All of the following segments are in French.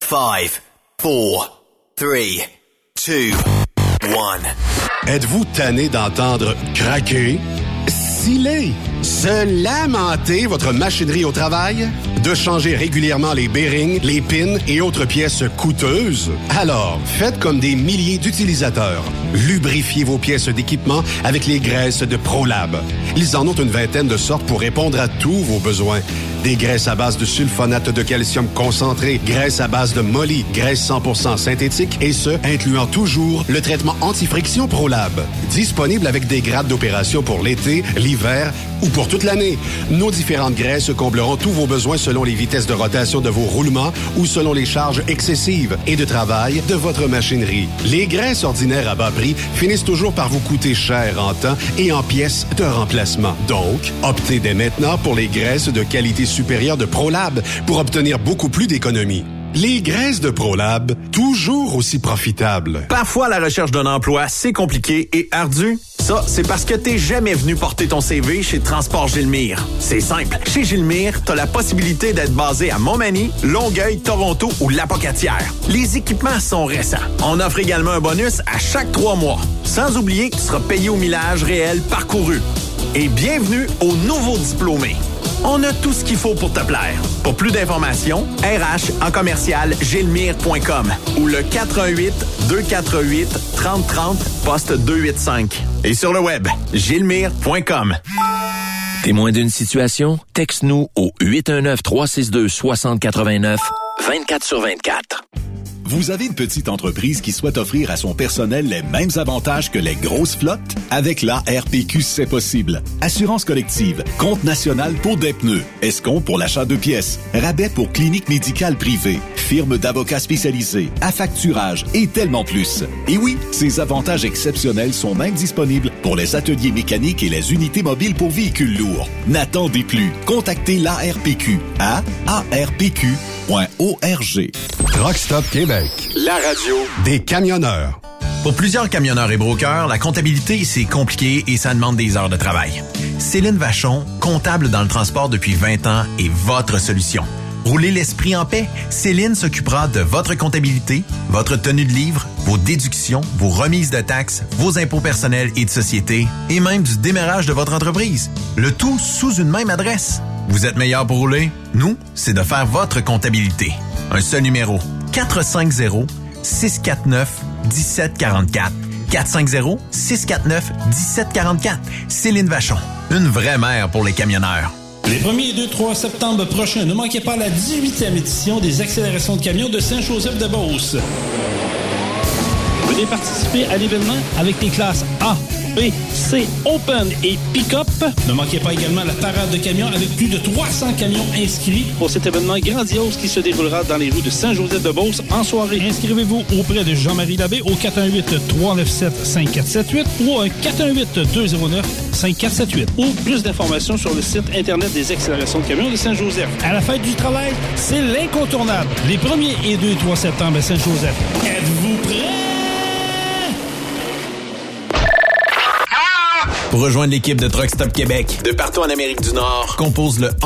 5, 4, 3, 2, 1. Êtes-vous tanné d'entendre craquer, sciller, se lamenter votre machinerie au travail? De changer régulièrement les bearings, les pins et autres pièces coûteuses? Alors, faites comme des milliers d'utilisateurs. Lubrifiez vos pièces d'équipement avec les graisses de ProLab. Ils en ont une vingtaine de sortes pour répondre à tous vos besoins. Des graisses à base de sulfonate de calcium concentré, graisses à base de molly, graisse 100% synthétique et ce, incluant toujours le traitement anti-friction ProLab. Disponible avec des grades d'opération pour l'été, l'hiver ou pour toute l'année. Nos différentes graisses combleront tous vos besoins selon les vitesses de rotation de vos roulements ou selon les charges excessives et de travail de votre machinerie. Les graisses ordinaires à bas prix finissent toujours par vous coûter cher en temps et en pièces de remplacement. Donc, optez dès maintenant pour les graisses de qualité supérieure de ProLab pour obtenir beaucoup plus d'économies. Les graisses de ProLab, toujours aussi profitables. Parfois, la recherche d'un emploi, c'est compliqué et ardu. Ça, c'est parce que t'es jamais venu porter ton CV chez Transport Gilmire. C'est simple. Chez Gilmire, t'as la possibilité d'être basé à Montmagny, Longueuil, Toronto ou Lapocatière. Les équipements sont récents. On offre également un bonus à chaque 3 mois. Sans oublier que tu seras payé au millage réel parcouru. Et bienvenue aux nouveaux diplômés. On a tout ce qu'il faut pour te plaire. Pour plus d'informations, RH en commercial gilmire.com ou le 418-248-3030 poste 285. Et sur le web, gilmire.com. Témoin d'une situation? Texte-nous au 819-362-6089, 24/24. Vous avez une petite entreprise qui souhaite offrir à son personnel les mêmes avantages que les grosses flottes? Avec la RPQ, c'est possible. Assurance collective, compte national pour des pneus, escompte pour l'achat de pièces, rabais pour clinique médicale privée, firme d'avocats spécialisés, affacturage et tellement plus. Et oui, ces avantages exceptionnels sont même disponibles pour les ateliers mécaniques et les unités mobiles pour véhicules lourds. N'attendez plus. Contactez l'ARPQ à arpq.org. Truck Stop Québec. La radio des camionneurs. Pour plusieurs camionneurs et brokers, la comptabilité, c'est compliqué et ça demande des heures de travail. Céline Vachon, comptable dans le transport depuis 20 ans, est votre solution. Roulez l'esprit en paix. Céline s'occupera de votre comptabilité, votre tenue de livre, vos déductions, vos remises de taxes, vos impôts personnels et de société, et même du démarrage de votre entreprise. Le tout sous une même adresse. Vous êtes meilleur pour rouler? Nous, c'est de faire votre comptabilité. Un seul numéro. 450-649-1744. 450-649-1744. Céline Vachon. Une vraie mère pour les camionneurs. Les 1er et 2-3 septembre prochains, ne manquez pas la 18e édition des accélérations de camions de Saint-Joseph-de-Beauce. Venez participer à l'événement avec les classes A, B, C, Open et Pick-up. Ne manquez pas également la parade de camions avec plus de 300 camions inscrits pour cet événement grandiose qui se déroulera dans les rues de Saint-Joseph-de-Beauce en soirée. Inscrivez-vous auprès de Jean-Marie Labbé au 418-397-5478 ou au 418-209-5478 ou plus d'informations sur le site Internet des accélérations de camions de Saint-Joseph. À la fête du travail, c'est l'incontournable. Les 1er et 2 et 3 septembre à Saint-Joseph. Êtes-vous prêts? Pour rejoindre l'équipe de Truck Stop Québec, de partout en Amérique du Nord, compose le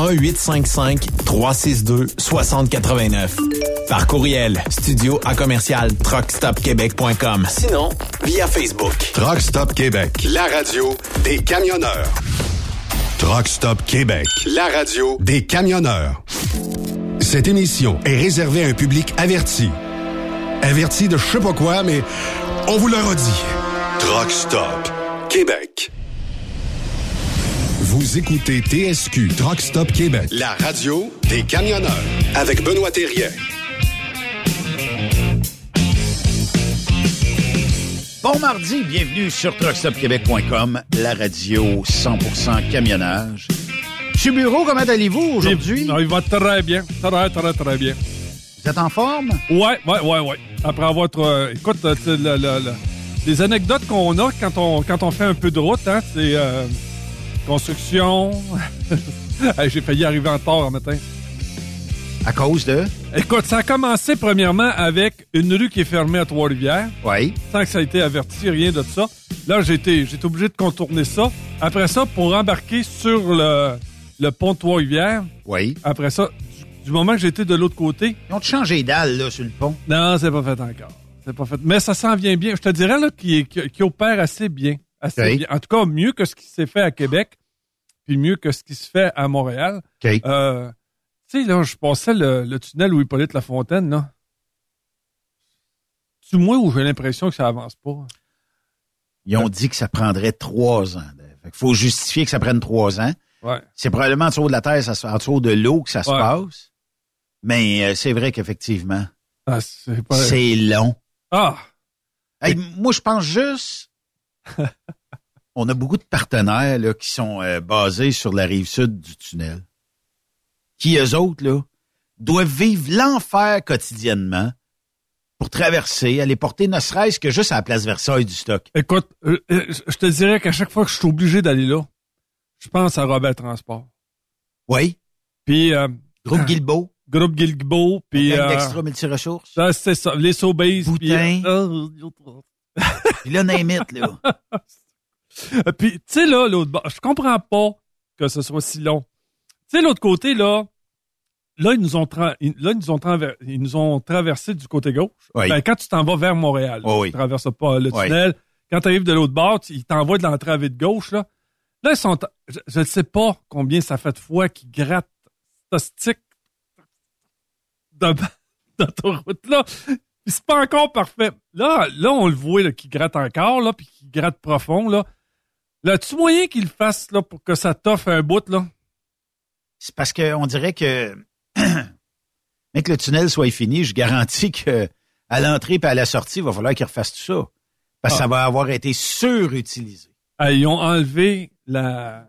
1-855-362-6089. Par courriel, studio@truckstopquebec.com. Sinon, via Facebook. Truck Stop Québec, la radio des camionneurs. Truck Stop Québec, la radio des camionneurs. Cette émission est réservée à un public averti. Averti de je sais pas quoi, mais on vous le redit. Truck Stop Québec. Vous écoutez TSQ Truck Stop Québec, la radio des camionneurs, avec Benoît Thérien. Bon mardi, bienvenue sur truckstopquebec.com, la radio 100% camionnage. Monsieur Bureau, comment allez-vous aujourd'hui? Il va très bien, très bien. Vous êtes en forme? Ouais. Après avoir... écoute, les anecdotes qu'on a quand on fait un peu de route, hein, c'est... construction. J'ai failli arriver en retard un matin. À cause de? Écoute, ça a commencé premièrement avec une rue qui est fermée à Trois-Rivières. Oui. Sans que ça ait été averti, rien de ça. Là, j'étais obligé de contourner ça. Après ça, pour embarquer sur le pont de Trois-Rivières. Oui. Après ça, du moment que j'étais de l'autre côté... Ils ont changé les dalles, là, sur le pont? Non, c'est pas fait encore. C'est pas fait. Mais ça s'en vient bien. Je te dirais là qu'il opère assez bien. Bien. En tout cas, mieux que ce qui s'est fait à Québec, puis mieux que ce qui se fait à Montréal. Okay. Tu sais, là, je passais le tunnel où Hippolyte Lafontaine, là. C'est moi où j'ai l'impression que ça avance pas. Ils ont dit que ça prendrait 3 ans. Fait qu'il faut justifier que ça prenne 3 ans. Ouais. C'est probablement en dessous de la terre, en dessous de l'eau que ça se passe. Mais c'est vrai qu'effectivement, c'est long. Ah! Hey, moi, je pense juste... On a beaucoup de partenaires là, qui sont basés sur la rive sud du tunnel. Qui, eux autres, là, doivent vivre l'enfer quotidiennement pour traverser, aller porter ne serait-ce que juste à la place Versailles du stock. Écoute, je te dirais qu'à chaque fois que je suis obligé d'aller là, je pense à Robert Transport. Oui. Puis... Groupe Guilbeault. Groupe Guilbeault. Puis... Extra Multiressources. C'est ça. Les Sobeys. Boutin. Puis là, name it, là. Puis, tu sais, là, l'autre bord, je comprends pas que ce soit si long. Tu sais, l'autre côté, là, ils nous ont traversé du côté gauche. Oui. Ben, quand tu t'en vas vers Montréal, tu traverses pas le tunnel. Quand tu arrives de l'autre bord, ils t'envoient de l'entrée de gauche, là. Là, ils sont... Je ne sais pas combien ça fait de fois qu'ils grattent ce stick d'autoroute-là. Puis c'est pas encore parfait. Là, on le voit, là, qu'il gratte encore, là, puis qu'il gratte profond, là. Là, as-tu moyen qu'il le fasse, là, pour que ça t'offre un bout, là? C'est parce qu'on dirait que, mais que le tunnel soit fini, je garantis que à l'entrée et à la sortie, il va falloir qu'ils refassent tout ça. Parce que ça va avoir été surutilisé. Ah, ils ont enlevé la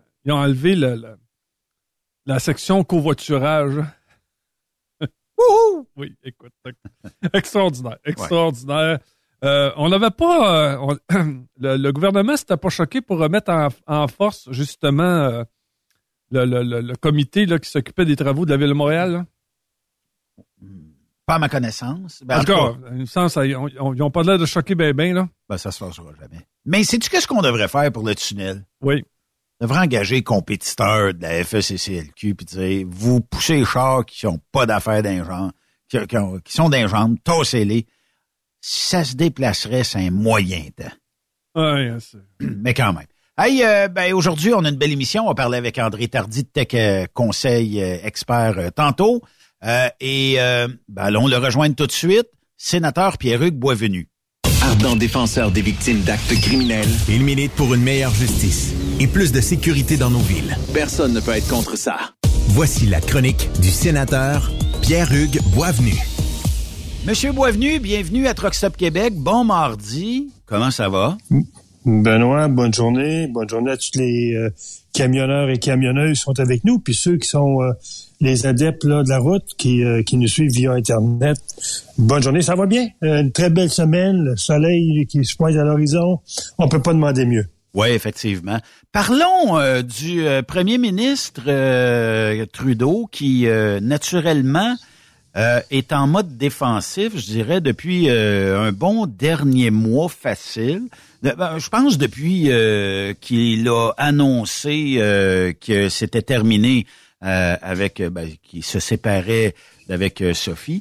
section covoiturage. Wouhou! Oui, écoute. Extraordinaire. On n'avait pas... le gouvernement s'était pas choqué pour remettre en force, justement, le comité là, qui s'occupait des travaux de la Ville de Montréal. Là. Pas à ma connaissance. Ben, en tout cas, dans le sens, ils n'ont pas l'air de choquer bien, là. Ben, ça se fera jamais. Mais sais-tu qu'est-ce qu'on devrait faire pour le tunnel? Oui. On devrait engager les compétiteurs de la FECCLQ puis dire, vous poussez les chars qui n'ont pas d'affaires d'un genre, qui sont d'un genre, tassez-les. Ça se déplacerait, c'est un moyen temps. Oui, c'est... Mais quand même. Hey, aujourd'hui, on a une belle émission. On va parler avec André Tardy de Tech Conseil Expert tantôt. Allons le rejoindre tout de suite. Sénateur Pierre-Hugues Boisvenu. Ardent défenseur des victimes d'actes criminels, il milite pour une meilleure justice et plus de sécurité dans nos villes. Personne ne peut être contre ça. Voici la chronique du sénateur Pierre-Hugues Boisvenu. Monsieur Boisvenu, bienvenue à Truck Stop Québec. Bon mardi. Comment ça va? Benoît, bonne journée. Bonne journée à tous les camionneurs et camionneuses qui sont avec nous, puis ceux qui sont les adeptes là, de la route qui nous suivent via Internet. Bonne journée, ça va bien? Une très belle semaine, le soleil qui se pointe à l'horizon. On peut pas demander mieux. Oui, effectivement. Parlons du premier ministre Trudeau qui, naturellement, est en mode défensif, je dirais, depuis un bon dernier mois facile. Je pense depuis qu'il a annoncé que c'était terminé qu'il se séparait avec Sophie.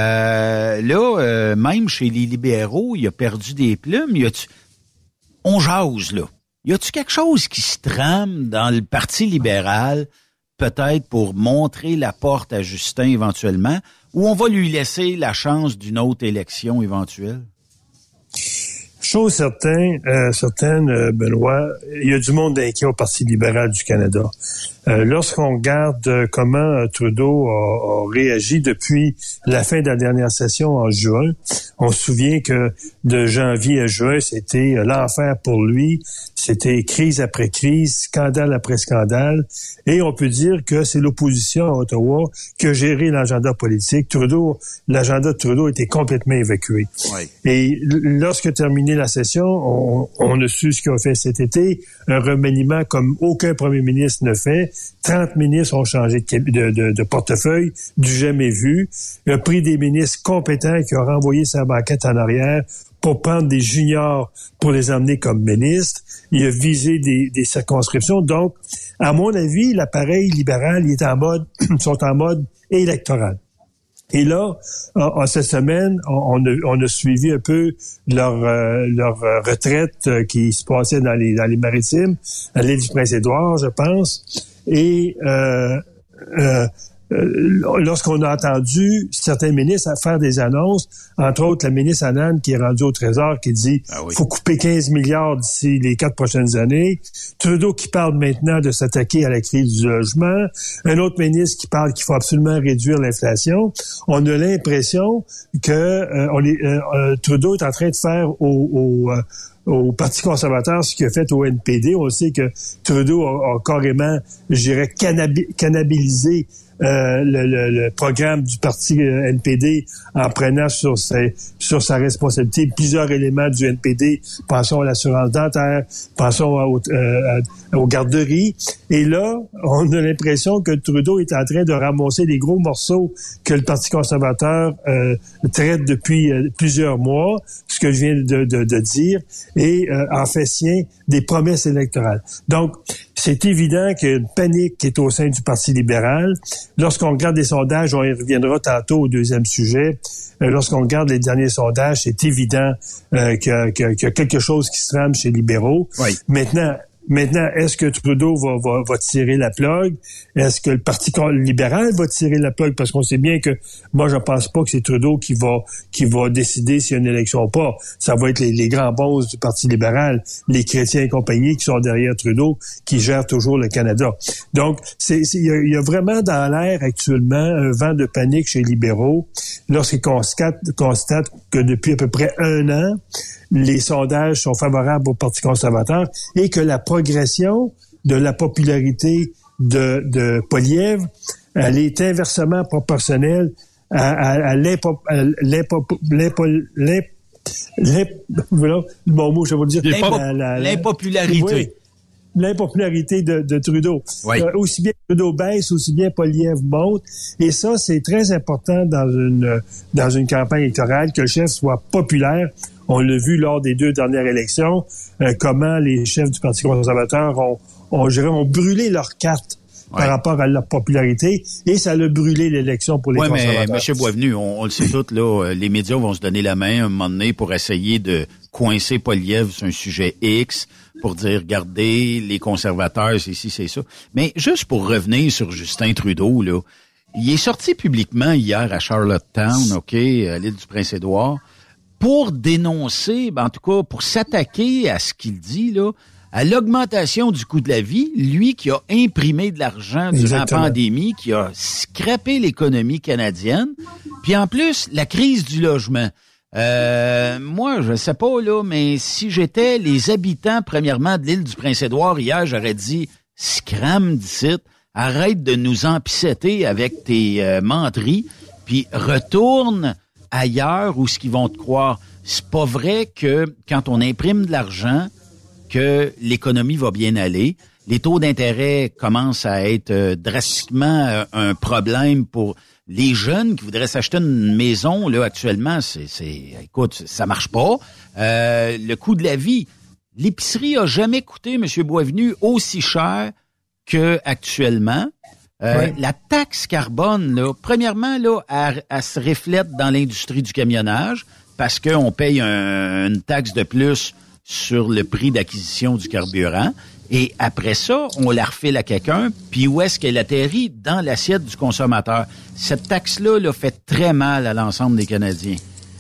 Même chez les libéraux, il a perdu des plumes. On jase, là. Y a-tu quelque chose qui se trame dans le Parti libéral, peut-être pour montrer la porte à Justin éventuellement, ou on va lui laisser la chance d'une autre élection éventuelle? Chose certaine, Benoît, il y a du monde inquiet au Parti libéral du Canada. Lorsqu'on regarde comment Trudeau a réagi depuis la fin de la dernière session en juin, on se souvient que de janvier à juin, c'était l'enfer pour lui. C'était crise après crise, scandale après scandale. Et on peut dire que c'est l'opposition à Ottawa qui a géré l'agenda politique. L'agenda de Trudeau était complètement évacué. Oui. Et lorsque terminée la session, on a su ce qu'ils ont fait cet été, un remaniement comme aucun premier ministre ne fait. 30 ministres ont changé de portefeuille, du jamais vu. Il a pris des ministres compétents qui ont renvoyé sa banquette en arrière pour prendre des juniors pour les emmener comme ministres. Il a visé des circonscriptions. Donc, à mon avis, l'appareil libéral, sont en mode électorale. Et là, en cette semaine, on a suivi un peu leur retraite qui se passait dans les Maritimes, à l'île du Prince-Édouard, je pense. Et lorsqu'on a entendu certains ministres faire des annonces, entre autres la ministre Annan qui est rendue au Trésor, qui dit faut couper 15 milliards d'ici les 4 prochaines années. Trudeau qui parle maintenant de s'attaquer à la crise du logement. Un autre ministre qui parle qu'il faut absolument réduire l'inflation. On a l'impression que Trudeau est en train de faire au Parti conservateur ce qu'il a fait au NPD. On sait que Trudeau a carrément, je dirais, cannibalisé le programme du parti NPD en prenant sur sa responsabilité plusieurs éléments du NPD. Pensons à l'assurance dentaire, pensons aux garderies. Et là, on a l'impression que Trudeau est en train de ramasser les gros morceaux que le Parti conservateur traite depuis plusieurs mois, ce que je viens de dire, et en fait sien des promesses électorales. Donc, c'est évident qu'il y a une panique qui est au sein du Parti libéral. Lorsqu'on regarde les sondages, on y reviendra tantôt au deuxième sujet. Lorsqu'on regarde les derniers sondages, c'est évident qu'il y a quelque chose qui se trame chez les libéraux. Oui. Maintenant, est-ce que Trudeau va tirer la plug? Est-ce que le Parti libéral va tirer la plug? Parce qu'on sait bien que moi, je pense pas que c'est Trudeau qui va décider s'il y a une élection ou pas. Ça va être les grands bosses du Parti libéral, les chrétiens et compagnie qui sont derrière Trudeau, qui gèrent toujours le Canada. Donc, il y a vraiment dans l'air actuellement un vent de panique chez les libéraux lorsqu'ils constatent que depuis à peu près 1 an, les sondages sont favorables au Parti conservateur et que la progression de la popularité de Poilievre, elle est inversement proportionnelle à l'impopularité. Oui, l'impopularité de Trudeau. Oui. Aussi bien Trudeau baisse, aussi bien Poilievre monte. Et ça, c'est très important dans une campagne électorale, que le chef soit populaire. On l'a vu lors des 2 dernières élections, comment les chefs du Parti conservateur ont brûlé leurs cartes par rapport à leur popularité, et ça a brûlé l'élection pour les conservateurs. Oui, mais M. Boisvenu, on le sait tous, là, les médias vont se donner la main un moment donné pour essayer de coincer Poilievre sur un sujet X, pour dire, regardez, les conservateurs, c'est ci, c'est ça. Mais juste pour revenir sur Justin Trudeau, là, il est sorti publiquement hier à Charlottetown, à l'île du Prince-Édouard, pour dénoncer, en tout cas, pour s'attaquer à ce qu'il dit, là, à l'augmentation du coût de la vie, lui qui a imprimé de l'argent durant la pandémie, qui a scrappé l'économie canadienne, puis en plus, la crise du logement. Moi, je sais pas, là, mais si j'étais les habitants, premièrement, de l'île du Prince-Édouard, hier, j'aurais dit, scram d'ici, arrête de nous empisseter avec tes menteries, puis retourne ailleurs où ce qu'ils vont te croire. C'est pas vrai que quand on imprime de l'argent, que l'économie va bien aller. Les taux d'intérêt commencent à être drastiquement un problème pour les jeunes qui voudraient s'acheter une maison. Là, actuellement, écoute, ça marche pas. Le coût de la vie, l'épicerie a jamais coûté, M. Boisvenu, aussi cher que actuellement. La taxe carbone, là, premièrement, là, elle se reflète dans l'industrie du camionnage parce qu'on paye une taxe de plus sur le prix d'acquisition du carburant. Et après ça, on la refile à quelqu'un, puis où est-ce qu'elle atterrit? Dans l'assiette du consommateur. Cette taxe-là fait très mal à l'ensemble des Canadiens.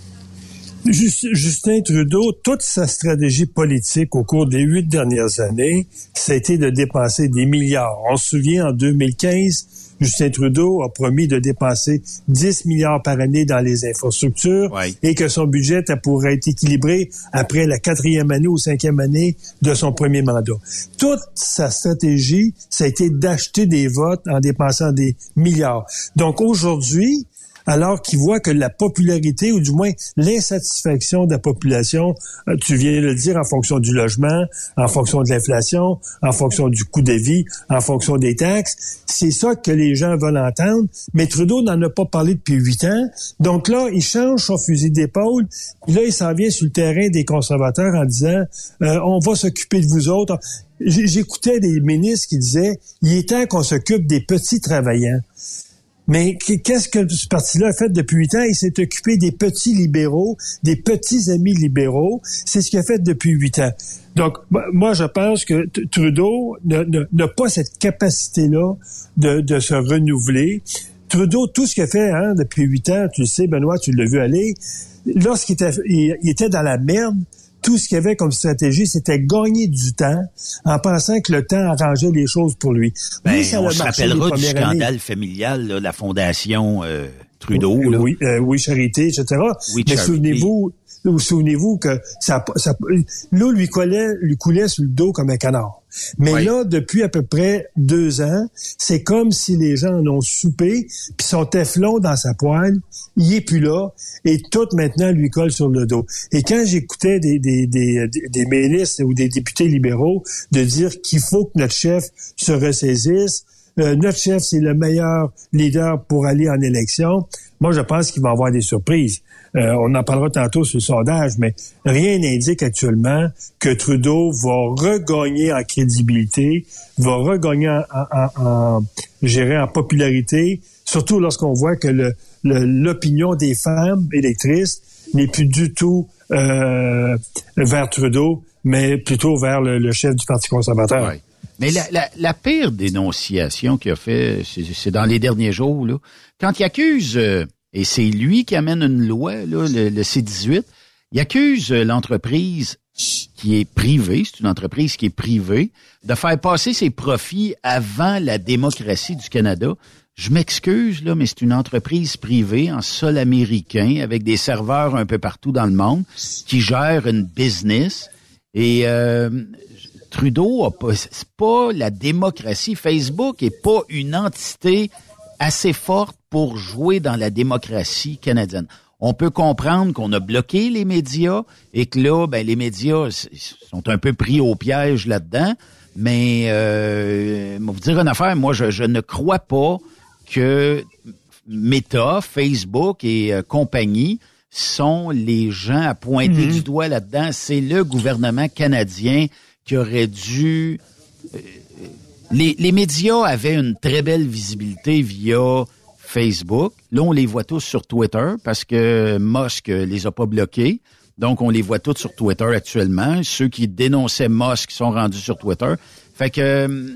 Justin Trudeau, toute sa stratégie politique au cours des 8 dernières années, ça a été de dépenser des milliards. On se souvient, en 2015, Justin Trudeau a promis de dépenser 10 milliards par année dans les infrastructures et que son budget pourrait être équilibré après la 4e année ou 5e année de son premier mandat. Toute sa stratégie, ça a été d'acheter des votes en dépensant des milliards. Donc aujourd'hui, alors qu'il voit que la popularité, ou du moins l'insatisfaction de la population, tu viens de le dire, en fonction du logement, en fonction de l'inflation, en fonction du coût de vie, en fonction des taxes, c'est ça que les gens veulent entendre. Mais Trudeau n'en a pas parlé depuis 8 ans. Donc là, il change son fusil d'épaule. Puis là, il s'en vient sur le terrain des conservateurs en disant on va s'occuper de vous autres. J'écoutais des ministres qui disaient il est temps qu'on s'occupe des petits travaillants. Mais qu'est-ce que ce parti-là a fait depuis 8 ans? Il s'est occupé des petits libéraux, des petits amis libéraux. C'est ce qu'il a fait depuis 8 ans. Donc, moi, je pense que Trudeau n'a pas cette capacité-là de se renouveler. Trudeau, tout ce qu'il a fait depuis 8 ans, tu le sais, Benoît, tu l'as vu aller, lorsqu'il était dans la merde, tout ce qu'il avait comme stratégie, c'était gagner du temps en pensant que le temps arrangeait les choses pour lui. Ben, on se rappellera du scandale familial, là, la fondation Trudeau. Oui, Charité, etc. Oui, mais souvenez-vous que l'eau lui coulait sur le dos comme un canard. Mais là, depuis à peu près 2 ans, c'est comme si les gens en ont soupé, puis son téflon dans sa poêle, il est plus là, et tout maintenant lui colle sur le dos. Et quand j'écoutais des ministres ou des députés libéraux de dire qu'il faut que notre chef se ressaisisse, notre chef, c'est le meilleur leader pour aller en élection, moi, je pense qu'il va y avoir des surprises. On en parlera tantôt sur le sondage, mais rien n'indique actuellement que Trudeau va regagner en crédibilité, va regagner en popularité, surtout lorsqu'on voit que l'opinion des femmes électrices n'est plus du tout vers Trudeau, mais plutôt vers le chef du Parti conservateur. Ouais. Mais la pire dénonciation qu'il a fait, c'est dans les derniers jours, là, quand il accuse, et c'est lui qui amène une loi, là, le C-18, il accuse l'entreprise qui est privée, c'est une entreprise qui est privée, de faire passer ses profits avant la démocratie du Canada. Je m'excuse, là, mais c'est une entreprise privée en sol américain avec des serveurs un peu partout dans le monde qui gère une business. Et Trudeau c'est pas la démocratie. Facebook est pas une entité assez forte pour jouer dans la démocratie canadienne. On peut comprendre qu'on a bloqué les médias et que là, les médias sont un peu pris au piège là-dedans. Mais, je vais vous dire une affaire, moi, je ne crois pas que Meta, Facebook et compagnie sont les gens à pointer du doigt là-dedans. C'est le gouvernement canadien qui aurait dû... Les médias avaient une très belle visibilité via Facebook. Là, on les voit tous sur Twitter parce que Musk les a pas bloqués. Donc, on les voit tous sur Twitter actuellement. Ceux qui dénonçaient Musk sont rendus sur Twitter. Fait que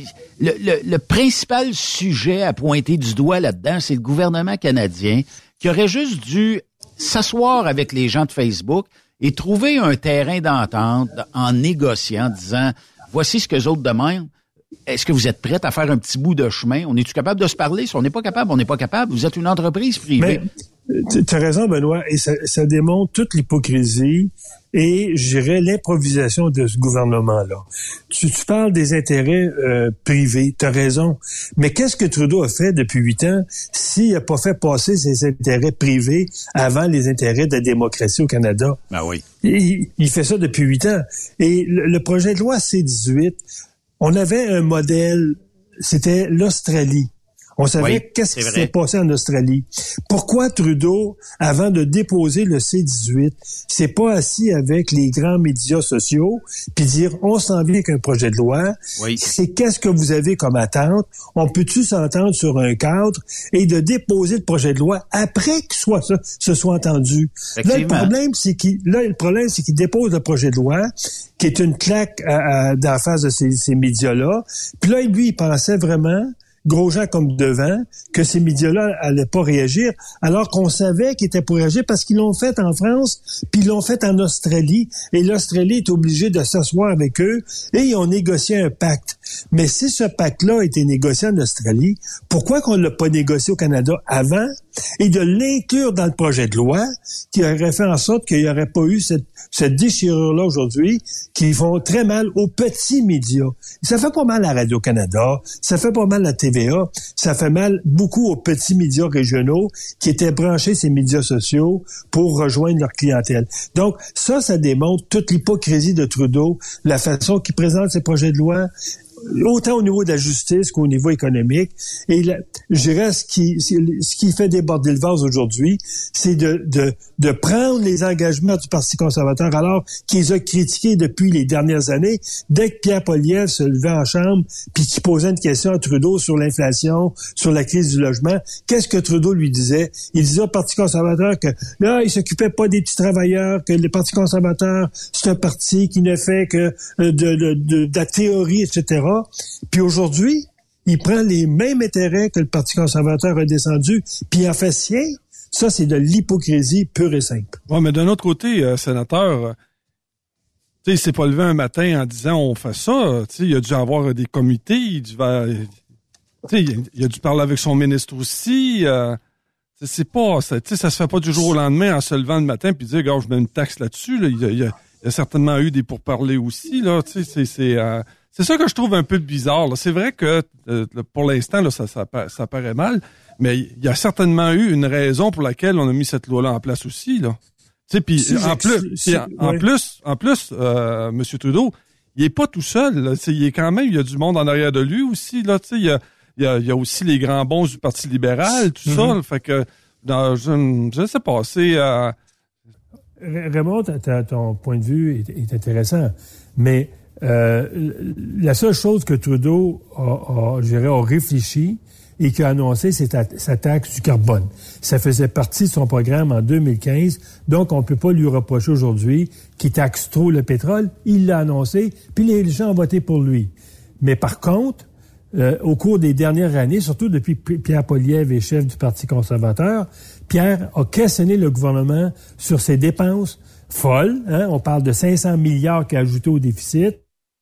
le principal sujet à pointer du doigt là-dedans, c'est le gouvernement canadien qui aurait juste dû s'asseoir avec les gens de Facebook et trouver un terrain d'entente en négociant, en disant « Voici ce que les autres demandent. Est-ce que vous êtes prêts à faire un petit bout de chemin? On est-tu capable de se parler? Si on n'est pas capable, on n'est pas capable. Vous êtes une entreprise privée. » Tu as raison, Benoît, et ça démontre toute l'hypocrisie et, je dirais, l'improvisation de ce gouvernement-là. Tu parles des intérêts privés, tu as raison, mais qu'est-ce que Trudeau a fait depuis 8 ans s'il n'a pas fait passer ses intérêts privés avant les intérêts de la démocratie au Canada? Ben oui. Il fait ça depuis 8 ans. Et le projet de loi C-18, on avait un modèle, c'était l'Australie. On savait qu'est-ce qui s'est passé en Australie. Pourquoi Trudeau, avant de déposer le C-18, s'est pas assis avec les grands médias sociaux puis dire on s'en vient avec un projet de loi. Oui. C'est qu'est-ce que vous avez comme attente? On peut-tu s'entendre sur un cadre et de déposer le projet de loi après que ce soit entendu? Là, le problème, c'est qu'il dépose le projet de loi qui est une claque dans la face de ces médias-là. Puis là, lui, il pensait vraiment, Grosjean comme devant, que ces médias-là allaient pas réagir, alors qu'on savait qu'ils étaient pour réagir parce qu'ils l'ont fait en France, puis ils l'ont fait en Australie, et l'Australie est obligée de s'asseoir avec eux, et ils ont négocié un pacte. Mais si ce pacte-là a été négocié en Australie, pourquoi qu'on l'a pas négocié au Canada avant, et de l'inclure dans le projet de loi, qui aurait fait en sorte qu'il n'y aurait pas eu cette déchirure-là aujourd'hui, qui font très mal aux petits médias. Ça fait pas mal à Radio-Canada, ça fait pas mal à TVA, ça fait mal beaucoup aux petits médias régionaux qui étaient branchés ces médias sociaux pour rejoindre leur clientèle. Donc, ça démontre toute l'hypocrisie de Trudeau, la façon qu'il présente ses projets de loi, autant au niveau de la justice qu'au niveau économique. Et je dirais, ce qui fait déborder le vase aujourd'hui, c'est de prendre les engagements du Parti conservateur alors qu'ils ont critiqués depuis les dernières années. Dès que Pierre Poilievre se levait en chambre puis qu'il posait une question à Trudeau sur l'inflation, sur la crise du logement, qu'est-ce que Trudeau lui disait? Il disait au Parti conservateur que là, il s'occupait pas des petits travailleurs, que le Parti conservateur, c'est un parti qui ne fait que de la théorie, etc. Puis aujourd'hui, il prend les mêmes intérêts que le Parti conservateur a descendu, puis il en fait sien. Ça, c'est de l'hypocrisie pure et simple. Oui, mais d'un autre côté, sénateur, tu sais, il s'est pas levé un matin en disant on fait ça. Tu sais, il a dû avoir des comités, il a dû parler avec son ministre aussi. C'est pas, ça se fait pas du jour au lendemain en se levant le matin puis dire, gars, je mets une taxe là-dessus. Là. Il y a certainement eu des pourparlers aussi. Là, tu sais, c'est ça que je trouve un peu bizarre. Là. C'est vrai que pour l'instant, là, ça paraît mal, mais il y a certainement eu une raison pour laquelle on a mis cette loi-là en place aussi. Là. Tu sais, puis en plus, M. Trudeau, il est pas tout seul. Là. Il est quand même, il y a du monde en arrière de lui aussi. Là, tu sais, il y a aussi les grands bons du Parti libéral, tout ça. Là, fait que je sais pas. C'est Raymond, ton point de vue est intéressant, mais la seule chose que Trudeau a réfléchi et qu'il a annoncé, c'est sa taxe du carbone. Ça faisait partie de son programme en 2015, donc on ne peut pas lui reprocher aujourd'hui qu'il taxe trop le pétrole. Il l'a annoncé, puis les gens ont voté pour lui. Mais par contre, au cours des dernières années, surtout depuis Pierre Poilievre est chef du Parti conservateur, Pierre a questionné le gouvernement sur ses dépenses folles. Hein? On parle de 500 milliards qu'il a ajouté au déficit,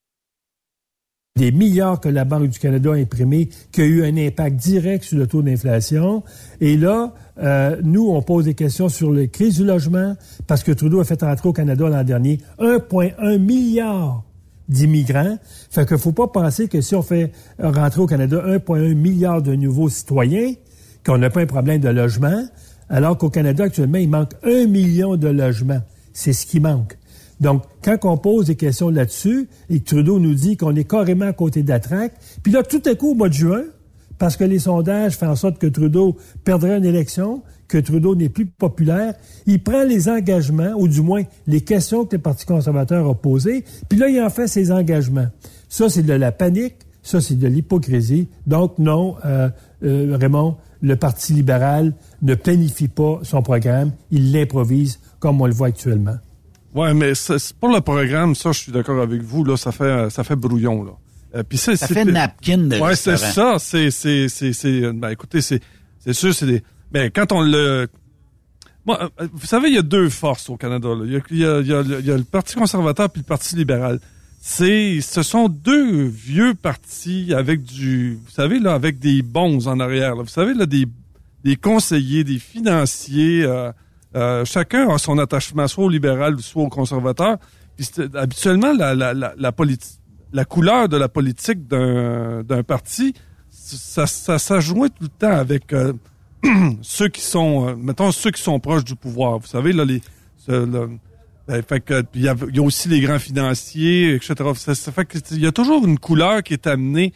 des milliards que la Banque du Canada a imprimés, qui a eu un impact direct sur le taux d'inflation. Et là, nous, on pose des questions sur la crise du logement, parce que Trudeau a fait rentrer au Canada l'an dernier 1,1 milliard d'immigrants. Fait qu'il faut pas penser que si on fait rentrer au Canada 1,1 milliard de nouveaux citoyens, qu'on n'a pas un problème de logement, alors qu'au Canada, actuellement, il manque 1 million de logements. C'est ce qui manque. Donc, quand on pose des questions là-dessus, et que Trudeau nous dit qu'on est carrément à côté de la traque, puis là, tout à coup, au mois de juin, parce que les sondages font en sorte que Trudeau perdrait une élection, que Trudeau n'est plus populaire, il prend les engagements, ou du moins les questions que le Parti conservateur a posées, puis là, il en fait ses engagements. Ça, c'est de la panique, ça, c'est de l'hypocrisie. Donc, non, Raymond, le Parti libéral ne planifie pas son programme, il l'improvise comme on le voit actuellement. Ouais, mais pour le programme, ça, je suis d'accord avec vous, là, ça fait brouillon, là. Puis ça fait napkin de ouais, restaurant. c'est ça, ben, écoutez, c'est sûr, c'est des, ben, quand on le, moi, vous savez, il y a deux forces au Canada, là. Il y a le Parti conservateur puis le Parti libéral. Ce sont deux vieux partis avec vous savez, là, avec des bons en arrière, là. Vous savez, là, des conseillers, des financiers, chacun a son attachement soit au libéral soit au conservateur. Puis habituellement, la politique, la couleur de la politique d'un parti, ça s'adjoint tout le temps avec ceux qui sont, mettons, ceux qui sont proches du pouvoir. Vous savez, là, fait que il y a aussi les grands financiers, etc. Ça fait que il y a toujours une couleur qui est amenée,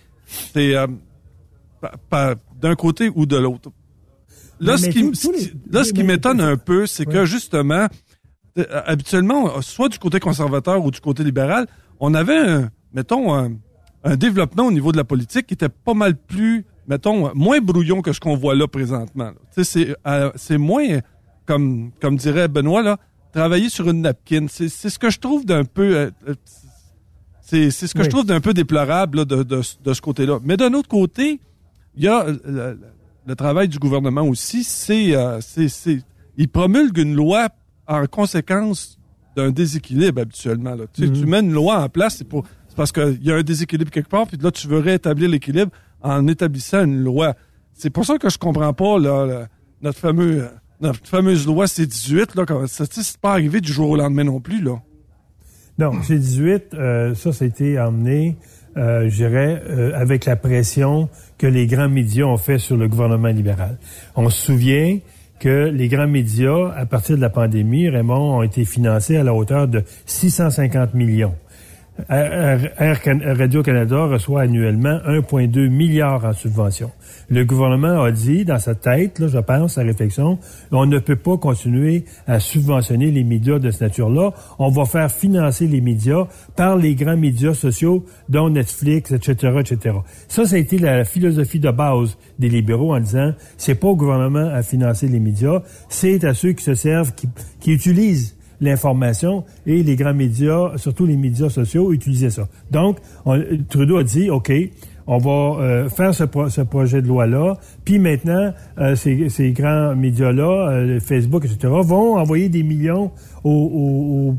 d'un côté ou de l'autre. Là, ce qui m'étonne un peu, c'est que justement, habituellement, soit du côté conservateur ou du côté libéral, on avait un développement au niveau de la politique qui était pas mal plus, mettons, moins brouillon que ce qu'on voit là présentement. Tu sais, c'est moins, comme dirait Benoît, là, travailler sur une napkin. C'est ce que je trouve d'un peu, c'est ce que je trouve d'un peu déplorable là, de ce côté-là. Mais d'un autre côté, il y a le travail du gouvernement aussi, il promulgue une loi en conséquence d'un déséquilibre habituellement. Là. Tu mets une loi en place, c'est parce qu'il y a un déséquilibre quelque part, puis là, tu veux rétablir l'équilibre en établissant une loi. C'est pour ça que je comprends pas là, notre fameuse loi C-18, là, c'est pas arrivé du jour au lendemain non plus. Là. Non, C-18, ça a été emmené, je dirais, avec la pression que les grands médias ont fait sur le gouvernement libéral. On se souvient que les grands médias, à partir de la pandémie, Raymond, ont été financés à la hauteur de 650 millions. Radio-Canada reçoit annuellement 1,2 milliard en subventions. Le gouvernement a dit, dans sa tête, là, je pense, sa réflexion, on ne peut pas continuer à subventionner les médias de cette nature-là. On va faire financer les médias par les grands médias sociaux, dont Netflix, etc., etc. Ça a été la philosophie de base des libéraux en disant, c'est pas au gouvernement à financer les médias, c'est à ceux qui se servent, qui utilisent l'information, et les grands médias, surtout les médias sociaux, utilisaient ça. Donc, Trudeau a dit, OK, on va faire ce projet de loi-là, puis maintenant, ces grands médias-là, Facebook, etc., vont envoyer des millions aux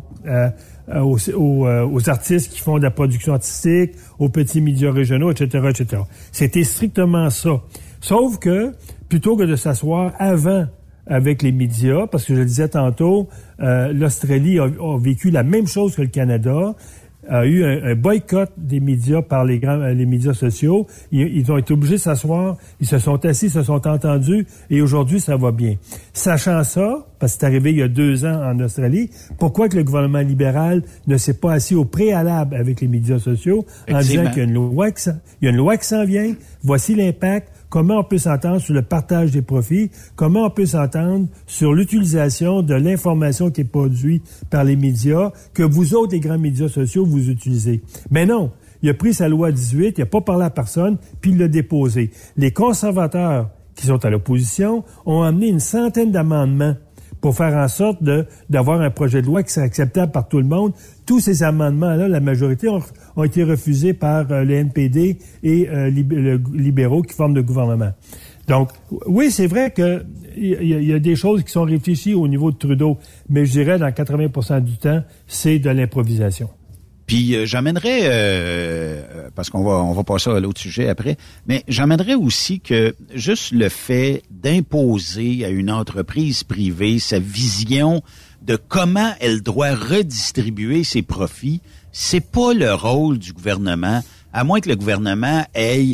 artistes qui font de la production artistique, aux petits médias régionaux, etc., etc. C'était strictement ça. Sauf que, plutôt que de s'asseoir avant avec les médias, parce que je le disais tantôt, l'Australie a vécu la même chose que le Canada, a eu un boycott des médias par les médias sociaux. Ils ont été obligés de s'asseoir, ils se sont assis, ils se sont entendus, et aujourd'hui, ça va bien. Sachant ça, parce que c'est arrivé il y a 2 ans en Australie, pourquoi que le gouvernement libéral ne s'est pas assis au préalable avec les médias sociaux en disant qu'il y a une loi qui s'en vient, voici l'impact, comment on peut s'entendre sur le partage des profits, comment on peut s'entendre sur l'utilisation de l'information qui est produite par les médias, que vous autres, les grands médias sociaux, vous utilisez. Mais non, il a pris sa loi 18, il n'a pas parlé à personne, puis il l'a déposé. Les conservateurs qui sont à l'opposition ont amené une centaine d'amendements pour faire en sorte d'avoir un projet de loi qui serait acceptable par tout le monde. Tous ces amendements-là, la majorité ont été refusés par le NPD et les libéraux qui forment le gouvernement. Donc, oui, c'est vrai que il y a des choses qui sont réfléchies au niveau de Trudeau, mais je dirais dans 80% du temps, c'est de l'improvisation. Puis j'amènerais, parce qu'on va passer à l'autre sujet après, mais j'amènerais aussi que juste le fait d'imposer à une entreprise privée sa vision de comment elle doit redistribuer ses profits, c'est pas le rôle du gouvernement, à moins que le gouvernement ait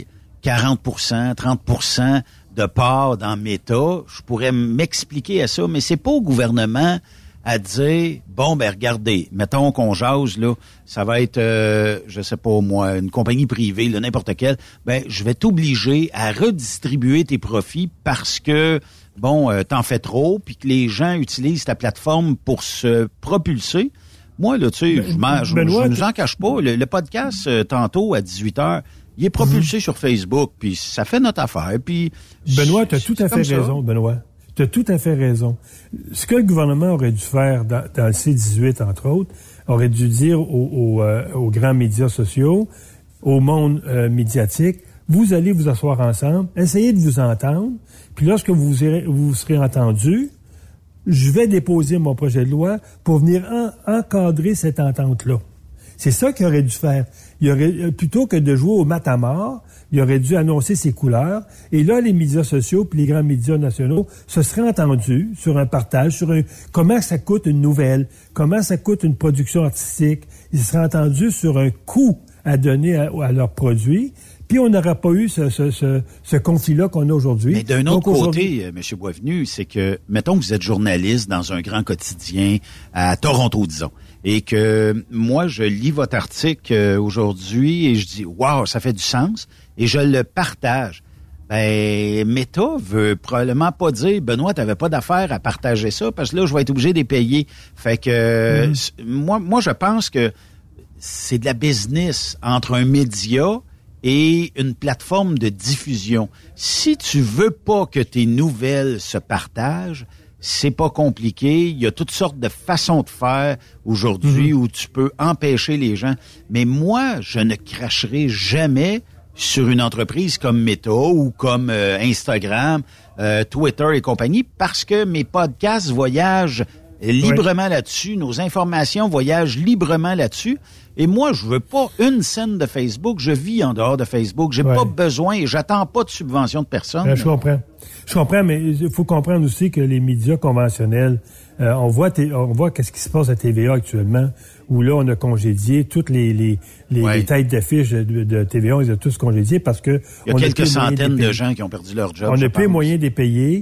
40%, 30% de part dans Meta. Je pourrais m'expliquer à ça, mais c'est pas au gouvernement à dire, bon, ben regardez, mettons qu'on jase, là, ça va être, je sais pas moi, une compagnie privée, là, n'importe quelle, ben je vais t'obliger à redistribuer tes profits parce que, bon, t'en fais trop, puis que les gens utilisent ta plateforme pour se propulser. Moi, là, tu sais, je nous en cache pas, le podcast, tantôt, à 18h, il est propulsé sur Facebook, puis ça fait notre affaire, puis... Benoît, t'as tout à fait raison, Benoît. Tu as tout à fait raison. Ce que le gouvernement aurait dû faire dans le C-18, entre autres, aurait dû dire aux grands médias sociaux, au monde médiatique, vous allez vous asseoir ensemble, essayez de vous entendre, puis lorsque vous serez entendus, je vais déposer mon projet de loi pour venir encadrer cette entente-là. C'est ça qu'il aurait dû faire. Il aurait, plutôt que de jouer au matamor, il aurait dû annoncer ses couleurs. Et là, les médias sociaux puis les grands médias nationaux se seraient entendus sur un partage, sur comment ça coûte une nouvelle, comment ça coûte une production artistique. Ils se seraient entendus sur un coût à donner à leurs produits. Puis on n'aurait pas eu ce conflit-là qu'on a aujourd'hui. Mais d'un autre côté, M. Boisvenu, c'est que, mettons que vous êtes journaliste dans un grand quotidien à Toronto, disons, et que moi, je lis votre article aujourd'hui et je dis « Wow, ça fait du sens », et je le partage. Ben, Meta veut probablement pas dire « Benoît, t'avais pas d'affaire à partager ça, parce que là, je vais être obligé de les payer. » Fait que moi, je pense que c'est de la business entre un média et une plateforme de diffusion. Si tu veux pas que tes nouvelles se partagent, c'est pas compliqué. Il y a toutes sortes de façons de faire aujourd'hui où tu peux empêcher les gens. Mais moi, je ne cracherai jamais sur une entreprise comme Meta ou comme Instagram, Twitter et compagnie, parce que mes podcasts voyagent librement là-dessus, nos informations voyagent librement là-dessus. Et moi, je veux pas une scène de Facebook. Je vis en dehors de Facebook. J'ai pas besoin et j'attends pas de subvention de personne. Je comprends. Je comprends, mais il faut comprendre aussi que les médias conventionnels, on voit qu'est-ce qui se passe à TVA actuellement, où là, on a congédié toutes les têtes d'affiche de TVA, ils ont tous congédié parce que... Il y a quelques centaines de gens qui ont perdu leur job. On n'a plus les moyens de les payer.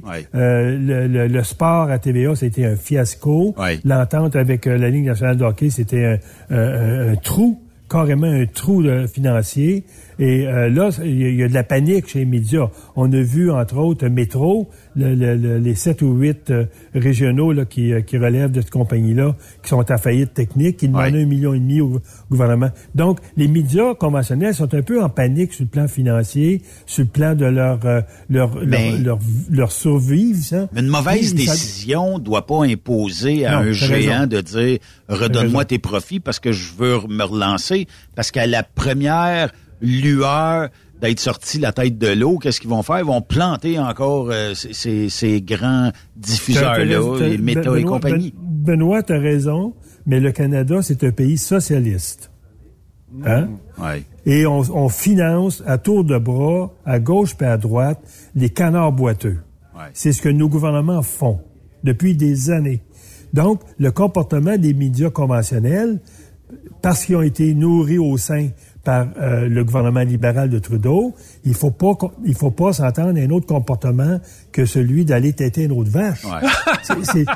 Le sport à TVA, c'était un fiasco. L'entente avec la Ligue nationale de hockey, c'était un trou carrément un trou financier. Et là, il y a de la panique chez les médias. On a vu, entre autres, Métro, les 7 ou 8 régionaux là, qui relèvent de cette compagnie-là, qui sont en faillite technique, qui demandent 1,5 million au gouvernement. Donc, les médias conventionnels sont un peu en panique sur le plan financier, sur le plan de leur survivre. Mais une mauvaise décision doit pas imposer à un géant de dire « redonne-moi tes profits parce que je veux me relancer », parce qu'à la première lueur d'être sorti la tête de l'eau, qu'est-ce qu'ils vont faire? Ils vont planter encore ces grands diffuseurs-là, les Meta et compagnie. Benoît, t'as raison, mais le Canada, c'est un pays socialiste. Hein? Ouais. Et on finance à tour de bras, à gauche et à droite, les canards boiteux. Ouais. C'est ce que nos gouvernements font depuis des années. Donc, le comportement des médias conventionnels, parce qu'ils ont été nourris au sein par le gouvernement libéral de Trudeau, il faut pas s'entendre à un autre comportement que celui d'aller têter une autre vache. Ouais.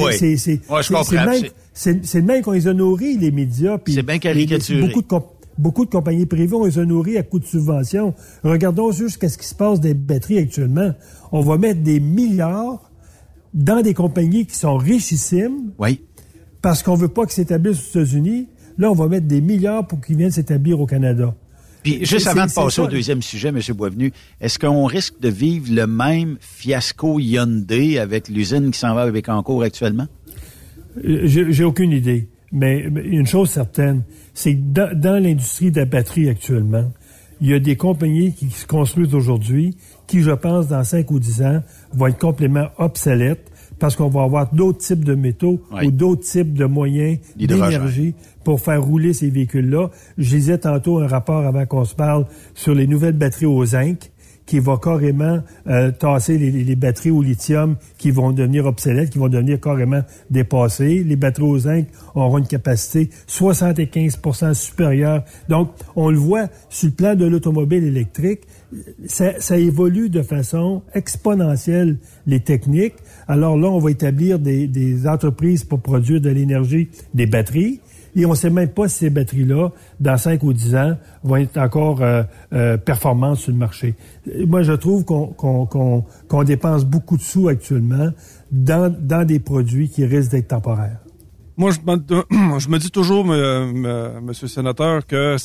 C'est le même qu'on les a nourris, les médias. C'est bien caricaturé. Beaucoup de compagnies privées, on les a nourris à coups de subventions. Regardons juste qu'est-ce qui se passe des batteries actuellement. On va mettre des milliards dans des compagnies qui sont richissimes. Oui. Parce qu'on veut pas qu'ils s'établissent aux États-Unis. Là, on va mettre des milliards pour qu'ils viennent s'établir au Canada. Puis, juste avant de passer au deuxième sujet, M. Boisvenu, est-ce qu'on risque de vivre le même fiasco Hyundai avec l'usine qui s'en va avec Bécancour actuellement? J'ai aucune idée. Mais une chose certaine, c'est que dans l'industrie de la batterie actuellement, il y a des compagnies qui se construisent aujourd'hui qui, je pense, dans 5 ou 10 ans, vont être complètement obsolètes parce qu'on va avoir d'autres types de métaux ou d'autres types de moyens d'énergie pour faire rouler ces véhicules-là. Je lisais tantôt un rapport avant qu'on se parle sur les nouvelles batteries au zinc qui va carrément tasser les batteries au lithium qui vont devenir obsolètes, qui vont devenir carrément dépassées. Les batteries au zinc auront une capacité 75% supérieure. Donc, on le voit sur le plan de l'automobile électrique, ça évolue de façon exponentielle, les techniques. Alors là, on va établir des entreprises pour produire de l'énergie, des batteries. Et on ne sait même pas si ces batteries-là, dans 5 ou 10 ans, vont être encore performantes sur le marché. Moi, je trouve qu'on dépense beaucoup de sous actuellement dans des produits qui risquent d'être temporaires. Moi, je me dis toujours, monsieur le sénateur, que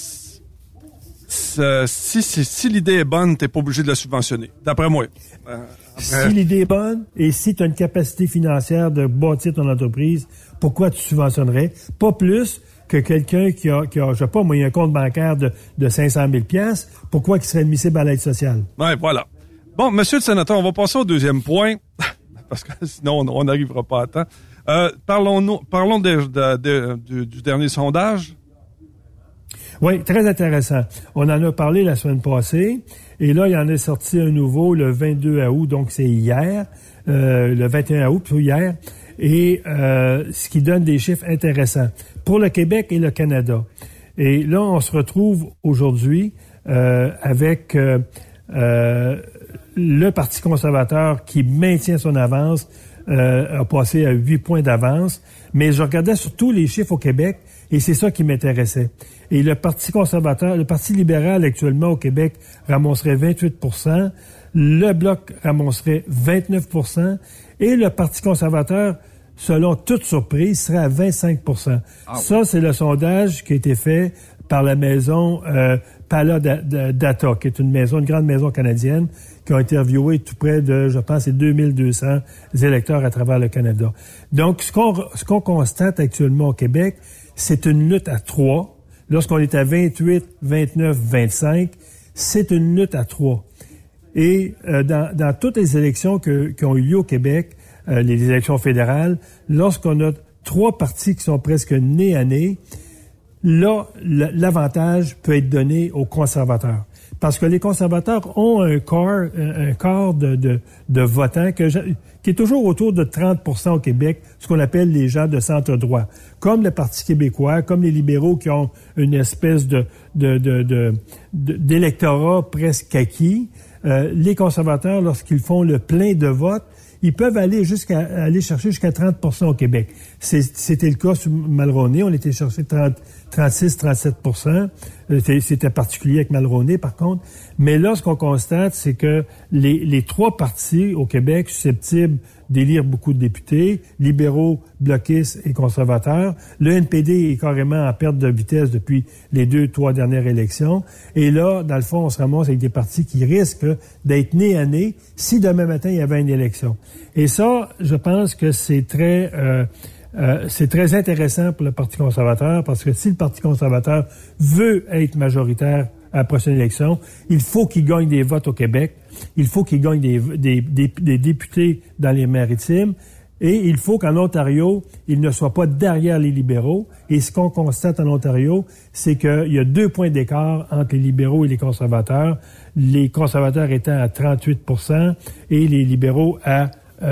si l'idée est bonne, t'es pas obligé de la subventionner. D'après moi. Si l'idée est bonne et si tu as une capacité financière de bâtir ton entreprise, pourquoi tu subventionnerais? Pas plus que quelqu'un qui a je sais pas, moi, il y a un compte bancaire de 500 000 $, pourquoi il serait admissible à l'aide sociale? Ouais, voilà. Bon, monsieur le sénateur, on va passer au deuxième point, parce que sinon, on n'arrivera pas à temps. Parlons du dernier sondage. Oui, très intéressant. On en a parlé la semaine passée, et là, il y en a sorti un nouveau le 22 août, donc c'est hier, le 21 août, plutôt hier, et ce qui donne des chiffres intéressants pour le Québec et le Canada. Et là, on se retrouve aujourd'hui avec le Parti conservateur qui maintient son avance, a passé à 8 points d'avance, mais je regardais surtout les chiffres au Québec, et c'est ça qui m'intéressait. Et le Parti conservateur, le Parti libéral actuellement au Québec ramasserait 28%, le Bloc ramasserait 29%, et le Parti conservateur, selon toute surprise, serait à 25%. Ça, c'est le sondage qui a été fait par la maison Pala Data, qui est une grande maison canadienne, qui a interviewé tout près de, je pense, 2200 électeurs à travers le Canada. Donc, ce qu'on constate actuellement au Québec, c'est une lutte à 3. Lorsqu'on est à 28, 29, 25, c'est une lutte à 3. Et dans toutes les élections qui ont eu lieu au Québec, les élections fédérales, lorsqu'on a 3 partis qui sont presque nez à nez, là, l'avantage peut être donné aux conservateurs. Parce que les conservateurs ont un corps de votants qui est toujours autour de 30% au Québec, ce qu'on appelle les gens de centre-droit. Comme le Parti québécois, comme les libéraux qui ont une espèce d'électorat presque acquis. Les conservateurs, lorsqu'ils font le plein de votes, ils peuvent aller chercher jusqu'à 30% au Québec. C'était le cas sur Mulroney. On était chercher 36-37%. C'était particulier avec Mulroney, par contre. Mais là, ce qu'on constate, c'est que les trois partis au Québec susceptibles d'élire beaucoup de députés, libéraux, bloquistes et conservateurs. Le NPD est carrément en perte de vitesse depuis les 2-3 dernières élections. Et là, dans le fond, on se ramasse avec des partis qui risquent d'être nez à nez si demain matin, il y avait une élection. Et ça, je pense que c'est très intéressant pour le Parti conservateur parce que si le Parti conservateur veut être majoritaire à la prochaine élection, il faut qu'il gagne des votes au Québec, il faut qu'il gagne des députés dans les maritimes et il faut qu'en Ontario, il ne soit pas derrière les libéraux. Et ce qu'on constate en Ontario, c'est qu'il y a 2 points d'écart entre les libéraux et les conservateurs étant à 38% et les libéraux à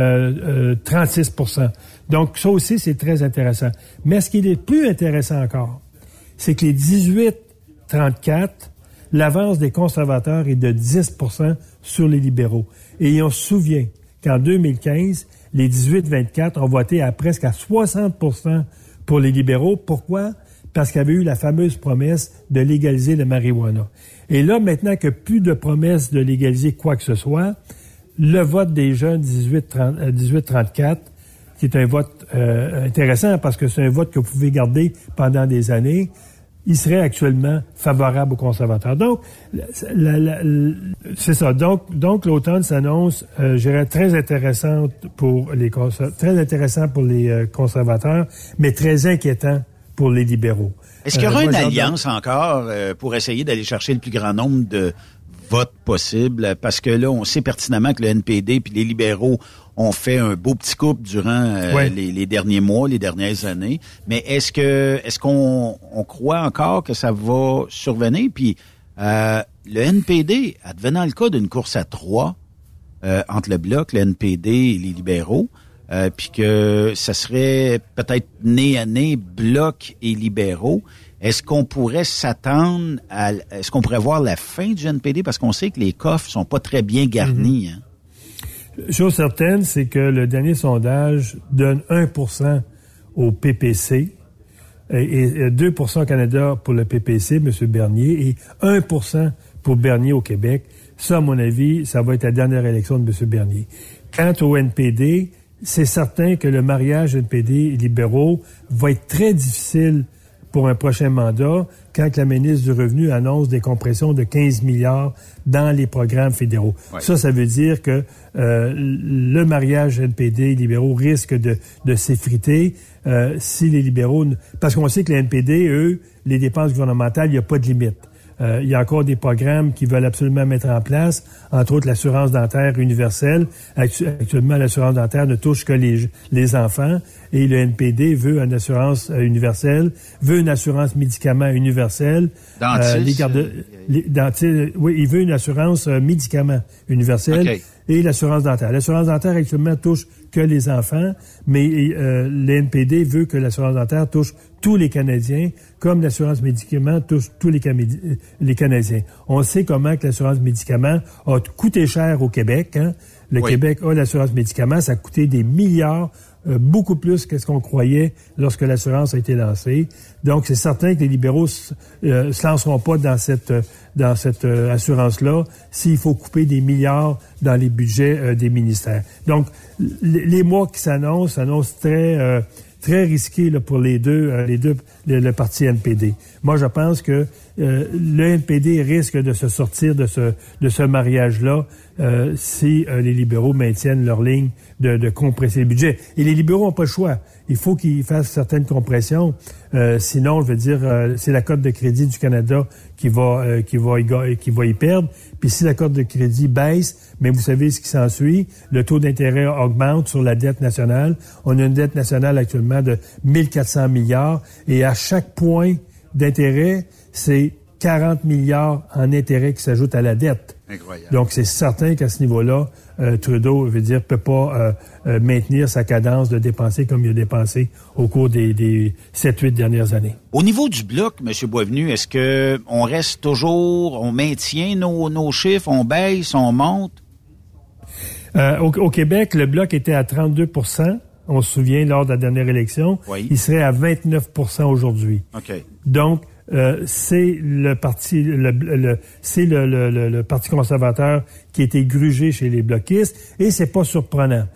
36%. Donc, ça aussi, c'est très intéressant. Mais ce qui est plus intéressant encore, c'est que les 18-34, l'avance des conservateurs est de 10% sur les libéraux. Et on se souvient qu'en 2015, les 18-24 ont voté à presque à 60% pour les libéraux. Pourquoi? Parce qu'il y avait eu la fameuse promesse de légaliser le marijuana. Et là, maintenant que plus de promesses de légaliser quoi que ce soit, le vote des jeunes 18-34, qui est un vote intéressant parce que c'est un vote que vous pouvez garder pendant des années, il serait actuellement favorable aux conservateurs. Donc, c'est ça. Donc l'automne s'annonce, je dirais, très intéressant pour les conservateurs, mais très inquiétant pour les libéraux. Est-ce qu'il y aura une alliance encore pour essayer d'aller chercher le plus grand nombre de votes possible? Parce que là, on sait pertinemment que le NPD puis les libéraux ont fait un beau petit couple durant les derniers mois, les dernières années. Mais est-ce qu'on croit encore que ça va survenir? Puis le NPD, advenant le cas d'une course à 3 entre le Bloc, le NPD et les libéraux, puis que ça serait peut-être nez à nez Bloc et libéraux, est-ce qu'on pourrait s'attendre est-ce qu'on pourrait voir la fin du NPD? Parce qu'on sait que les coffres sont pas très bien garnis, hein? Chose certaine, c'est que le dernier sondage donne 1% au PPC et 2% au Canada pour le PPC, M. Bernier, et 1% pour Bernier au Québec. Ça, à mon avis, ça va être la dernière élection de M. Bernier. Quant au NPD, c'est certain que le mariage NPD et libéraux va être très difficile pour un prochain mandat quand la ministre du Revenu annonce des compressions de 15 milliards dans les programmes fédéraux. Ouais. Ça veut dire que le mariage NPD et libéraux risque de s'effriter si les libéraux... Parce qu'on sait que les NPD, eux, les dépenses gouvernementales, il n'y a pas de limite. Il y a encore des programmes qu'ils veulent absolument mettre en place, entre autres l'assurance dentaire universelle. Actuellement, l'assurance dentaire ne touche que les enfants et le NPD veut une assurance universelle, veut une assurance médicaments universelle. Oui, il veut une assurance médicaments universelle. Okay. Et l'assurance dentaire. L'assurance dentaire actuellement touche que les enfants, mais le NPD veut que l'assurance dentaire touche tous les Canadiens, comme l'assurance médicaments touche tous les Canadiens. On sait comment que l'assurance médicaments a coûté cher au Québec. Hein? Le Québec a l'assurance médicaments, ça a coûté des milliards, beaucoup plus que ce qu'on croyait lorsque l'assurance a été lancée. Donc, c'est certain que les libéraux se lanceront pas dans cette assurance-là s'il faut couper des milliards dans les budgets des ministères. Donc, les mois qui s'annoncent très risqués là, pour le parti NPD. Moi, je pense que le NPD risque de se sortir de ce mariage-là si les libéraux maintiennent leur ligne de compresser le budget. Et les libéraux n'ont pas le choix. Il faut qu'ils fassent certaines compressions. Sinon, je veux dire, c'est la cote de crédit du Canada qui va y perdre. Puis si la cote de crédit baisse, mais vous savez ce qui s'ensuit, le taux d'intérêt augmente sur la dette nationale. On a une dette nationale actuellement de 1400 milliards et à chaque point d'intérêt, c'est 40 milliards en intérêt qui s'ajoutent à la dette. Incroyable. Donc, c'est certain qu'à ce niveau-là, Trudeau, peut pas maintenir sa cadence de dépenser comme il a dépensé au cours des 7-8 dernières années. Au niveau du Bloc, M. Boisvenu, est-ce que on maintient nos chiffres, on baisse, on monte? Au Québec, le Bloc était à 32%. On se souvient, lors de la dernière élection. Oui. Il serait à 29% aujourd'hui. OK. Donc, c'est le parti, le Parti conservateur qui a été grugé chez les bloquistes, et c'est pas surprenant.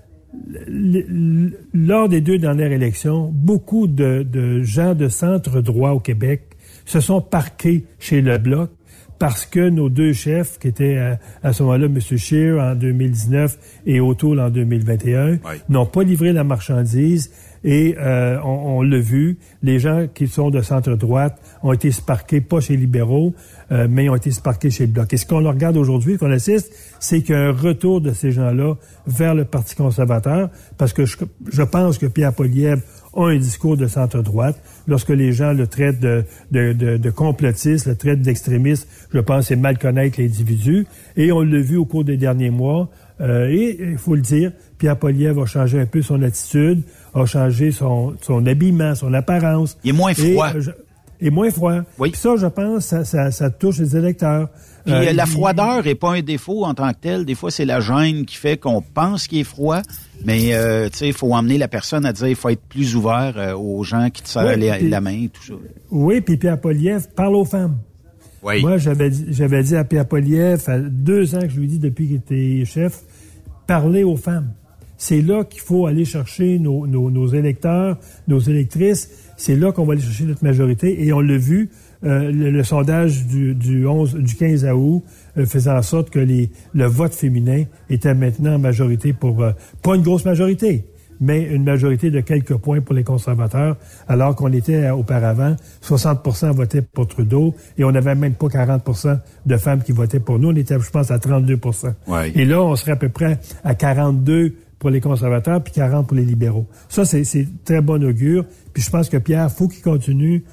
Lors des 2 dernières élections, beaucoup de gens de centre droit au Québec se sont parqués chez le Bloc parce que nos 2 chefs, qui étaient à ce moment-là, M. Scheer en 2019 et O'Toole en 2021, n'ont pas livré la marchandise. Et on l'a vu, les gens qui sont de centre-droite ont été sparqués, pas chez les libéraux, mais ont été sparqués chez le Bloc. Et ce qu'on regarde aujourd'hui, qu'on assiste, c'est qu'il y a un retour de ces gens-là vers le Parti conservateur, parce que je pense que Pierre Poilievre a un discours de centre-droite. Lorsque les gens le traitent de complotiste, le traitent d'extrémiste, je pense que c'est mal connaître l'individu. Et on l'a vu au cours des derniers mois. Et il faut le dire, Pierre Poilievre a changé un peu son attitude, a changé son habillement, son apparence. Il est moins froid. Et moins froid. Oui. Puis ça, je pense, ça touche les électeurs. Puis la froideur est pas un défaut en tant que tel. Des fois, c'est la gêne qui fait qu'on pense qu'il est froid. Mais, tu sais, il faut emmener la personne à dire il faut être plus ouvert aux gens qui te serrent la main, tout ça. Oui, puis Pierre Poilievre parle aux femmes. Oui. Moi, j'avais dit à Pierre Poilievre, ça fait 2 ans que je lui dis depuis qu'il était chef, parler aux femmes. C'est là qu'il faut aller chercher nos électeurs, nos électrices. C'est là qu'on va aller chercher notre majorité. Et on l'a vu, le sondage du 15 août faisant en sorte que le vote féminin était maintenant en majorité pour, pas une grosse majorité, mais une majorité de quelques points pour les conservateurs, alors qu'on était auparavant, 60% votaient pour Trudeau, et on n'avait même pas 40% de femmes qui votaient pour nous. On était, je pense, à 32%. Ouais. Et là, on serait à peu près à 42 pour les conservateurs, puis 40 pour les libéraux. Ça, c'est très bon augure. Puis je pense que Pierre, faut qu'il continue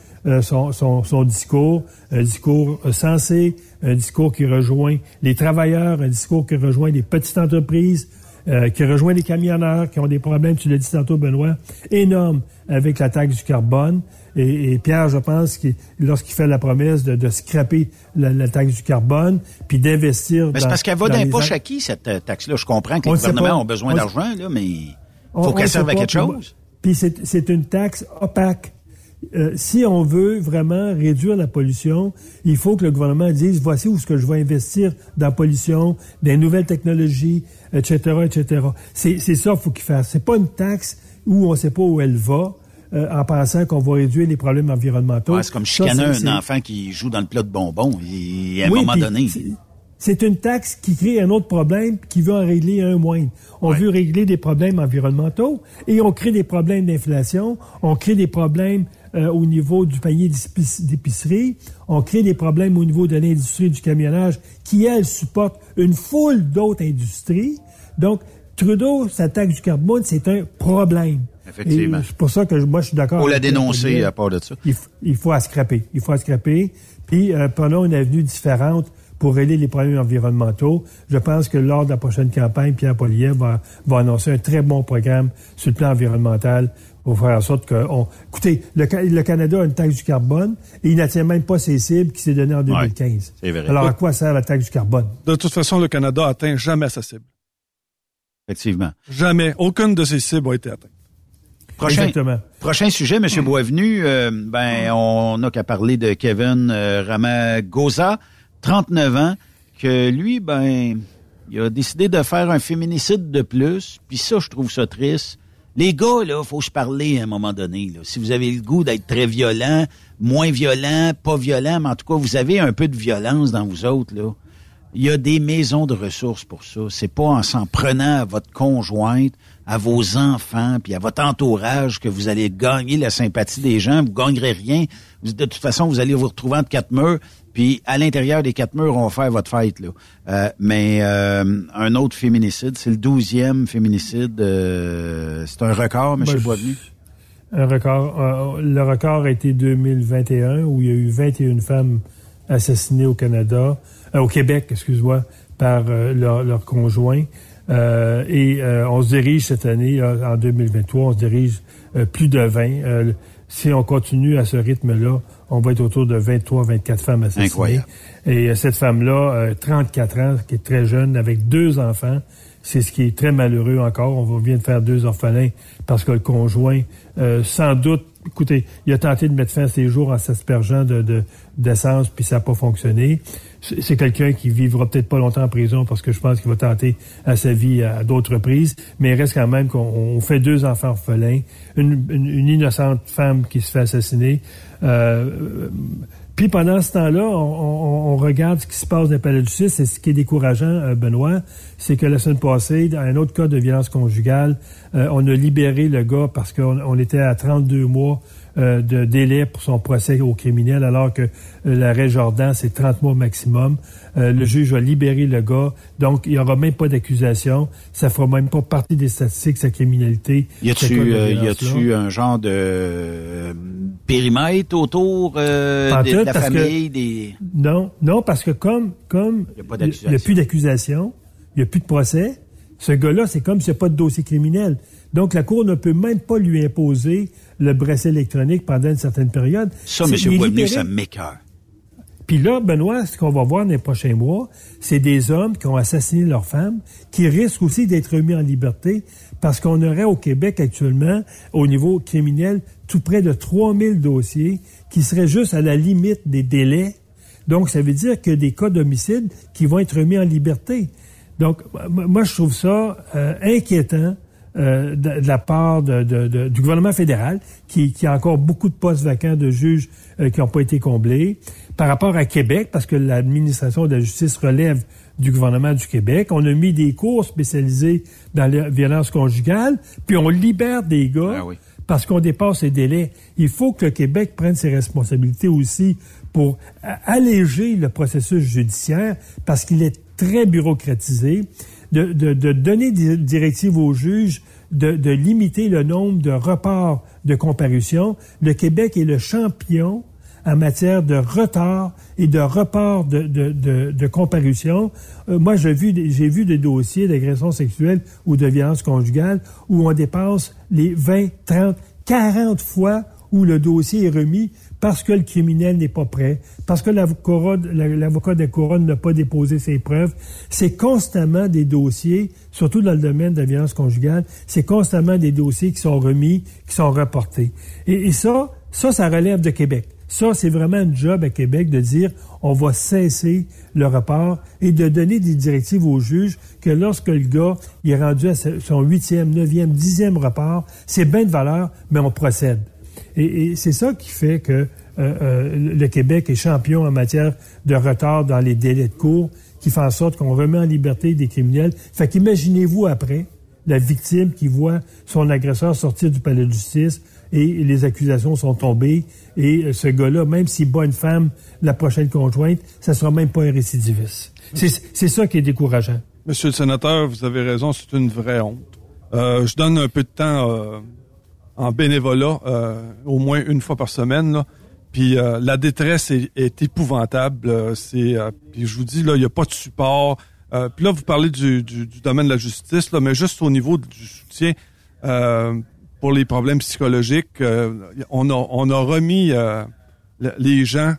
son discours, un discours sensé, un discours qui rejoint les travailleurs, un discours qui rejoint les petites entreprises, qui rejoint les camionneurs qui ont des problèmes, tu l'as dit tantôt, Benoît, énormes avec la taxe du carbone. Et Pierre, je pense, lorsqu'il fait la promesse de scraper la taxe du carbone, puis d'investir c'est parce qu'elle va d'un poche à qui, cette taxe-là? Je comprends que les gouvernements ont besoin d'argent, là, mais il faut qu'elle serve à quelque chose. Puis c'est une taxe opaque. Si on veut vraiment réduire la pollution, il faut que le gouvernement dise, voici où est-ce que je vais investir dans la pollution, des nouvelles technologies, etc., etc. C'est ça qu'il faut qu'il fasse. C'est pas une taxe où on sait pas où elle va, en pensant qu'on va réduire les problèmes environnementaux. Ouais, c'est comme chicaner un enfant qui joue dans le plat de bonbons. Et à un moment donné... C'est une taxe qui crée un autre problème, qui veut en régler un moindre. On veut régler des problèmes environnementaux et on crée des problèmes d'inflation, on crée des problèmes au niveau du panier d'épicerie, on crée des problèmes au niveau de l'industrie du camionnage qui, elle, supporte une foule d'autres industries. Donc, Trudeau, sa taxe du carbone, c'est un problème. Effectivement. Et c'est pour ça que moi, je suis d'accord. Faut la dénoncer à part de ça. Il faut la scraper. Il faut la scraper. Puis, prenons une avenue différente pour régler les problèmes environnementaux. Je pense que lors de la prochaine campagne, Pierre Poilievre va annoncer un très bon programme sur le plan environnemental pour faire en sorte que... Écoutez, le Canada a une taxe du carbone et il n'atteint même pas ses cibles qui s'est données en 2015. Ouais, c'est vrai. Alors, à quoi sert la taxe du carbone? De toute façon, le Canada atteint jamais sa cible. Effectivement. Jamais. Aucune de ses cibles a été atteinte. Prochain sujet, M. Boisvenu, on n'a qu'à parler de Kevin Ramaghosa, 39 ans, que lui, il a décidé de faire un féminicide de plus, puis ça, je trouve ça triste. Les gars, là, faut se parler à un moment donné, là. Si vous avez le goût d'être très violent, moins violent, pas violent, mais en tout cas, vous avez un peu de violence dans vous autres, là. Il y a des maisons de ressources pour ça. C'est pas en s'en prenant à votre conjointe, à vos enfants, puis à votre entourage que vous allez gagner la sympathie des gens. Vous gagnerez rien. De toute façon, vous allez vous retrouver entre 4 murs, puis à l'intérieur des 4 murs, on va faire votre fête, là. Mais un autre féminicide, c'est le 12e féminicide. C'est un record, M. Boisvenu? Un record. Le record a été 2021, où il y a eu 21 femmes assassinées au Canada, au Québec, excuse-moi, par leur conjoint. Et on se dirige cette année, en 2023, on se dirige plus de 20. Si on continue à ce rythme-là, on va être autour de 23, 24 femmes assassinées. Incroyable. Et cette femme-là, 34 ans, qui est très jeune, avec 2 enfants, C'est ce qui est très malheureux encore. On vient de faire 2 orphelins parce que le conjoint, sans doute, écoutez, il a tenté de mettre fin à ses jours en s'aspergeant d'essence, puis ça n'a pas fonctionné. C'est quelqu'un qui vivra peut-être pas longtemps en prison parce que je pense qu'il va tenter à sa vie à d'autres reprises, mais il reste quand même qu'on fait 2 enfants orphelins, une innocente femme qui se fait assassiner. Puis pendant ce temps-là, on regarde ce qui se passe dans le palais de justice. Et ce qui est décourageant, Benoît, c'est que la semaine passée, dans un autre cas de violence conjugale, on a libéré le gars parce qu'on était à 32 mois de délai pour son procès au criminel, alors que l'arrêt Jordan, c'est 30 mois maximum. Le juge va libérer le gars, donc il n'y aura même pas d'accusation. Ça fera même pas partie des statistiques, sa criminalité. Y a-tu un genre de périmètre autour de la famille? Non, parce que comme il n'y a plus d'accusation, il n'y a plus de procès, ce gars-là, c'est comme s'il n'y a pas de dossier criminel. Donc, la Cour ne peut même pas lui imposer le bracelet électronique pendant une certaine période. Ça, M. Boisvenu, ça m'écoeure. Puis là, Benoît, ce qu'on va voir dans les prochains mois, c'est des hommes qui ont assassiné leur femme, qui risquent aussi d'être remis en liberté, parce qu'on aurait au Québec actuellement, au niveau criminel, tout près de 3000 dossiers qui seraient juste à la limite des délais. Donc, ça veut dire qu'il y a des cas d'homicide qui vont être remis en liberté. Donc, moi, je trouve ça inquiétant de la part du gouvernement fédéral, qui a encore beaucoup de postes vacants de juges qui n'ont pas été comblés. Par rapport à Québec, parce que l'administration de la justice relève du gouvernement du Québec, on a mis des cours spécialisés dans la violence conjugale, puis on libère des gars parce qu'on dépasse les délais. Il faut que le Québec prenne ses responsabilités aussi pour alléger le processus judiciaire, parce qu'il est très bureaucratisé, de donner des directives aux juges, de limiter le nombre de reports de comparution. Le Québec est le champion en matière de retard et de report de comparution. Moi, j'ai vu des dossiers d'agression sexuelle ou de violence conjugale où on dépasse les 20, 30, 40 fois où le dossier est remis parce que le criminel n'est pas prêt, parce que l'avocat de la couronne n'a pas déposé ses preuves. C'est constamment des dossiers, surtout dans le domaine de la violence conjugale, c'est constamment des dossiers qui sont remis, qui sont reportés. Et ça relève de Québec. Ça, c'est vraiment un job à Québec de dire on va cesser le report et de donner des directives aux juges que lorsque le gars il est rendu à son 8e, 9e, 10e report, c'est bien de valeur, mais on procède. Et c'est ça qui fait que le Québec est champion en matière de retard dans les délais de cour, qui fait en sorte qu'on remet en liberté des criminels. Fait qu'imaginez-vous après la victime qui voit son agresseur sortir du palais de justice et les accusations sont tombées et ce gars-là, même s'il bat une femme, la prochaine conjointe, ça sera même pas un récidiviste. C'est ça qui est décourageant. Monsieur le sénateur, vous avez raison, c'est une vraie honte. Je donne un peu de temps en bénévolat, au moins une fois par semaine, là. Puis la détresse est épouvantable. Puis je vous dis, là, il n'y a pas de support. Puis là, vous parlez du domaine de la justice, là, mais juste au niveau du soutien pour les problèmes psychologiques, on a remis les gens.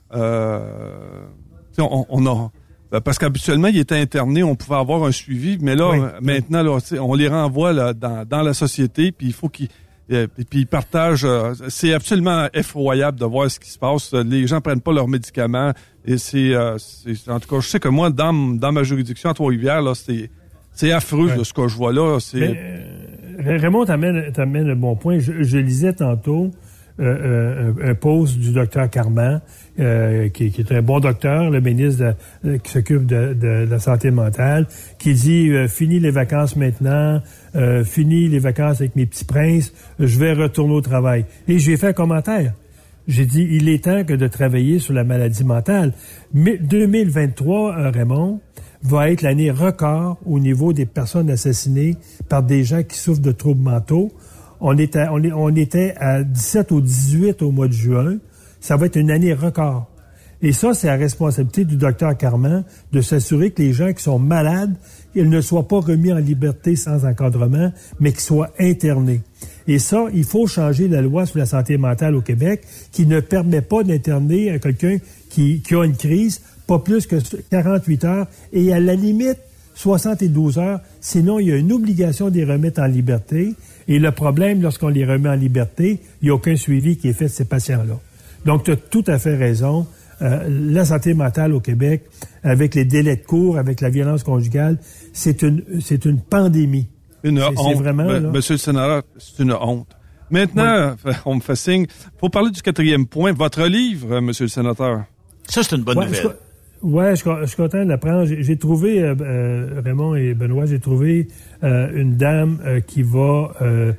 Parce qu'habituellement, ils étaient internés, on pouvait avoir un suivi, mais là, maintenant, là, on les renvoie là, dans la société, puis il faut qu'ils puis ils partagent. C'est absolument effroyable de voir ce qui se passe. Les gens prennent pas leurs médicaments. Et c'est en tout cas, je sais que moi, dans ma juridiction à Trois-Rivières, là, c'est affreux là, ce que je vois là. Raymond, t'amènes le bon point. Je lisais tantôt un post du docteur Carman, qui est un bon docteur, le ministre qui s'occupe de la santé mentale, qui dit fini les vacances maintenant, fini les vacances avec mes petits princes, je vais retourner au travail. Et j'ai fait un commentaire. J'ai dit il est temps que de travailler sur la maladie mentale. Mais 2023, Raymond, va être l'année record au niveau des personnes assassinées par des gens qui souffrent de troubles mentaux. On était à 17 ou 18 au mois de juin. Ça va être une année record. Et ça, c'est la responsabilité du docteur Carman de s'assurer que les gens qui sont malades, ils ne soient pas remis en liberté sans encadrement, mais qu'ils soient internés. Et ça, il faut changer la loi sur la santé mentale au Québec qui ne permet pas d'interner quelqu'un qui a une crise, pas plus que 48 heures, et à la limite, 72 heures. Sinon, il y a une obligation de les remettre en liberté. Et le problème, lorsqu'on les remet en liberté, il n'y a aucun suivi qui est fait de ces patients-là. Donc, tu as tout à fait raison. La santé mentale au Québec, avec les délais de cours, avec la violence conjugale, c'est une pandémie. Une honte. C'est vraiment, Monsieur le sénateur, c'est une honte. Maintenant, on me fait signe. Pour parler du 4e point, votre livre, monsieur le sénateur. Ça, c'est une bonne nouvelle. Je suis content de l'apprendre. J'ai trouvé, Raymond et Benoît, j'ai trouvé une dame qui va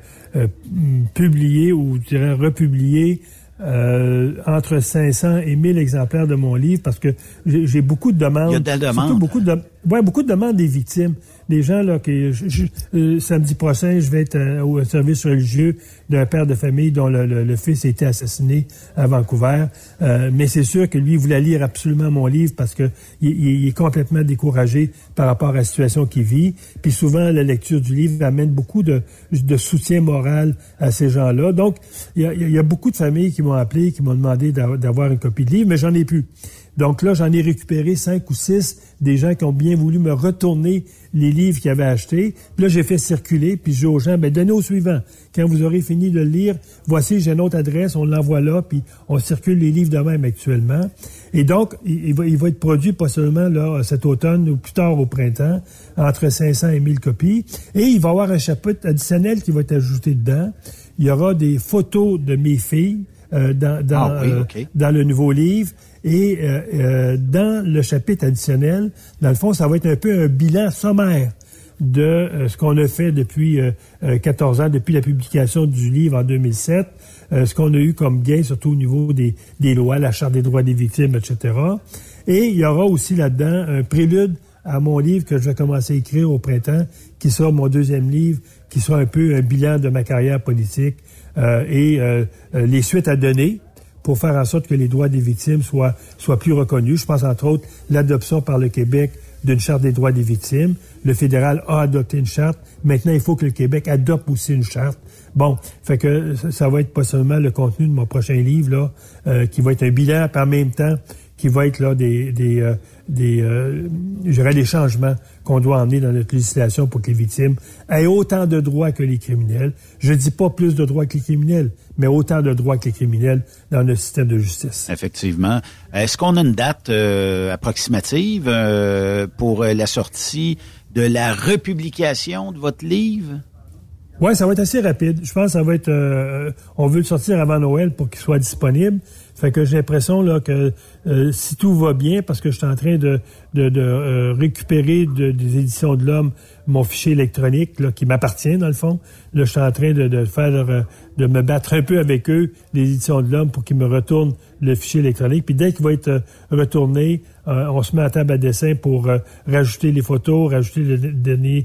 publier, ou je dirais republier, entre 500 et 1000 exemplaires de mon livre, parce que j'ai beaucoup de demandes. Il y a de la demande. Surtout beaucoup de demandes des victimes. Des gens, là, samedi prochain, je vais être au service religieux d'un père de famille dont le fils a été assassiné à Vancouver. Mais c'est sûr que lui, il voulait lire absolument mon livre parce que il est complètement découragé par rapport à la situation qu'il vit. Puis souvent, la lecture du livre amène beaucoup de soutien moral à ces gens-là. Donc, il y a beaucoup de familles qui m'ont appelé, qui m'ont demandé d'avoir une copie de livre, mais j'en ai plus. Donc là, j'en ai récupéré 5 ou 6 des gens qui ont bien voulu me retourner les livres qu'ils avaient achetés. Puis là, j'ai fait circuler, puis je dis aux gens, donnez au suivant. Quand vous aurez fini de le lire, voici, j'ai une autre adresse, on l'envoie là, puis on circule les livres de même actuellement. Et donc, il va être produit pas seulement là cet automne ou plus tard au printemps, entre 500 et 1000 copies. Et il va y avoir un chapitre additionnel qui va être ajouté dedans. Il y aura des photos de mes filles dans le nouveau livre. Et dans le chapitre additionnel, dans le fond, ça va être un peu un bilan sommaire de ce qu'on a fait depuis 14 ans, depuis la publication du livre en 2007, ce qu'on a eu comme gain, surtout au niveau des lois, la Charte des droits des victimes, etc. Et il y aura aussi là-dedans un prélude à mon livre que je vais commencer à écrire au printemps, qui sera mon 2e livre, qui sera un peu un bilan de ma carrière politique et les suites à donner pour faire en sorte que les droits des victimes soient plus reconnus. Je pense entre autres l'adoption par le Québec d'une charte des droits des victimes. Le fédéral a adopté une charte. Maintenant, il faut que le Québec adopte aussi une charte. Bon, fait que ça va être pas seulement le contenu de mon prochain livre là, qui va être un bilan, puis en même temps qui va être là des changements qu'on doit emmener dans notre législation pour que les victimes aient autant de droits que les criminels. Je dis pas plus de droits que les criminels, mais autant de droits que les criminels dans notre système de justice. Effectivement. Est-ce qu'on a une date approximative pour la sortie de la republication de votre livre? Oui, ça va être assez rapide. Je pense que ça va être... on veut le sortir avant Noël pour qu'il soit disponible. Fait que j'ai l'impression là que si tout va bien, parce que je suis en train de récupérer des éditions de l'Homme mon fichier électronique là, qui m'appartient dans le fond. Là, je suis en train de me battre un peu avec eux, les éditions de l'Homme, pour qu'ils me retournent le fichier électronique. Puis dès qu'il va être retourné, on se met à table à dessin pour rajouter les photos, rajouter le dernier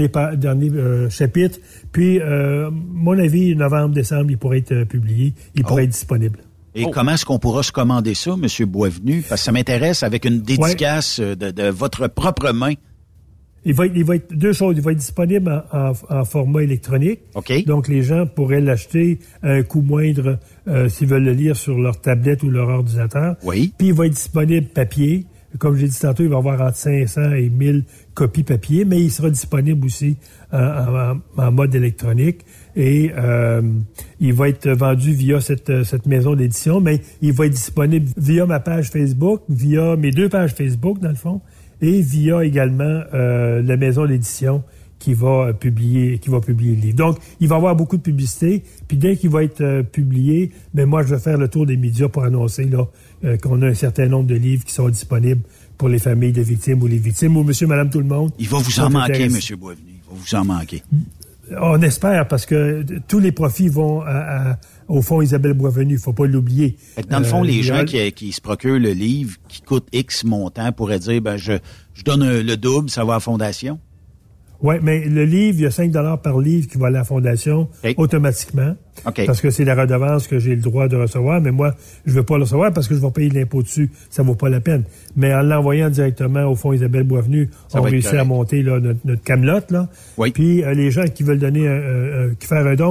chapitre. Puis, mon avis, novembre, décembre, il pourrait être publié, il pourrait être disponible. Et comment est-ce qu'on pourra se commander ça, M. Boisvenu? Parce que ça m'intéresse avec une dédicace de votre propre main. Il va être deux choses. Il va être disponible en format électronique. OK. Donc, les gens pourraient l'acheter à un coût moindre s'ils veulent le lire sur leur tablette ou leur ordinateur. Oui. Puis, il va être disponible papier. Comme j'ai dit tantôt, il va y avoir entre 500 et 1000 copies papier, mais il sera disponible aussi en mode électronique. Et il va être vendu via cette maison d'édition, mais il va être disponible via ma page Facebook, via mes 2 pages Facebook, dans le fond, et via également la maison d'édition qui va publier le livre. Donc, il va y avoir beaucoup de publicité, puis dès qu'il va être publié, moi, je vais faire le tour des médias pour annoncer là qu'on a un certain nombre de livres qui sont disponibles pour les familles de victimes ou les victimes, ou monsieur, madame, tout le monde. Il va vous en manquer, M. Boisvenu. Il va vous en manquer. On espère, parce que tous les profits vont au fonds Isabelle Boisvenu, il faut pas l'oublier. Dans le fond, les gens qui se procurent le livre, qui coûte X montant, pourraient dire, je donne le double, ça va à la fondation. Oui, mais le livre, il y a 5 $ par livre qui va à la fondation automatiquement. Okay. Parce que c'est la redevance que j'ai le droit de recevoir, mais moi, je veux pas le recevoir parce que je vais payer de l'impôt dessus. Ça vaut pas la peine. Mais en l'envoyant directement au fonds Isabelle Boisvenu, on réussit à monter là, notre camelote, là. Oui. Puis les gens qui veulent donner faire un don,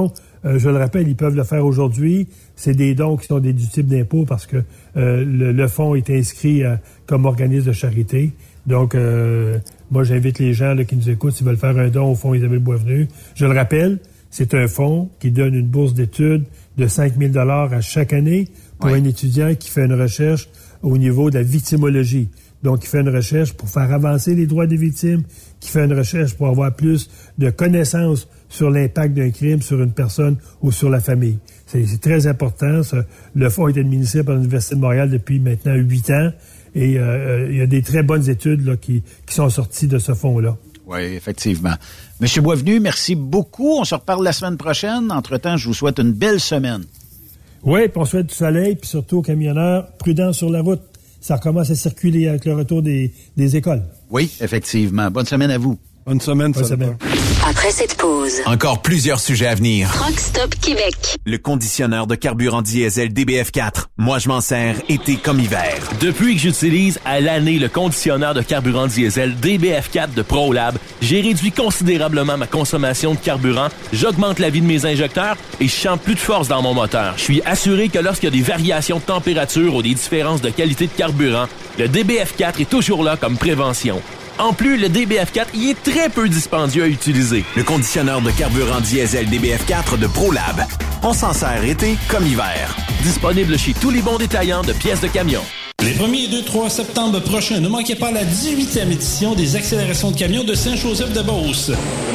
je le rappelle, ils peuvent le faire aujourd'hui. C'est des dons qui sont déductibles d'impôts parce que le fonds est inscrit comme organisme de charité. Donc, moi, j'invite les gens là, qui nous écoutent, s'ils veulent faire un don au Fonds Isabelle Boisvenu. Je le rappelle, c'est un fonds qui donne une bourse d'études de 5 000 $ à chaque année pour un étudiant qui fait une recherche au niveau de la victimologie. Donc, il fait une recherche pour faire avancer les droits des victimes, qui fait une recherche pour avoir plus de connaissances sur l'impact d'un crime sur une personne ou sur la famille. C'est très important. Le fonds est administré par l'Université de Montréal depuis maintenant 8 ans et il y a des très bonnes études là, qui sont sorties de ce fonds-là. Oui, effectivement. Monsieur Boisvenu, merci beaucoup. On se reparle la semaine prochaine. Entre-temps, je vous souhaite une belle semaine. Oui, puis on souhaite du soleil, puis surtout aux camionneurs, prudents sur la route. Ça recommence à circuler avec le retour des écoles. Oui, effectivement. Bonne semaine à vous. Bonne semaine. Après cette pause, Encore plusieurs sujets à venir. Truck Stop Québec. Le conditionneur de carburant diesel DBF4. Moi, je m'en sers été comme hiver. Depuis que j'utilise à l'année le conditionneur de carburant diesel DBF4 de ProLab, j'ai réduit considérablement ma consommation de carburant, j'augmente la vie de mes injecteurs et je sens plus de force dans mon moteur. Je suis assuré que lorsqu'il y a des variations de température ou des différences de qualité de carburant, le DBF4 est toujours là comme prévention. En plus, le DBF4 y est très peu dispendieux à utiliser. Le conditionneur de carburant diesel DBF4 de ProLab. On s'en sert été comme hiver. Disponible chez tous les bons détaillants de pièces de camion. Les 1er et 2-3 septembre prochains, ne manquez pas la 18e édition des accélérations de camions de Saint-Joseph-de-Beauce.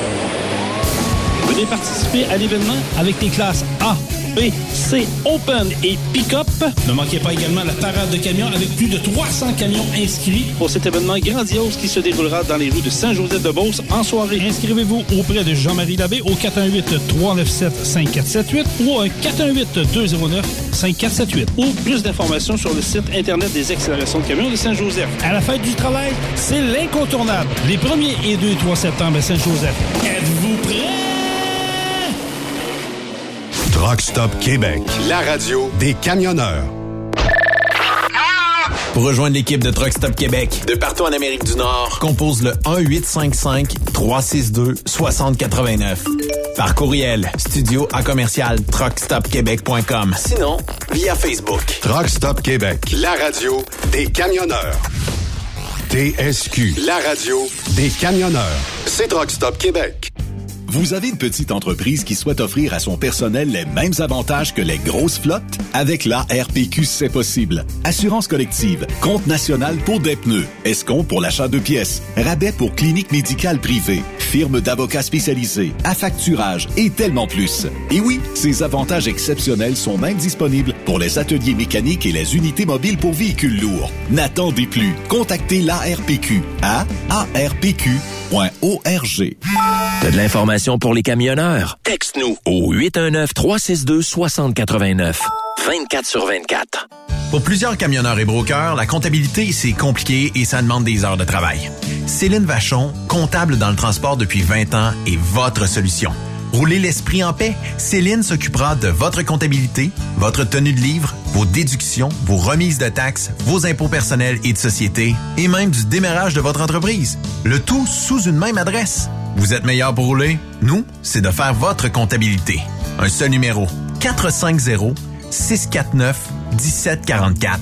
Venez participer à l'événement avec les classes A, B, C, Open et Pick-up. Ne manquez pas également la parade de camions avec plus de 300 camions inscrits pour cet événement grandiose qui se déroulera dans les rues de Saint-Joseph-de-Beauce en soirée. Inscrivez-vous auprès de Jean-Marie Labbé au 418-397-5478 ou au 418-209-5478 ou plus d'informations sur le site Internet des accélérations de camions de Saint-Joseph. À la fête du travail, c'est l'incontournable. Les 1er et 2 et 3 septembre à Saint-Joseph. Êtes-vous prêts? Truck Stop Québec, la radio des camionneurs. Pour rejoindre l'équipe de Truck Stop Québec, de partout en Amérique du Nord, compose le 1-855-362-6089. Par courriel, studio@truckstopquebec.com. Sinon, via Facebook. Truck Stop Québec, la radio des camionneurs. TSQ, la radio des camionneurs. C'est Truck Stop Québec. Vous avez une petite entreprise qui souhaite offrir à son personnel les mêmes avantages que les grosses flottes? Avec la RPQ, c'est possible. Assurance collective, compte national pour des pneus, escompte pour l'achat de pièces, rabais pour clinique médicale privée, firme d'avocats spécialisés, affacturage et tellement plus. Et oui, ces avantages exceptionnels sont même disponibles pour les ateliers mécaniques et les unités mobiles pour véhicules lourds. N'attendez plus. Contactez l'ARPQ à arpq.org. T'as de l'information pour les camionneurs? Texte-nous au 819-362-6089. 24/24. Pour plusieurs camionneurs et brokers, la comptabilité, c'est compliqué et ça demande des heures de travail. Céline Vachon, comptable dans le transport depuis 20 ans, est votre solution. Roulez l'esprit en paix. Céline s'occupera de votre comptabilité, votre tenue de livre, vos déductions, vos remises de taxes, vos impôts personnels et de société, et même du démarrage de votre entreprise. Le tout sous une même adresse. Vous êtes meilleur pour rouler? Nous, c'est de faire votre comptabilité. Un seul numéro. 450-649-1744.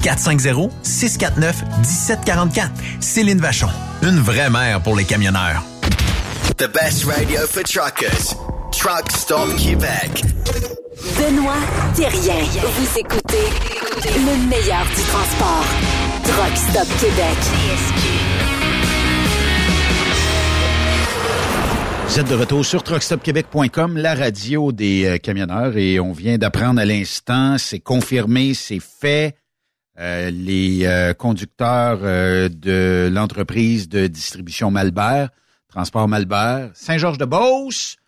450-649-1744. Céline Vachon. Une vraie mère pour les camionneurs. The best radio for truckers. Truck Stop Québec. Benoît Thérien. Vous écoutez le meilleur du transport. Truck Stop Québec. Vous êtes de retour sur truckstopquebec.com, la radio des camionneurs, et on vient d'apprendre à l'instant, c'est confirmé, c'est fait. Les conducteurs de l'entreprise de distribution Malbert, Transport Malbert, Saint-Georges-de-Beauce,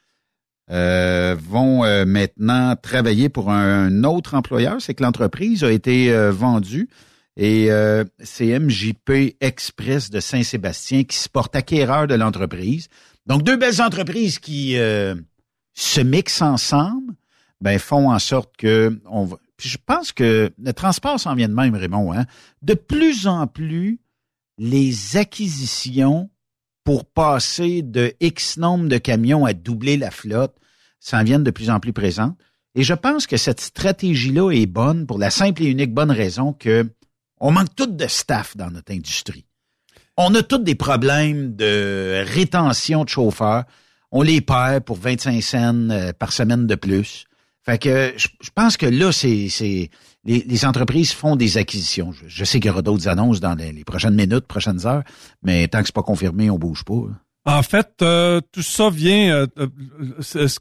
vont maintenant travailler pour un autre employeur. C'est que l'entreprise a été vendue et c'est MJP Express de Saint-Sébastien qui se porte acquéreur de l'entreprise. Donc, deux belles entreprises qui se mixent ensemble, font en sorte que Puis je pense que le transport s'en vient de même, Raymond. Hein? De plus en plus, les acquisitions pour passer de X nombre de camions à doubler la flotte, s'en viennent de plus en plus présentes. Et je pense que cette stratégie-là est bonne pour la simple et unique bonne raison que on manque tout de staff dans notre industrie. On a tous des problèmes de rétention de chauffeurs. On les perd pour 25 cents par semaine de plus. Fait que je pense que là, les entreprises font des acquisitions. Je sais qu'il y aura d'autres annonces dans les prochaines minutes, prochaines heures, mais tant que c'est pas confirmé, on bouge pas. En fait, tout ça vient... ce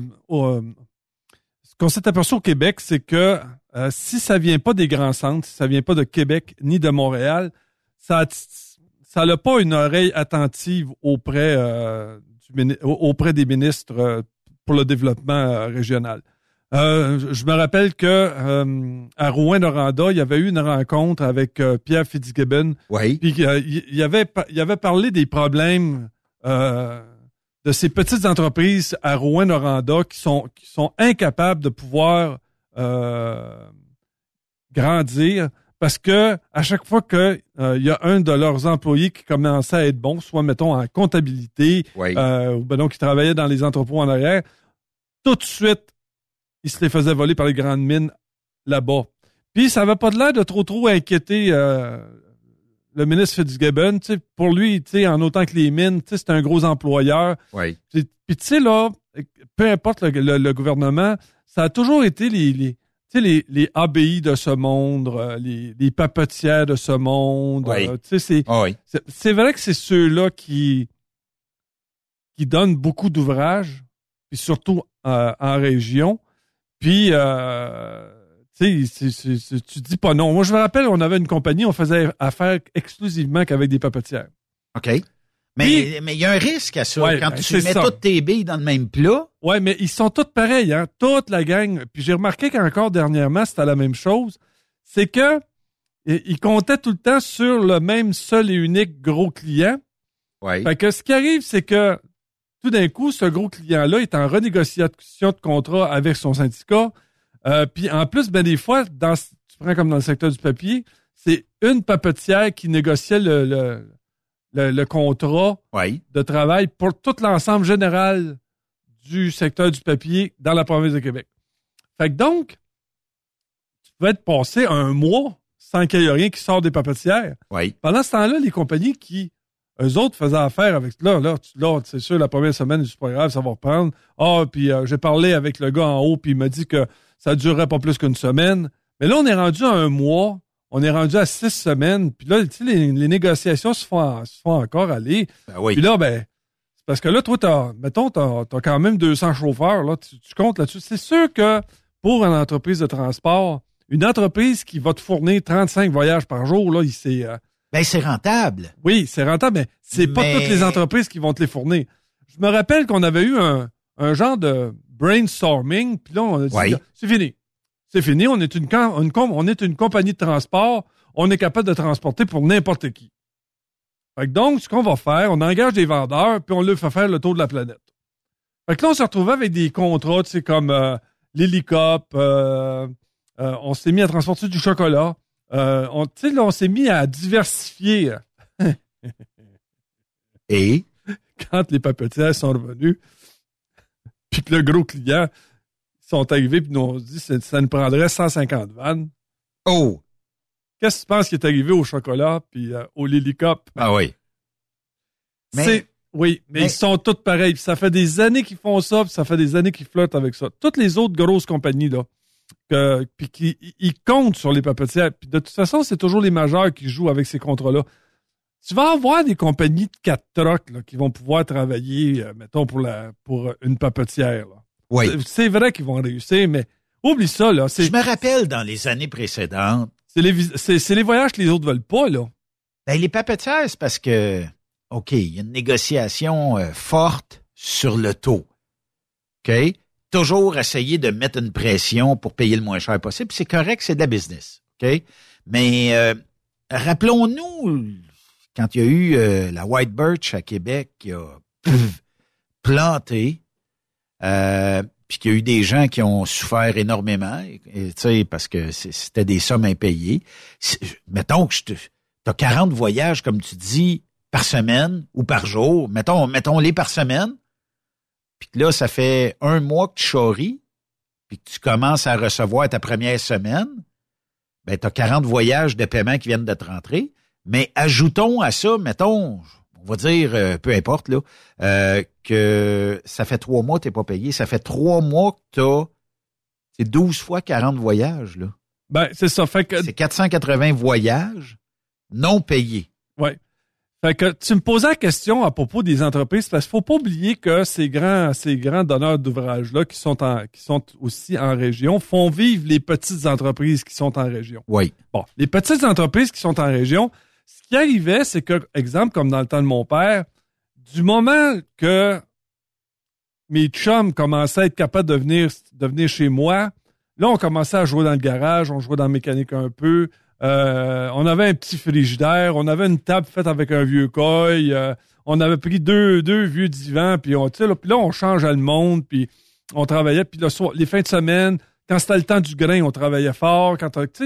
qu'on s'est aperçu au Québec, c'est que si ça vient pas des grands centres, si ça vient pas de Québec ni de Montréal, ça n'a pas une oreille attentive auprès des ministres pour le développement régional. Je me rappelle que à Rouyn-Noranda, il y avait eu une rencontre avec Pierre Fitzgibbon. Oui. Puis il avait parlé des problèmes de ces petites entreprises à Rouyn-Noranda qui sont incapables de pouvoir grandir parce que à chaque fois que il y a un de leurs employés qui commençait à être bon, soit mettons en comptabilité, oui. ou ben donc qui travaillait dans les entrepôts en arrière, tout de suite il se les faisait voler par les grandes mines là-bas. Puis ça n'avait pas de l'air de trop inquiéter le ministre Fitzgibbon. Pour lui, en autant que les mines, c'est un gros employeur. Oui. Puis tu sais, là, peu importe le gouvernement, ça a toujours été les ABI de ce monde, les papetières de ce monde. Oui. C'est vrai que c'est ceux-là qui donnent beaucoup d'ouvrages, puis surtout en région. Puis, tu dis pas non. Moi, je me rappelle, on avait une compagnie, on faisait affaire exclusivement qu'avec des papetières. OK. Mais il y a un risque à ça. Ouais, quand tu mets toutes tes billes dans le même plat. Oui, mais ils sont tous pareils, hein. Toute la gang. Puis j'ai remarqué qu'encore dernièrement, c'était la même chose. C'est que ils comptaient tout le temps sur le même seul et unique gros client. Oui. Fait que ce qui arrive, c'est que tout d'un coup, ce gros client-là est en renégociation de contrat avec son syndicat. Puis en plus, ben des fois, tu prends comme dans le secteur du papier, c'est une papetière qui négociait le contrat de travail pour tout l'ensemble général du secteur du papier dans la province de Québec. Fait que donc, tu peux être passé un mois sans qu'il y ait rien qui sort des papetières. Oui. Pendant ce temps-là, les compagnies qui, eux autres, faisaient affaire avec... Là, c'est sûr, la première semaine, c'est pas grave, ça va reprendre. Puis j'ai parlé avec le gars en haut, puis il m'a dit que ça ne durerait pas plus qu'une semaine. Mais là, on est rendu à un mois. On est rendu à 6 semaines. Puis là, tu sais, les négociations se font encore aller. Ben oui. Puis là, c'est parce que là, toi, t'as quand même 200 chauffeurs. Là, tu comptes là-dessus. C'est sûr que pour une entreprise de transport, une entreprise qui va te fournir 35 voyages par jour, là, c'est rentable. Oui, c'est rentable, mais c'est pas toutes les entreprises qui vont te les fournir. Je me rappelle qu'on avait eu un genre de brainstorming, puis là, on a dit, c'est fini. C'est fini, on est une compagnie de transport, on est capable de transporter pour n'importe qui. Fait que donc, ce qu'on va faire, on engage des vendeurs, puis on leur fait faire le tour de la planète. Fait que là, on se retrouvait avec des contrats, tu sais, comme l'hélicop, on s'est mis à transporter du chocolat, on s'est mis à diversifier. Et? Quand les papetières sont revenus, puis que le gros client sont arrivés, puis nous on se dit que ça nous prendrait 150 vannes. Oh! Qu'est-ce que tu penses qui est arrivé au chocolat, puis au l'hélicop? Ah oui. Mais ils sont tous pareils. Puis ça fait des années qu'ils font ça, puis ça fait des années qu'ils flirtent avec ça. Toutes les autres grosses compagnies, là, puis ils comptent sur les papetières. Puis de toute façon, c'est toujours les majeurs qui jouent avec ces contrats-là. Tu vas avoir des compagnies de 4 trucks là, qui vont pouvoir travailler, mettons, pour une papetière. Là. Oui. C'est vrai qu'ils vont réussir, mais oublie ça. Là. Je me rappelle dans les années précédentes. C'est les voyages que les autres veulent pas. Là. Les papetières, c'est parce que, OK, il y a une négociation forte sur le taux. OK? Toujours essayer de mettre une pression pour payer le moins cher possible. C'est correct, c'est de la business. OK? Mais rappelons-nous... Quand il y a eu la White Birch à Québec qui a planté, puis qu'il y a eu des gens qui ont souffert énormément, parce que c'était des sommes impayées. Mettons que tu as 40 voyages, comme tu dis, par semaine ou par jour. Mettons-les par semaine. puis que là, ça fait 1 mois que tu charries, puis que tu commences à recevoir ta première semaine, ben tu as 40 voyages de paiement qui viennent de te rentrer. Mais ajoutons à ça, mettons, on va dire, peu importe, là, que ça fait 3 mois que tu n'es pas payé. Ça fait 3 mois que tu as... C'est 12 fois 40 voyages, là. Ben, c'est ça. Fait que... C'est 480 voyages non payés. Oui. Fait que tu me posais la question à propos des entreprises, parce qu'il faut pas oublier que ces grands donneurs d'ouvrages-là qui sont aussi en région font vivre les petites entreprises qui sont en région. Oui. Bon, les petites entreprises qui sont en région, ce qui arrivait, c'est que, exemple, comme dans le temps de mon père, du moment que mes chums commençaient à être capables de venir chez moi, là, on commençait à jouer dans le garage, on jouait dans la mécanique un peu. On avait un petit frigidaire, on avait une table faite avec un vieux coil, on avait pris deux vieux divans, puis là, on changeait le monde, puis on travaillait, puis le soir, les fins de semaine, quand c'était le temps du grain, on travaillait fort.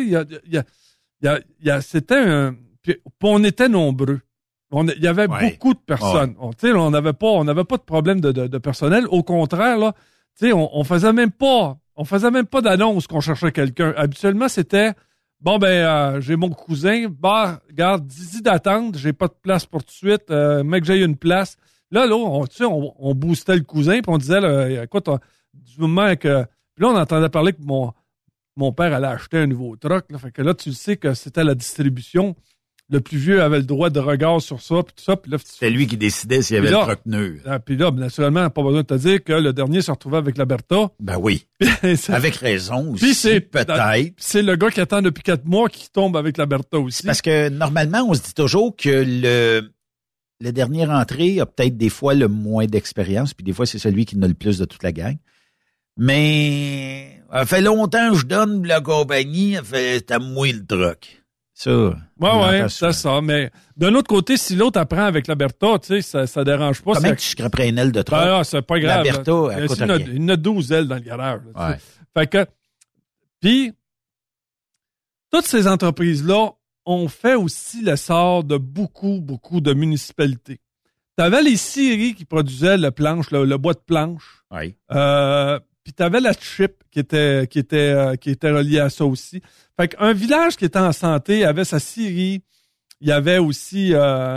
C'était un... Puis on était nombreux. Il y avait beaucoup de personnes. Ouais. On n'avait pas de problème de personnel. Au contraire, là, on faisait même pas d'annonce qu'on cherchait quelqu'un. Habituellement, c'était bon, j'ai mon cousin, regarde, dis-y d'attendre, j'ai pas de place pour tout de suite, mec, j'ai une place. Là, on boostait le cousin, puis on disait, là, écoute, du moment que. Puis là, on entendait parler que mon père allait acheter un nouveau truck. Là, fait que là, tu sais que c'était la distribution. Le plus vieux avait le droit de regard sur ça, puis tout ça. Puis là, c'était lui qui décidait s'il y avait le truck neuf. Puis là, naturellement, pas besoin de te dire que le dernier se retrouvait avec la Bertha. Ben oui. Avec raison aussi, puis peut-être. C'est le gars qui attend depuis 4 mois qui tombe avec la Bertha aussi. Parce que normalement, on se dit toujours que le dernier entré a peut-être des fois le moins d'expérience, puis des fois, c'est celui qui en a le plus de toute la gang. Mais ça fait longtemps que je donne la compagnie, c'est à moi le truck. Ça. Ouais, c'est ça. Mais d'un autre côté, si l'autre apprend avec la Bertha, tu sais, ça dérange pas. Comment que tu scraperais une aile de truck? Ben, c'est pas grave. La Bertha, elle coûte rien. Il y en a 12 ailes dans le garage. Ouais. Fait que, puis, toutes ces entreprises-là ont fait aussi l'essor de beaucoup de municipalités. T'avais les scieries qui produisaient le bois de planche. Oui. Puis t'avais la chip qui était reliée à ça aussi. Fait qu'un village qui était en santé avait sa scierie, il y avait aussi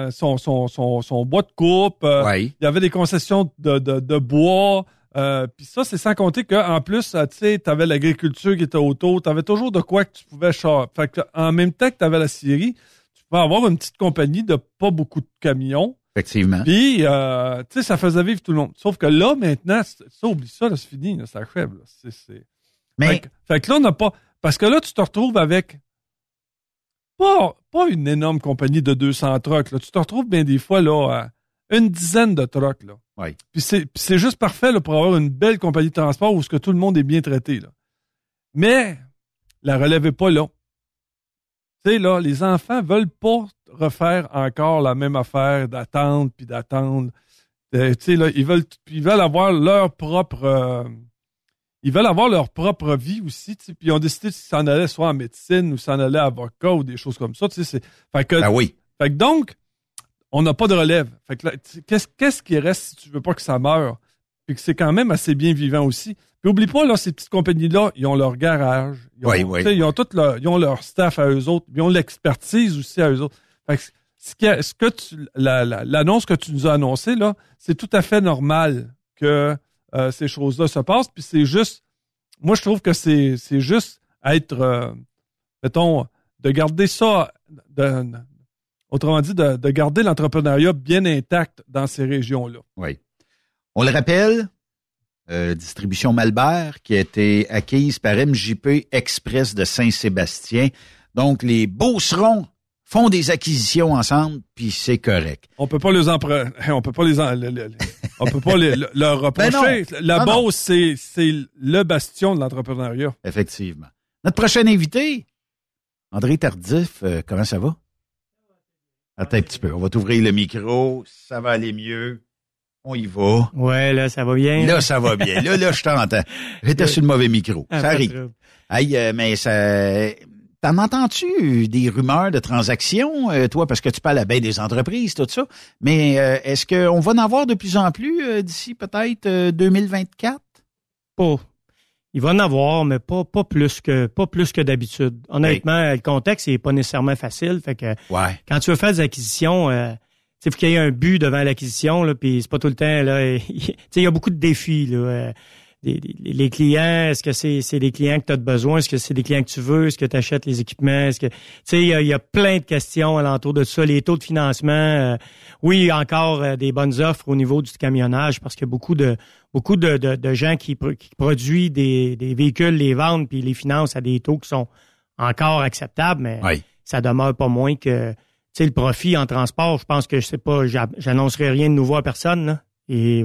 son bois de coupe, oui. Il y avait des concessions de bois. Puis ça, c'est sans compter qu'en plus, tu sais, t'avais l'agriculture qui était autour, t'avais toujours de quoi que tu pouvais charger. Fait qu'en même temps que t'avais la scierie, tu pouvais avoir une petite compagnie de pas beaucoup de camions. Effectivement. Puis, tu sais, ça faisait vivre tout le monde. Sauf que là, maintenant, ça, oublie ça, là, c'est fini, là, ça achève. Là. Mais... Fait que là, on n'a pas... Parce que là, tu te retrouves avec pas une énorme compagnie de 200 trucks. Là. Tu te retrouves bien des fois là, à une dizaine de trucks. Là. Oui. Puis c'est juste parfait là, pour avoir une belle compagnie de transport où ce que tout le monde est bien traité. Là. Mais la relève n'est pas là. Tu sais, là, les enfants veulent pas refaire encore la même affaire d'attendre. Tu sais, là, ils veulent avoir leur propre... ils veulent avoir leur propre vie aussi, tu sais, puis ils ont décidé s'ils s'en allaient soit en médecine ou s'en allaient avocat ou des choses comme ça, tu sais. Fait que, oui. Fait que donc, on n'a pas de relève. Fait que là, qu'est-ce qui reste si tu veux pas que ça meure? Puis que c'est quand même assez bien vivant aussi. Puis oublie pas, là, ces petites compagnies-là, ils ont leur garage. Ils ont tout ils ont leur staff à eux autres. Ils ont l'expertise aussi à eux autres. Fait que l'annonce que tu nous as annoncée, là, c'est tout à fait normal que ces choses-là se passent. Puis c'est juste, moi, je trouve que c'est juste être, mettons, de garder ça, autrement dit, de garder l'entrepreneuriat bien intact dans ces régions-là. Oui. On le rappelle, distribution Malbert qui a été acquise par MJP Express de Saint-Sébastien. Donc, les Beaucerons font des acquisitions ensemble, puis c'est correct. On peut pas leur reprocher. La Beauce, c'est le bastion de l'entrepreneuriat. Effectivement. Notre prochain invité, André Tardif, comment ça va? Attends un petit peu, on va t'ouvrir le micro, ça va aller mieux. On y va. Ouais, là, ça va bien. Là, ça va bien. Là, je t'entends. J'étais sur le mauvais micro. Ça arrive. Hey, mais ça... t'en entends-tu des rumeurs de transactions, toi, parce que tu parles à bien des entreprises, tout ça, mais est-ce qu'on va en avoir de plus en plus d'ici peut-être 2024? Pas. Il va en avoir, mais pas plus que d'habitude. Honnêtement, le contexte n'est pas nécessairement facile. Fait que quand tu veux faire des acquisitions, il faut qu'il y ait un but devant l'acquisition, là, puis c'est pas tout le temps, là. Il y a beaucoup de défis, là. Les clients, est-ce que c'est des clients que tu as besoin? Est-ce que c'est des clients que tu veux? Est-ce que tu achètes les équipements? Est-ce que il y a plein de questions alentour de ça. Les taux de financement, oui, encore des bonnes offres au niveau du camionnage parce qu'il y a beaucoup de gens qui produisent des véhicules, les vendent puis les financent à des taux qui sont encore acceptables, mais ça demeure pas moins que le profit en transport. Je pense que j'annoncerai rien de nouveau à personne, là. Et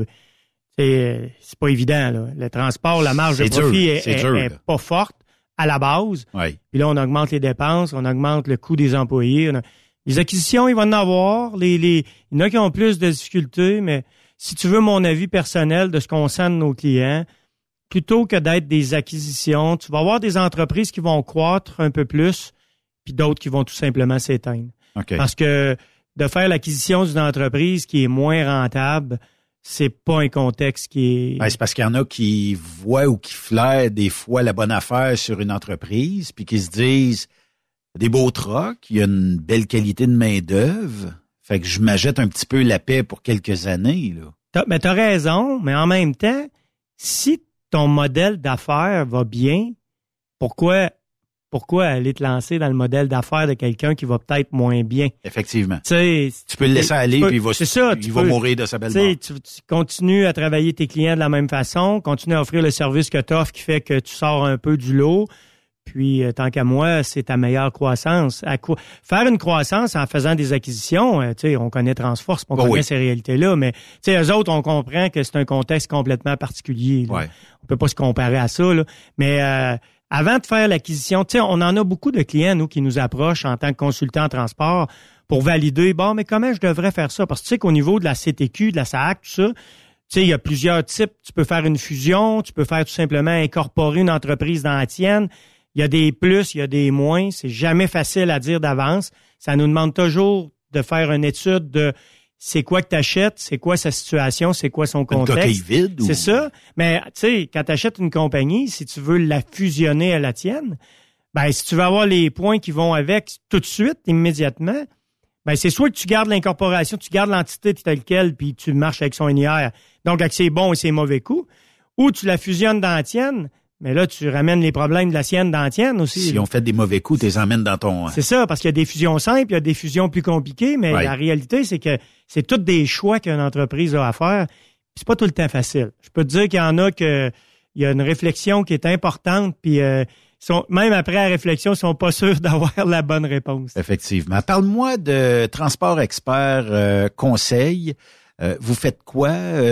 c'est pas évident, là. Le transport, la marge de profit est pas forte à la base. Puis là, on augmente les dépenses, on augmente le coût des employés. Les acquisitions, il va en avoir. Il y en a qui ont plus de difficultés, mais si tu veux mon avis personnel de ce qu'on sent de nos clients, plutôt que d'être des acquisitions, tu vas avoir des entreprises qui vont croître un peu plus, puis d'autres qui vont tout simplement s'éteindre. Parce que de faire l'acquisition d'une entreprise qui est moins rentable, c'est pas un contexte qui est... c'est parce qu'il y en a qui voient ou qui flairent des fois la bonne affaire sur une entreprise, puis qui se disent des beaux trocs, il y a une belle qualité de main-d'œuvre, fait que je m'achète un petit peu la paix pour quelques années, là. T'as raison, mais en même temps, si ton modèle d'affaires va bien, pourquoi aller te lancer dans le modèle d'affaires de quelqu'un qui va peut-être moins bien? Effectivement. Tu peux le laisser aller, puis il va mourir de sa belle mort. Tu continues à travailler tes clients de la même façon, continue à offrir le service que tu offres qui fait que tu sors un peu du lot. Puis, tant qu'à moi, c'est ta meilleure croissance. Faire une croissance en faisant des acquisitions, on connaît Transforce, on connaît ces réalités-là, mais eux autres, on comprend que c'est un contexte complètement particulier. On peut pas se comparer à ça, là. Mais avant de faire l'acquisition, on en a beaucoup de clients, nous, qui nous approchent en tant que consultants en transport pour valider, mais comment je devrais faire ça? Parce que tu sais qu'au niveau de la CTQ, de la SAAC, tout ça, il y a plusieurs types. Tu peux faire une fusion, tu peux faire tout simplement incorporer une entreprise dans la tienne. Il y a des plus, il y a des moins. C'est jamais facile à dire d'avance. Ça nous demande toujours de faire une étude de c'est quoi que tu achètes, c'est quoi sa situation, c'est quoi son contexte. Une coquille vide? C'est ça. Mais tu sais, quand tu achètes une compagnie, si tu veux la fusionner à la tienne, si tu veux avoir les points qui vont avec tout de suite, immédiatement, c'est soit que tu gardes l'incorporation, tu gardes l'entité telle quelle, puis tu marches avec son NIR, donc avec ses bons et ses mauvais coups, ou tu la fusionnes dans la tienne, mais là, tu ramènes les problèmes de la sienne dans la tienne aussi. Si on fait des mauvais coups, tu les emmènes dans ton... C'est ça, parce qu'il y a des fusions simples, il y a des fusions plus compliquées, mais la réalité, c'est que c'est toutes des choix qu'une entreprise a à faire. C'est pas tout le temps facile. Je peux te dire qu'il y en a il y a une réflexion qui est importante, puis même après la réflexion, ils sont pas sûrs d'avoir la bonne réponse. Effectivement. Parle-moi de Transport Expert Conseil. Vous faites quoi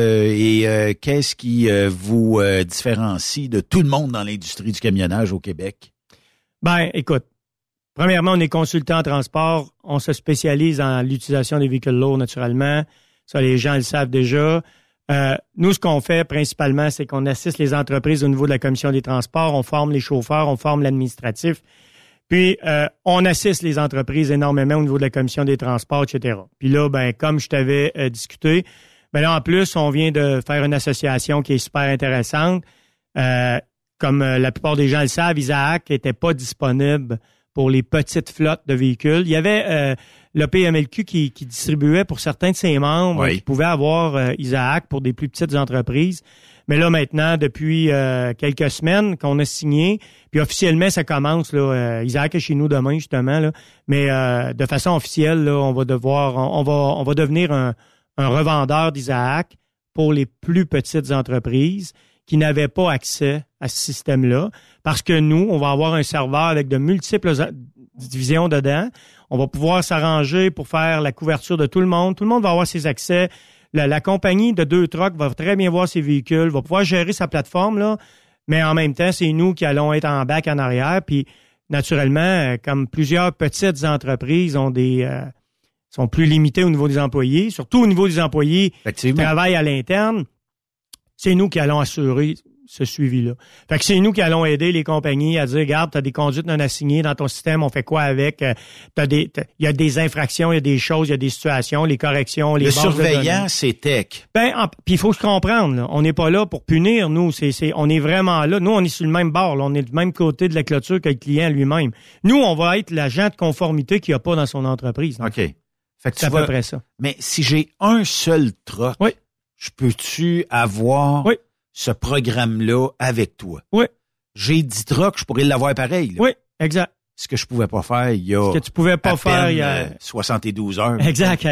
et qu'est-ce qui vous différencie de tout le monde dans l'industrie du camionnage au Québec? Écoute, premièrement, on est consultant en transport. On se spécialise en l'utilisation des véhicules lourds, naturellement. Ça, les gens le savent déjà. Nous, ce qu'on fait principalement, c'est qu'on assiste les entreprises au niveau de la commission des transports. On forme les chauffeurs, on forme l'administratif. Puis, on assiste les entreprises énormément au niveau de la commission des transports, etc. Puis là, comme je t'avais discuté, là, en plus, on vient de faire une association qui est super intéressante. Comme la plupart des gens le savent, Isaac n'était pas disponible pour les petites flottes de véhicules. Il y avait le PMLQ qui distribuait pour certains de ses membres qui pouvaient avoir Isaac pour des plus petites entreprises. Mais là, maintenant, depuis quelques semaines qu'on a signé, puis officiellement, ça commence, là, Isaac est chez nous demain, justement, là, mais de façon officielle, là, on va devenir un revendeur d'Isaac pour les plus petites entreprises qui n'avaient pas accès à ce système-là, parce que nous, on va avoir un serveur avec de multiples divisions dedans. On va pouvoir s'arranger pour faire la couverture de tout le monde. Tout le monde va avoir ses accès. La compagnie de 2 trucks va très bien voir ses véhicules, va pouvoir gérer sa plateforme, là, mais en même temps, c'est nous qui allons être en back en arrière. Puis, naturellement, comme plusieurs petites entreprises sont plus limitées au niveau des employés, surtout au niveau des employés qui travaillent à l'interne, c'est nous qui allons assurer suivi-là. Fait que c'est nous qui allons aider les compagnies à dire, regarde, t'as des conduites non assignées dans ton système, on fait quoi avec? Il y a des infractions, il y a des choses, il y a des situations, les corrections, les Le bases surveillant, c'est tech. Puis il faut se comprendre, là. On n'est pas là pour punir, nous. On est vraiment là. Nous, on est sur le même bord, là. On est du même côté de la clôture que le client lui-même. Nous, on va être l'agent de conformité qu'il n'y a pas dans son entreprise. OK. Fait que c'est à peu près ça. Mais si j'ai un seul truck, je peux-tu avoir ce programme-là avec toi? Oui. J'ai 10 trucks, je pourrais l'avoir pareil. Là. Oui, exact. Ce que je pouvais pas faire il y a ce que tu pouvais pas faire il y a 72 heures. Exact.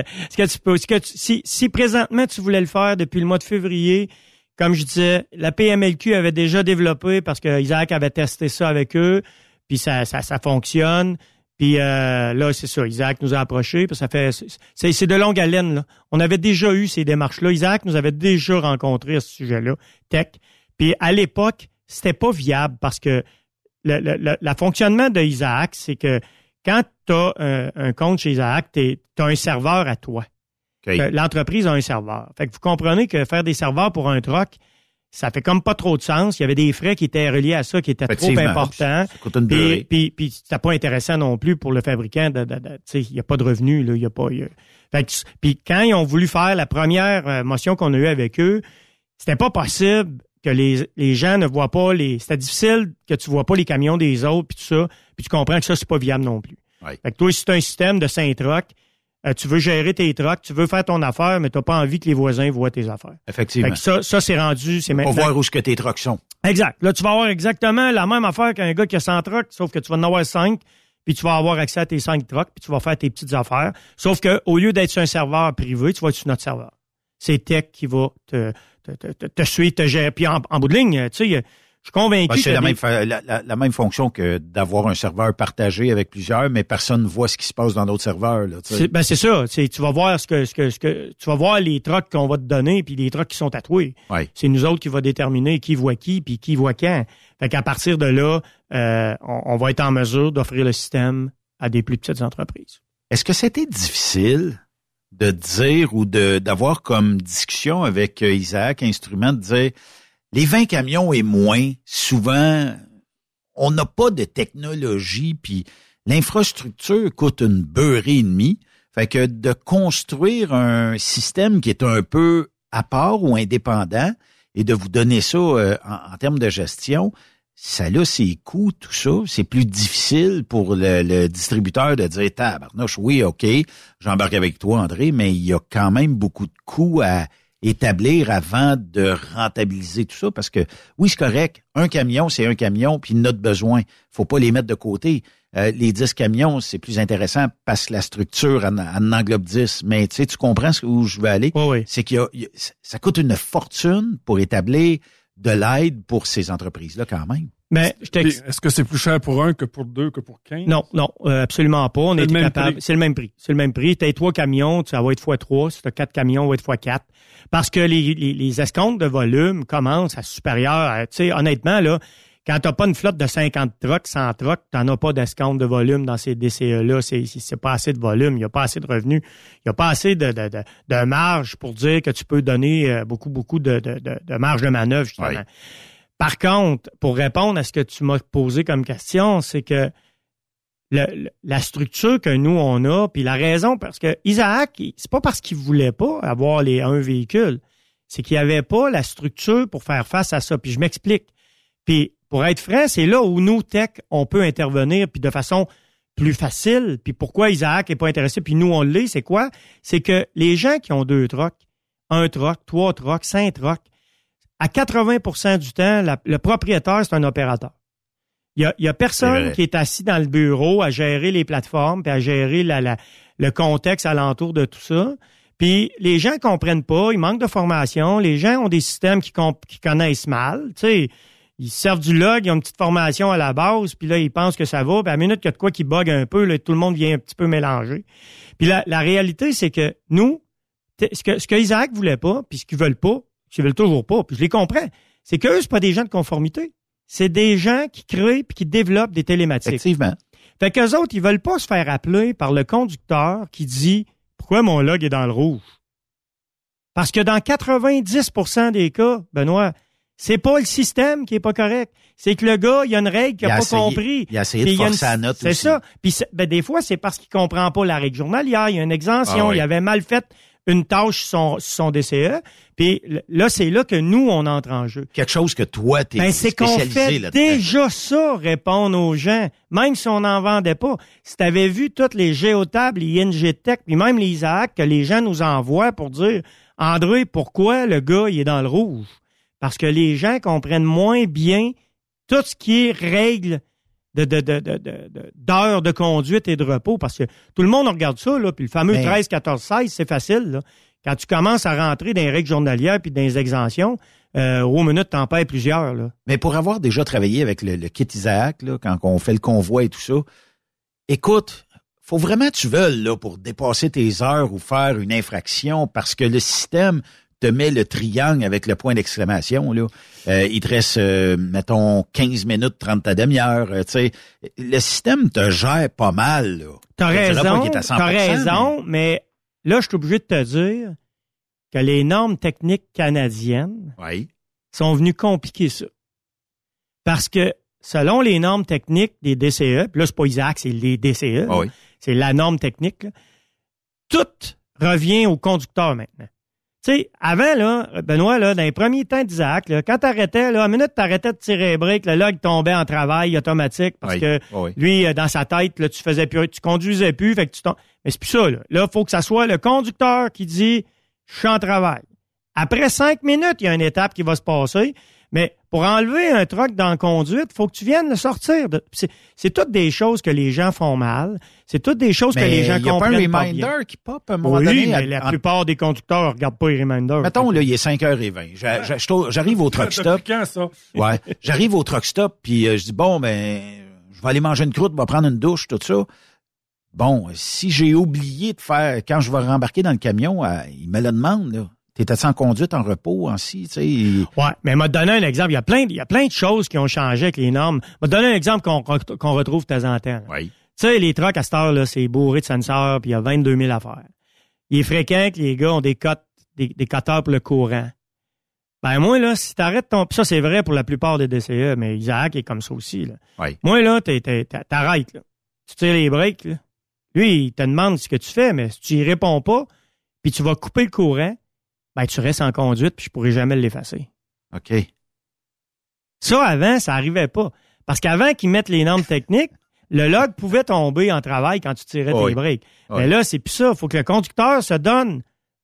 Si présentement tu voulais le faire depuis le mois de février, comme je disais, la PMLQ avait déjà développé parce que Isaac avait testé ça avec eux, puis ça fonctionne. Puis là, c'est ça, Isaac nous a approchés, puis c'est de longue haleine, là. On avait déjà eu ces démarches-là. Isaac nous avait déjà rencontré à ce sujet-là, tech. Puis à l'époque, c'était pas viable parce que le fonctionnement de Isaac, c'est que quand tu as un compte chez Isaac, tu as un serveur à toi. Okay. L'entreprise a un serveur. Fait que vous comprenez que faire des serveurs pour un truck, ça fait comme pas trop de sens. Il y avait des frais qui étaient reliés à ça, qui étaient trop importants. Ça coûte une beurrée. Puis c'était pas intéressant non plus pour le fabricant. Tu sais, il y a pas de revenus là, il y a pas. Fait que, puis quand ils ont voulu faire la première motion qu'on a eue avec eux, c'était pas possible que les gens ne voient pas c'était difficile que tu vois pas les camions des autres puis tout ça. Puis tu comprends que ça c'est pas viable non plus. Ouais. Fait que toi, si tu as un système de 5 trucks, tu veux gérer tes trucks, tu veux faire ton affaire, mais tu n'as pas envie que les voisins voient tes affaires. Effectivement. Fait que ça c'est rendu, c'est maintenant. Pour voir où est-ce que tes trucks sont. Exact. Là, tu vas avoir exactement la même affaire qu'un gars qui a 100 trucks, sauf que tu vas en avoir 5, puis tu vas avoir accès à tes 5 trucks, puis tu vas faire tes petites affaires. Sauf que au lieu d'être sur un serveur privé, tu vas être sur notre serveur. C'est Tech qui va te suivre, te gérer. Puis en bout de ligne, tu sais, je suis convaincu c'est la même fonction que d'avoir un serveur partagé avec plusieurs, mais personne ne voit ce qui se passe dans d'autres serveurs. Là, c'est ça. Tu vas voir tu vas voir les trucks qu'on va te donner, puis les trucks qui sont tatoués. Ouais. C'est nous autres qui va déterminer qui voit qui, puis qui voit quand. Fait qu'à partir de là, on va être en mesure d'offrir le système à des plus petites entreprises. Est-ce que c'était difficile de dire ou d'avoir comme discussion avec Isaac Instruments, de dire les 20 camions et moins, souvent, on n'a pas de technologie, puis l'infrastructure coûte une beurrée et demie. Fait que de construire un système qui est un peu à part ou indépendant et de vous donner ça en termes de gestion, ça a ses coûts, tout ça. C'est plus difficile pour le distributeur de dire « Tabarnouche, oui, OK, j'embarque avec toi, André, mais il y a quand même beaucoup de coûts à établir avant de rentabiliser tout ça, parce que oui, c'est correct, un camion, c'est un camion, puis notre besoin, faut pas les mettre de côté. Les 10 camions, c'est plus intéressant parce que la structure en englobe 10, mais tu sais, tu comprends où je veux aller? Oui. C'est ça coûte une fortune pour établir de l'aide pour ces entreprises-là quand même. Mais est-ce que c'est plus cher pour un que pour 2 que pour 15? Non, absolument pas. On est capable. C'est le même prix. C'est le même prix. Tu as 3 camions, ça va être x3. Si tu as 4 camions, ça va être x4. Parce que les escomptes de volume commencent à supérieur. Tu sais, honnêtement, là, quand tu n'as pas une flotte de 50 trucks, 100 trucks, tu n'en as pas d'escompte de volume dans ces DCE-là. C'est pas assez de volume. Il n'y a pas assez de revenus. Il n'y a pas assez de marge pour dire que tu peux donner beaucoup de marge de manœuvre, justement. Oui. Par contre, pour répondre à ce que tu m'as posé comme question, c'est que la structure que nous, on a, puis la raison, parce que Isaac, c'est pas parce qu'il voulait pas avoir un véhicule, c'est qu'il n'y avait pas la structure pour faire face à ça. Puis je m'explique. Puis pour être franc, c'est là où nous, Tech, on peut intervenir, puis de façon plus facile. Puis pourquoi Isaac n'est pas intéressé, puis nous, on l'est, c'est quoi? C'est que les gens qui ont 2 trucks, 1 truck, 3 trucks, 5 trucks, à 80% du temps, le propriétaire, c'est un opérateur. Il y a personne qui est assis dans le bureau à gérer les plateformes puis à gérer le contexte alentour de tout ça. Puis les gens comprennent pas, ils manquent de formation, les gens ont des systèmes qui connaissent mal, tu sais, ils servent du log, ils ont une petite formation à la base, puis là ils pensent que ça va, puis à la minute qu'il y a de quoi qui bug un peu, là, tout le monde vient un petit peu mélanger. Puis la réalité c'est que nous, ce que Isaac voulait pas, puis ce qu'ils veulent pas, qu'ils veulent toujours pas, puis je les comprends, c'est qu'eux c'est pas des gens de conformité. C'est des gens qui créent puis qui développent des télématiques. Effectivement. Fait qu'eux autres, ils veulent pas se faire appeler par le conducteur qui dit « Pourquoi mon log est dans le rouge? » Parce que dans 90% des cas, Benoît, C'est pas le système qui est pas correct. C'est que le gars, il y a une règle qu'il a pas compris. Il a essayé de forcer la note aussi. C'est ça. Puis des fois, c'est parce qu'il comprend pas la règle journalière. Il y a une exemption. Il avait mal fait une tâche sur son DCE. Puis là, c'est là que nous, on entre en jeu. Quelque chose que toi, t'es spécialisé là-dedans. C'est qu'on fait déjà ça, répondre aux gens, même si on n'en vendait pas. Si tu avais vu toutes les géotables, les ING Tech, puis même les Isaac que les gens nous envoient pour dire « André, pourquoi le gars, il est dans le rouge? » Parce que les gens comprennent moins bien tout ce qui est règles d'heures de conduite et de repos. Parce que tout le monde regarde ça, là, puis le fameux 13, 14, 16, c'est facile, là. Quand tu commences à rentrer dans les règles journalières puis dans les exemptions, aux minutes, t'en perds plusieurs, là. Mais pour avoir déjà travaillé avec le kit Isaac, là, quand on fait le convoi et tout ça, écoute, faut vraiment que tu veuilles, là, pour dépasser tes heures ou faire une infraction, parce que le système te met le triangle avec le point d'exclamation, là. Il te reste, mettons, 15 minutes, 30 ta demi-heure. Tu sais, le système te gère pas mal, là. T'as raison, mais là, je suis obligé de te dire que les normes techniques canadiennes sont venues compliquer ça. Parce que, selon les normes techniques des DCE, puis là, c'est pas Isaac, c'est les DCE, c'est la norme technique, là, tout revient au conducteur maintenant. Tu sais, avant, là, Benoît, là, dans les premiers temps d'Isaac, là, quand t'arrêtais, là, à une minute, t'arrêtais de tirer les breaks, le log tombait en travail automatique parce que lui, dans sa tête, là, tu conduisais plus, fait que tu tombes. Mais c'est plus ça, là. Là, faut que ça soit le conducteur qui dit « Je suis en travail ». Après 5 minutes, il y a une étape qui va se passer. Mais pour enlever un truck dans la conduite, il faut que tu viennes le sortir. C'est toutes des choses que les gens font mal. C'est toutes des choses que les gens comprennent pas bien. Il n'y a pas un reminder qui pop à un moment donné. Mais la plupart des conducteurs ne regardent pas les reminders. Mettons, là, il est 5h20. J'arrive au truck stop. Ouais. J'arrive au truck stop, puis je dis, bon, ben, je vais aller manger une croûte, je vais prendre une douche, tout ça. Bon, si j'ai oublié de faire, quand je vais rembarquer dans le camion, il me le demande, là. T'étais-tu en conduite, en repos, tu sais? Ouais, mais m'a donné un exemple. Il y a plein de choses qui ont changé avec les normes. M'a donné un exemple qu'on retrouve de temps en temps. Oui. Tu sais, les trucks à cette heure, là, c'est bourré de senseurs, puis il y a 22 000 affaires. Il est fréquent que les gars ont des coteurs pour le courant. Ben, moi, là, si t'arrêtes Pis ça, c'est vrai pour la plupart des DCE, mais Isaac est comme ça aussi, là. Oui. Moi, là, t'arrêtes, là. Tu tires les breaks, là. Lui, il te demande ce que tu fais, mais si tu y réponds pas, puis tu vas couper le courant, ben, tu restes en conduite, puis je pourrai jamais l'effacer. OK. Ça, avant, ça arrivait pas. Parce qu'avant qu'ils mettent les normes techniques, le log pouvait tomber en travail quand tu tirais tes breaks. Mais là, c'est plus ça. Il faut que le conducteur se donne.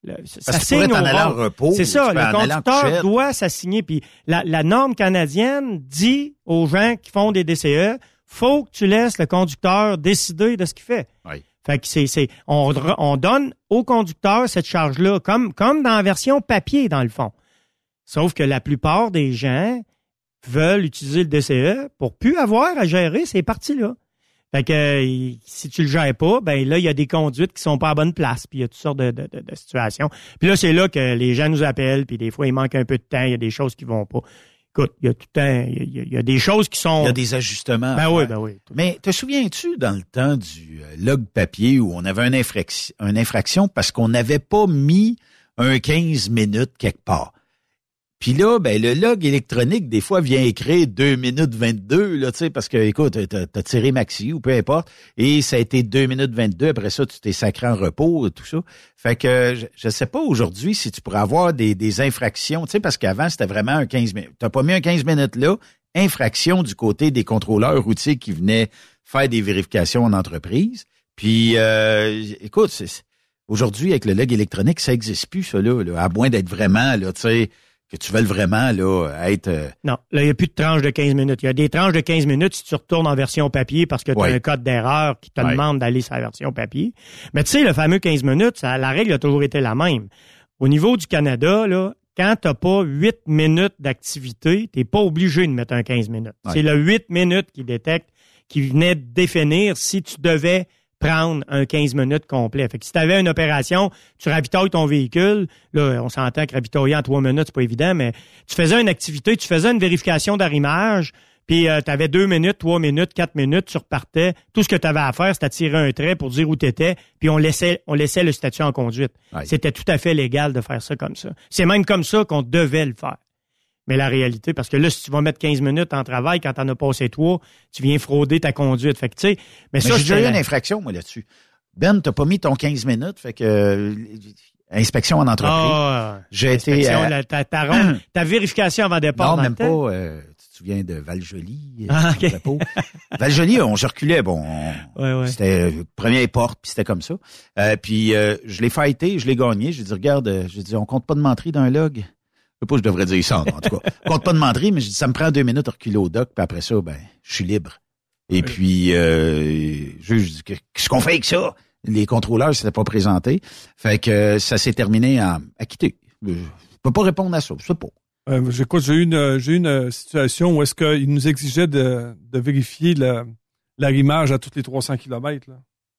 Ça signe au repos. C'est ça. Le conducteur doit s'assigner. Puis la norme canadienne dit aux gens qui font des DCE, faut que tu laisses le conducteur décider de ce qu'il fait. Oui. Fait que on donne au conducteur cette charge-là, comme dans la version papier, dans le fond. Sauf que la plupart des gens veulent utiliser le DCE pour plus avoir à gérer ces parties-là. Fait que si tu le gères pas, ben là, il y a des conduites qui sont pas à bonne place, puis il y a toutes sortes de situations. Puis là, c'est là que les gens nous appellent, puis des fois, il manque un peu de temps, il y a des choses qui vont pas. Écoute, il y a tout le temps, il y a des choses qui sont... Il y a des ajustements. Ben oui. Mais te souviens-tu dans le temps du log papier où on avait une infraction parce qu'on n'avait pas mis un 15 minutes quelque part? Puis là, ben le log électronique, des fois, vient écrire 2 minutes 22, là, tu sais, parce que, écoute, t'as tiré maxi ou peu importe, et ça a été 2 minutes 22, après ça, tu t'es sacré en repos, tout ça. Fait que, je sais pas aujourd'hui si tu pourrais avoir des infractions, tu sais, parce qu'avant, c'était vraiment un 15 minutes. T'as pas mis un 15 minutes là, infraction du côté des contrôleurs routiers qui venaient faire des vérifications en entreprise. Puis, écoute, aujourd'hui, avec le log électronique, ça existe plus, ça, là, à moins d'être vraiment, là, tu sais, que tu veuilles vraiment là être... Non, là, il n'y a plus de tranche de 15 minutes. Il y a des tranches de 15 minutes si tu retournes en version papier parce que tu as un code d'erreur qui te demande d'aller sur la version papier. Mais tu sais, le fameux 15 minutes, la règle a toujours été la même. Au niveau du Canada, là, quand tu n'as pas 8 minutes d'activité, tu n'es pas obligé de mettre un 15 minutes. C'est le 8 minutes qui détecte, qui venait définir si tu devais prendre un 15 minutes complet. Fait que si tu avais une opération, tu ravitailles ton véhicule, là, on s'entend que ravitailler en 3 minutes, c'est pas évident, mais tu faisais une activité, tu faisais une vérification d'arrimage, puis tu avais 2 minutes, 3 minutes, 4 minutes, tu repartais. Tout ce que tu avais à faire, c'était tirer un trait pour dire où tu étais, puis on laissait le statut en conduite. C'était tout à fait légal de faire ça comme ça. C'est même comme ça qu'on devait le faire. Mais la réalité, parce que là, si tu vas mettre 15 minutes en travail quand t'en as passé 3, tu viens frauder ta conduite. Fait que, tu sais, mais ça, j'ai déjà eu une infraction, moi, là-dessus. Ben, t'as pas mis ton 15 minutes, fait que inspection en entreprise. J'ai été ta vérification avant départ. Non, même pas. Tu te souviens de Val-Joli? Val-Joli, on se reculait. Bon, c'était première porte, puis c'était comme ça. Puis je l'ai fighté, je l'ai gagné. J'ai dit, regarde, on compte pas de menterie dans un log. Je sais pas, je devrais dire ça, en tout cas. On compte pas de menterie, mais j'ai dit, ça me prend 2 minutes à reculer au dock, puis après ça, je suis libre. Et puis, je dis, qu'est-ce qu'on fait avec ça? Les contrôleurs ne s'étaient pas présentés. Fait que ça s'est terminé à quitter. Je peux pas répondre à ça. Je sais pas. J'ai eu une situation où est-ce qu'ils nous exigeaient de vérifier l'arrimage à tous les 300 km. Là.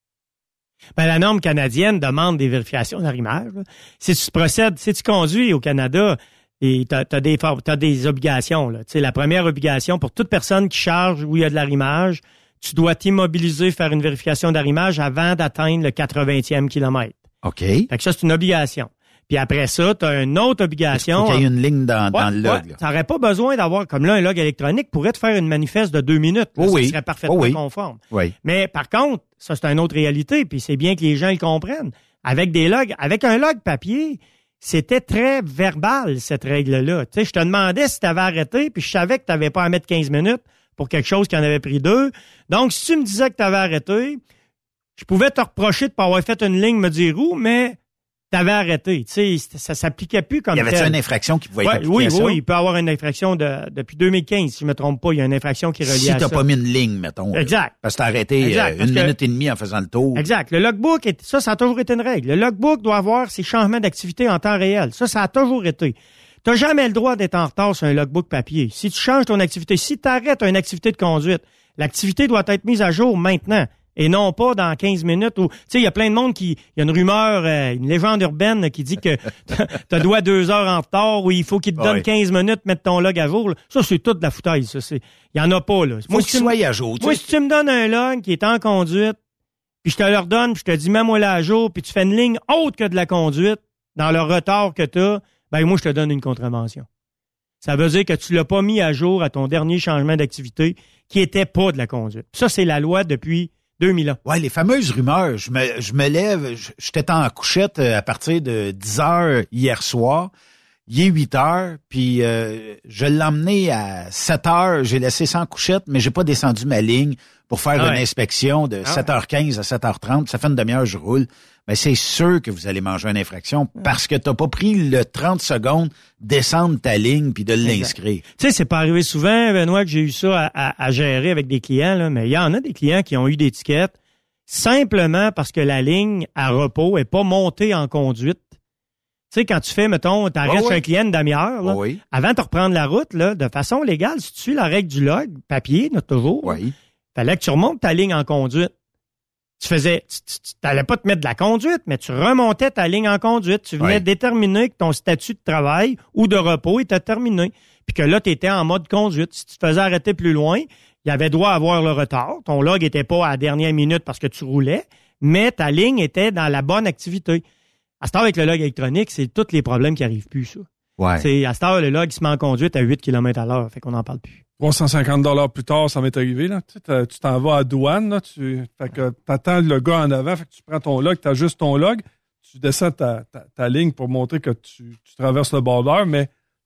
Ben, la norme canadienne demande des vérifications d'arrimage. Là. Si tu conduis au Canada, et t'as des obligations. Là. Tu sais, la première obligation pour toute personne qui charge où il y a de l'arrimage, tu dois t'immobiliser, faire une vérification d'arrimage avant d'atteindre le 80e kilomètre. OK. Fait que ça, c'est une obligation. Puis après ça, tu as une autre obligation. Il faut qu'il y ait une ligne dans le log. Tu n'aurais pas besoin d'avoir, comme là, un log électronique pourrait te faire une manifeste de 2 minutes. Là, ça serait parfaitement conforme. Oui. Mais par contre, ça, c'est une autre réalité, puis c'est bien que les gens le comprennent. Avec un log papier, c'était très verbal, cette règle-là. Tu sais, je te demandais si tu avais arrêté, puis je savais que tu n'avais pas à mettre 15 minutes pour quelque chose qui en avait pris 2. Donc, si tu me disais que tu avais arrêté, je pouvais te reprocher de ne pas avoir fait une ligne, me dire où, mais tu avais arrêté. Tu sais, ça s'appliquait plus comme tel. Y avait-tu une infraction qui pouvait être appliquée à ça? Oui, il peut y avoir une infraction depuis 2015, si je ne me trompe pas. Il y a une infraction qui est reliée à ça. Si tu n'as pas mis une ligne, mettons. Exact. Parce que tu as arrêté une minute et demie en faisant le tour. Exact. Le logbook, ça a toujours été une règle. Le logbook doit avoir ses changements d'activité en temps réel. Ça a toujours été. Tu n'as jamais le droit d'être en retard sur un logbook papier. Si tu changes ton activité, si tu arrêtes une activité de conduite, l'activité doit être mise à jour maintenant et non pas dans 15 minutes. Tu sais, il y a plein de monde il y a une rumeur, une légende urbaine qui dit que tu dois 2 heures en retard ou il faut qu'il te donne 15 minutes mettre ton log à jour. Là. Ça, c'est toute de la foutaise. Il y en a pas. Là. Faut qu'il soit à jour. Moi, si tu me donnes un log qui est en conduite, puis je te le redonne, puis je te dis mets-moi là à jour, puis tu fais une ligne autre que de la conduite dans le retard que tu as, ben moi, je te donne une contravention. Ça veut dire que tu l'as pas mis à jour à ton dernier changement d'activité qui était pas de la conduite. Ça, c'est la loi depuis 2000 ans. Ouais, les fameuses rumeurs. Je me lève, j'étais en couchette à partir de 10 heures hier soir. Il est 8 heures, puis je l'ai emmené à 7 heures. J'ai laissé sans couchette, mais j'ai pas descendu ma ligne pour faire une inspection de 7h15 à 7h30. Ça fait une demi-heure, je roule. Mais c'est sûr que vous allez manger une infraction parce que t'as pas pris le 30 secondes descendre ta ligne puis de l'inscrire. Tu sais, c'est pas arrivé souvent, Benoît, que j'ai eu ça à gérer avec des clients, là, mais il y en a des clients qui ont eu des tickets simplement parce que la ligne à repos est pas montée en conduite. Tu sais, quand tu fais, mettons, t'arrêtes chez un client une demi-heure, là, avant de reprendre la route, là, de façon légale, si tu suis la règle du log, papier, toujours, fallait que tu remontes ta ligne en conduite. Tu t'allais pas te mettre de la conduite, mais tu remontais ta ligne en conduite. Tu venais déterminer que ton statut de travail ou de repos était terminé. Puis que là, tu étais en mode conduite. Si tu te faisais arrêter plus loin, il y avait droit à avoir le retard. Ton log était pas à la dernière minute parce que tu roulais, mais ta ligne était dans la bonne activité. À cette heure, avec le log électronique, c'est tous les problèmes qui arrivent plus, ça. C'est à cette heure, le log, il se met en conduite à 8 km à l'heure. Fait qu'on n'en parle plus. 350 plus tard, ça m'est arrivé, là. Tu t'en vas à douane, là. Fait que t'attends le gars en avant, fait que tu prends ton log, t'ajustes ton log, tu descends ta ligne pour montrer que tu traverses le border, mais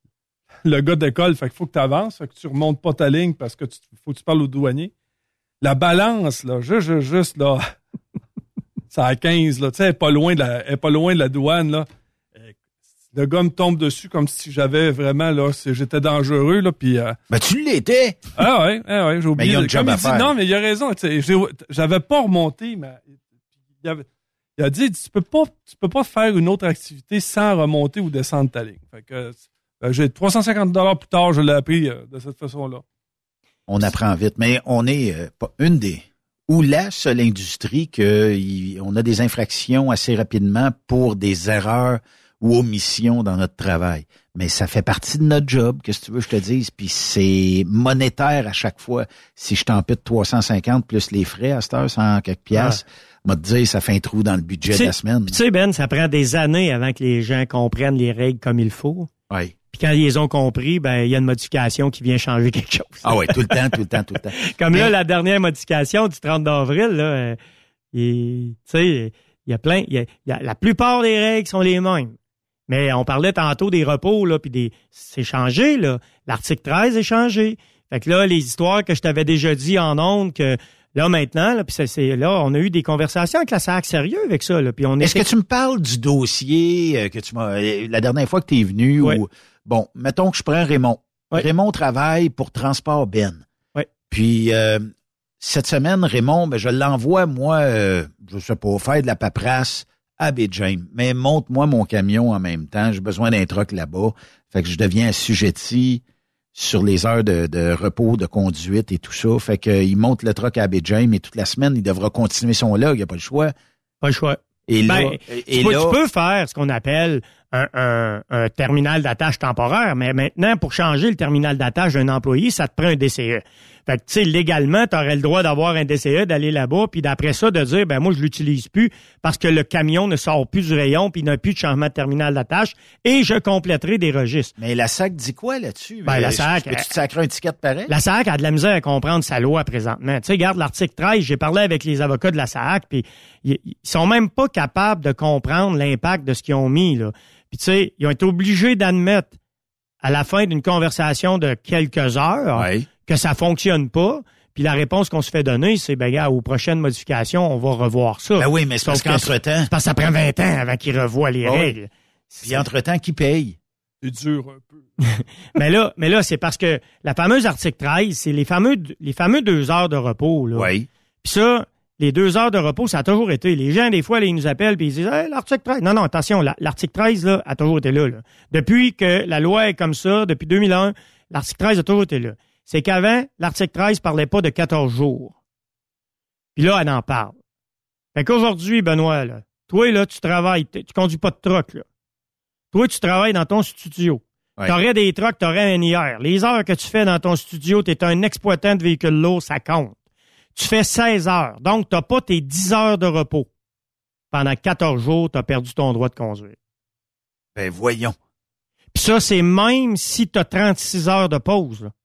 le gars décolle, fait qu'il faut que tu avances, fait que tu remontes pas ta ligne parce que faut que tu parles au douanier. La balance, là, juste, là, ça à 15, là. Tu sais, elle est pas loin de la douane, là. Le gars me tombe dessus comme si j'avais vraiment, là, j'étais dangereux, là, puis... Ben, tu l'étais! Ah ouais, j'ai oublié. Mais il y a un job à faire. Non, mais il a raison, j'avais pas remonté, mais il a dit, tu peux pas faire une autre activité sans remonter ou descendre ta ligne. Fait que, j'ai 350 $ plus tard, je l'ai appris de cette façon-là. On apprend vite, mais on est pas une des... ou la seule industrie on a des infractions assez rapidement pour des erreurs ou omissions dans notre travail. Mais ça fait partie de notre job, qu'est-ce que tu veux que je te dise, puis c'est monétaire à chaque fois. Si je t'empile 350 plus les frais à cette heure, 100 quelques piastres, m'a te dire, ça fait un trou dans le budget de la semaine. Tu sais, Ben, ça prend des années avant que les gens comprennent les règles comme il faut. Oui. Puis quand ils les ont compris, ben il y a une modification qui vient changer quelque chose. Ah oui, tout le temps. Comme là, la dernière modification du 30 d'avril, là, tu sais, il y a plein, la plupart des règles sont les mêmes. Mais on parlait tantôt des repos, là, puis c'est changé, là. L'article 13 est changé. Fait que là, les histoires que je t'avais déjà dit en ondes que là, maintenant, là, puis là, on a eu des conversations avec la SAC sérieux avec ça, là. Puis Est-ce que tu me parles du dossier que tu m'as, la dernière fois que tu es venu, oui. ou, bon, mettons que je prends Raymond. Oui. Raymond travaille pour Transport Ben. Oui. Puis, cette semaine, Raymond, ben, je l'envoie, moi, je sais pas, faire de la paperasse à Baie James. Mais monte-moi mon camion en même temps. J'ai besoin d'un truck là-bas. Fait que je deviens assujetti sur les heures de repos, de conduite et tout ça. Fait que il monte le truck à Baie James et toute la semaine, il devra continuer son log. Il n'y a pas le choix. Pas le choix. Et là, tu peux faire ce qu'on appelle un terminal d'attache temporaire, mais maintenant, pour changer le terminal d'attache d'un employé, ça te prend un DCE. Fait que, tu sais, légalement, tu aurais le droit d'avoir un DCE, d'aller là-bas, puis d'après ça, de dire, ben moi, je l'utilise plus parce que le camion ne sort plus du rayon, puis il n'a plus de changement de terminal d'attache, et je compléterai des registres. Mais la SAC dit quoi là-dessus? Ben, la SAC... Peux-tu te sacrer un ticket pareil? La SAC a de la misère à comprendre sa loi présentement. Tu sais, regarde l'article 13, j'ai parlé avec les avocats de la SAC, puis ils sont même pas capables de comprendre l'impact de ce qu'ils ont mis, là. Puis tu sais, ils ont été obligés d'admettre à la fin d'une conversation de quelques heures que ça fonctionne pas. Puis la réponse qu'on se fait donner, c'est, ben gars, aux prochaines modifications, on va revoir ça. Ben oui, mais c'est parce qu'entre-temps... C'est parce que ça prend 20 ans avant qu'ils revoient les règles. Puis entre-temps, qui paye? C'est dur un peu. mais là, c'est parce que la fameuse article 13, c'est les fameux 2 heures de repos, là. Oui. Puis ça... Les 2 heures de repos, ça a toujours été. Les gens, des fois, là, ils nous appellent et ils disent hey, l'article 13. Non, attention, l'article 13, là, a toujours été là. Depuis que la loi est comme ça, depuis 2001, l'article 13 a toujours été là. C'est qu'avant, l'article 13 parlait pas de 14 jours. Puis là, elle en parle. Fait qu'aujourd'hui, Benoît, là, toi, là, tu travailles, tu conduis pas de truck, là. Toi, tu travailles dans ton studio. Ouais. T'aurais des trucks, t'aurais un IR. Les heures que tu fais dans ton studio, t'es un exploitant de véhicules lourds, ça compte. Tu fais 16 heures. Donc, tu n'as pas tes 10 heures de repos. Pendant 14 jours, tu as perdu ton droit de conduire. Ben, voyons. Puis ça, c'est même si tu as 36 heures de pause. Là.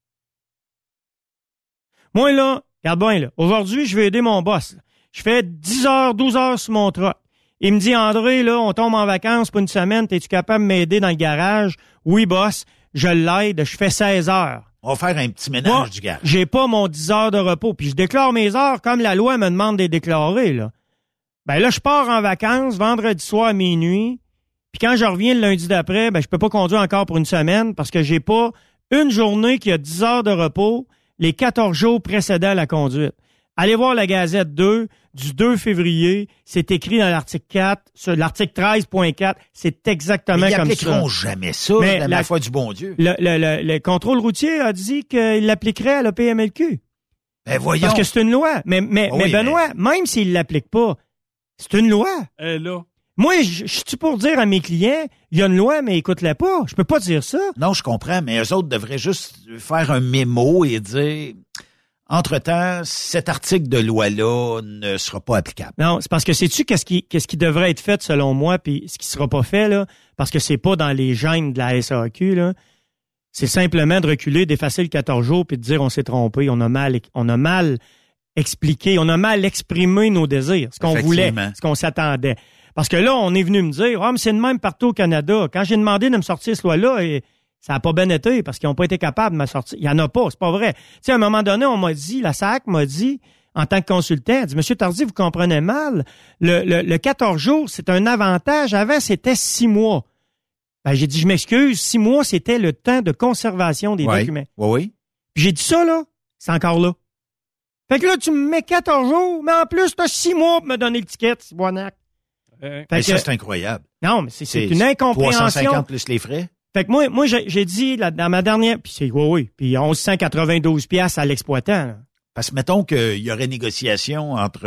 Moi, là, regarde bien, là. Aujourd'hui, je vais aider mon boss. Là. Je fais 10 heures, 12 heures sur mon truck. Il me dit, André, là, on tombe en vacances pour une semaine. Es-tu capable de m'aider dans le garage? Oui, boss. Je l'aide. Je fais 16 heures. On va faire un petit ménage du garage. J'ai pas mon 10 heures de repos. Puis je déclare mes heures comme la loi me demande de les déclarer, là. Ben là, je pars en vacances vendredi soir à minuit. Puis quand je reviens le lundi d'après, ben je peux pas conduire encore pour une semaine parce que j'ai pas une journée qui a 10 heures de repos les 14 jours précédant la conduite. Allez voir la Gazette 2 du 2 février. C'est écrit dans l'article 4, sur l'article 13.4. C'est exactement comme ça. Ils n'appliqueront jamais ça, la foi du bon Dieu. Le contrôle routier a dit qu'il l'appliquerait à la PMLQ. Ben voyons. Parce que c'est une loi. Mais Benoît, même s'il ne l'applique pas, c'est une loi. Là. Moi, je suis pour dire à mes clients, il y a une loi, mais écoute-la pas. Je peux pas dire ça. Non, je comprends, mais eux autres devraient juste faire un mémo et dire... Entre-temps, cet article de loi-là ne sera pas applicable. Non, c'est parce que sais-tu qu'est-ce qui devrait être fait selon moi, puis ce qui sera pas fait, là, parce que c'est pas dans les gènes de la SAQ, là, c'est simplement de reculer, d'effacer le 14 jours, puis de dire on s'est trompé, on a mal expliqué, on a mal exprimé nos désirs, ce qu'on voulait, ce qu'on s'attendait. Parce que là, on est venu me dire, mais c'est le même partout au Canada. Quand j'ai demandé de me sortir ce loi-là, ça n'a pas bien été parce qu'ils n'ont pas été capables de me sortir. Il n'y en a pas, c'est pas vrai. Tu sais, à un moment donné, on m'a dit, la SAC m'a dit, en tant que consultant, elle dit, Monsieur Tardy, vous comprenez mal. Le 14 jours, c'est un avantage. Avant, c'était 6 mois. Ben, j'ai dit, je m'excuse, 6 mois, c'était le temps de conservation des documents. Oui. Puis j'ai dit ça, là, c'est encore là. Fait que là, tu me mets 14 jours, mais en plus, tu as 6 mois pour me donner l'étiquette, c'est boinac. Ça, c'est incroyable. Non, mais c'est une incompréhension. 350 plus les frais. Fait que moi j'ai dit dans ma dernière, puis c'est oui, puis 1192 $ à l'exploitant. Là. Parce que mettons qu'il y aurait négociation entre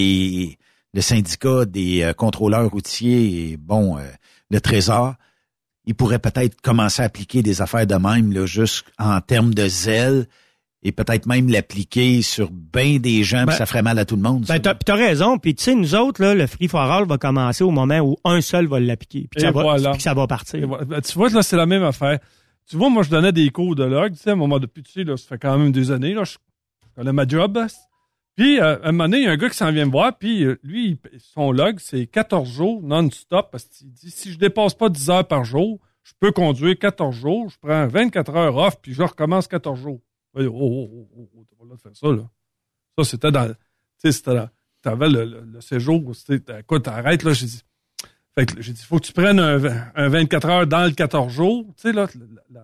le syndicat des contrôleurs routiers et le Trésor, ils pourraient peut-être commencer à appliquer des affaires de même là, juste en termes de zèle et peut-être même l'appliquer sur bien des gens, puis ça ferait mal à tout le monde. T'as raison. Puis tu sais, nous autres, là, le Free for All va commencer au moment où un seul va l'appliquer. Puis ça va partir. Tu vois, là, c'est la même affaire. Tu vois, moi, je donnais des cours de log, tu sais, à un moment depuis, tu sais, là, ça fait quand même des années, là, je connais ma job. Puis, à un moment donné, il y a un gars qui s'en vient me voir, puis lui, son log, c'est 14 jours non-stop, parce qu'il dit, si je dépasse pas 10 heures par jour, je peux conduire 14 jours, je prends 24 heures off, puis je recommence 14 jours. T'as pas le droit de faire ça, là. Ça, c'était dans, tu sais, t'avais le séjour, c'était, écoute, arrête, là, j'ai dit, faut que tu prennes un 24 heures dans le 14 jours. Tu sais, là. Puis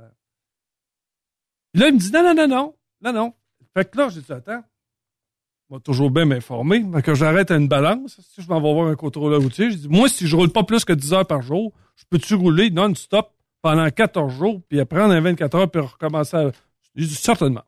là, il me dit, non. Fait que là, j'ai dit, attends, on va toujours bien m'informer. Fait que j'arrête à une balance. Si je m'en vais voir un contrôleur routier, je dis, moi, si je roule pas plus que 10 heures par jour, je peux-tu rouler non-stop pendant 14 jours, puis prendre un 24 heures, puis recommencer à... Je dis, certainement.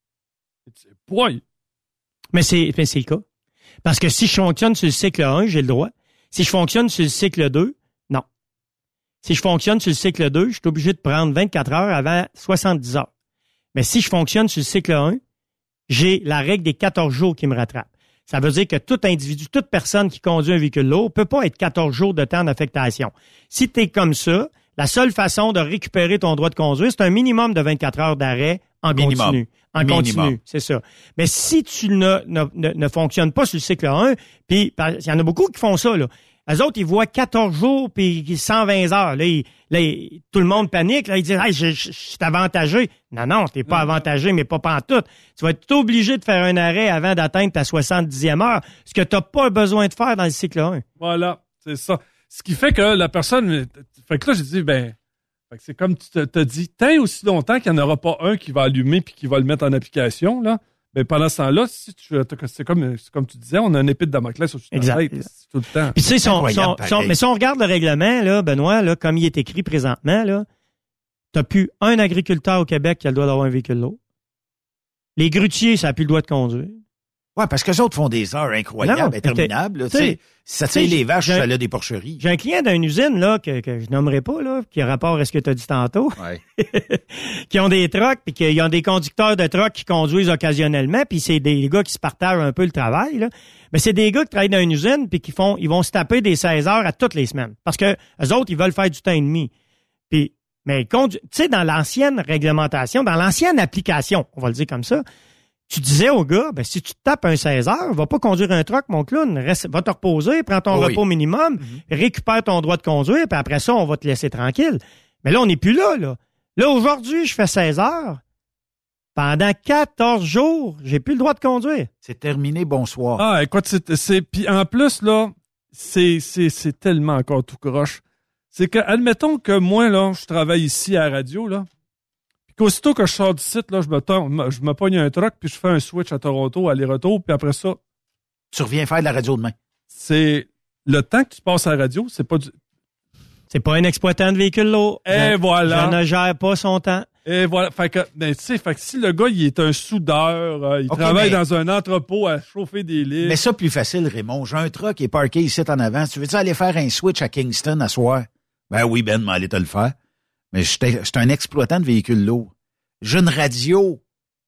C'est poil. Mais c'est le cas. Parce que si je fonctionne sur le cycle 1, j'ai le droit. Si je fonctionne sur le cycle 2, non. Si je fonctionne sur le cycle 2, je suis obligé de prendre 24 heures avant 70 heures. Mais si je fonctionne sur le cycle 1, j'ai la règle des 14 jours qui me rattrape. Ça veut dire que tout individu, toute personne qui conduit un véhicule lourd peut pas être 14 jours de temps d'affectation. Si tu es comme ça, la seule façon de récupérer ton droit de conduire, c'est un minimum de 24 heures d'arrêt en continu. En continu, c'est ça. Mais si tu ne fonctionnes pas sur le cycle 1, puis il y en a beaucoup qui font ça, là. Eux autres, ils voient 14 jours puis 120 heures. Là, tout le monde panique. Là, ils disent, hey, je suis avantagé. Non, t'es pas avantagé, mais pas pantoute. Tu vas être obligé de faire un arrêt avant d'atteindre ta 70e heure, ce que t'as pas besoin de faire dans le cycle 1. Voilà, c'est ça. Ce qui fait que la personne... Fait que là, j'ai dit, fait que c'est comme tu t'as dit, tant aussi longtemps qu'il n'y en aura pas un qui va allumer puis qui va le mettre en application, là, ben pendant ce temps-là, c'est comme tu disais, on a un épée de Damoclès au-dessus de la tête tout le temps. Puis tu sais, mais si on regarde le règlement, là, Benoît, là, comme il est écrit présentement, là, t'as plus un agriculteur au Québec qui a le droit d'avoir un véhicule lourd. Les grutiers, ça n'a plus le droit de conduire. Ouais, parce que les autres font des heures incroyables, interminables. Tu sais, si ça tire les vaches, ça a des porcheries. J'ai un client d'une usine là que je nommerai pas là, qui a rapport à ce que tu as dit tantôt, qui ont des trucks puis qui ont des conducteurs de trucks qui conduisent occasionnellement, puis c'est des gars qui se partagent un peu le travail là. Mais c'est des gars qui travaillent dans une usine puis ils vont se taper des 16 heures à toutes les semaines parce que eux autres ils veulent faire du temps et demi. Puis mais tu sais dans l'ancienne réglementation, dans l'ancienne application, on va le dire comme ça. Tu disais au gars, si tu te tapes un 16 heures, va pas conduire un truck, mon clown. Va te reposer, prends ton repos minimum, récupère ton droit de conduire, puis après ça, on va te laisser tranquille. Mais là, on n'est plus là. Là, aujourd'hui, je fais 16 heures. Pendant 14 jours, j'ai plus le droit de conduire. C'est terminé, bonsoir. Ah, écoute, puis en plus, là, c'est tellement encore tout croche. C'est que, admettons que moi, là, je travaille ici à la radio, là. Aussitôt que je sors du site, là, je me pogne un truck, puis je fais un switch à Toronto, aller-retour, puis après ça... Tu reviens faire de la radio demain. C'est... Le temps que tu passes à la radio, c'est pas du... C'est pas un exploitant de véhicule lourd. Et voilà. Je ne gère pas son temps. Et voilà. Fait que si le gars, il est un soudeur, il travaille dans un entrepôt à chauffer des lits... Mais ça, plus facile, Raymond. J'ai un truck qui est parké ici en avant. Tu veux-tu aller faire un switch à Kingston à soir? Ben oui, Ben, m'allais te le faire. Mais j'étais un exploitant de véhicules lourds. J'ai une radio,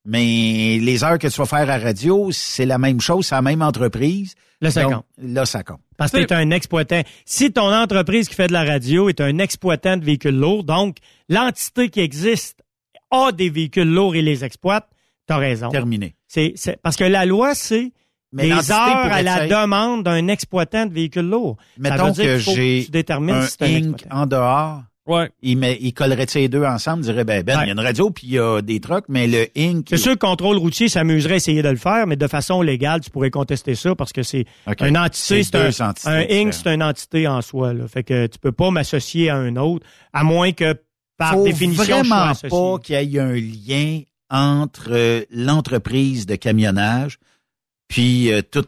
mais les heures que tu vas faire à radio, c'est la même chose, c'est la même entreprise. Là, ça compte. Là, ça compte. Parce que tu es un exploitant. Si ton entreprise qui fait de la radio est un exploitant de véhicules lourds, donc l'entité qui existe a des véhicules lourds et les exploite, t'as raison. Terminé. C'est parce que la loi, c'est les heures à la demande d'un exploitant de véhicules lourds. Mettons que j'ai un Inc en dehors. Ouais. Il collerait ces deux ensemble, dirait il y a une radio puis il y a des trucks, mais le Inc. C'est sûr que le contrôle routier s'amuserait à essayer de le faire, mais de façon légale, tu pourrais contester ça parce que c'est une entité, un Inc, c'est une entité en soi, là. Fait que tu peux pas m'associer à un autre, à moins que par définition, je sois associé. Vraiment pas qu'il y ait un lien entre l'entreprise de camionnage puis toutes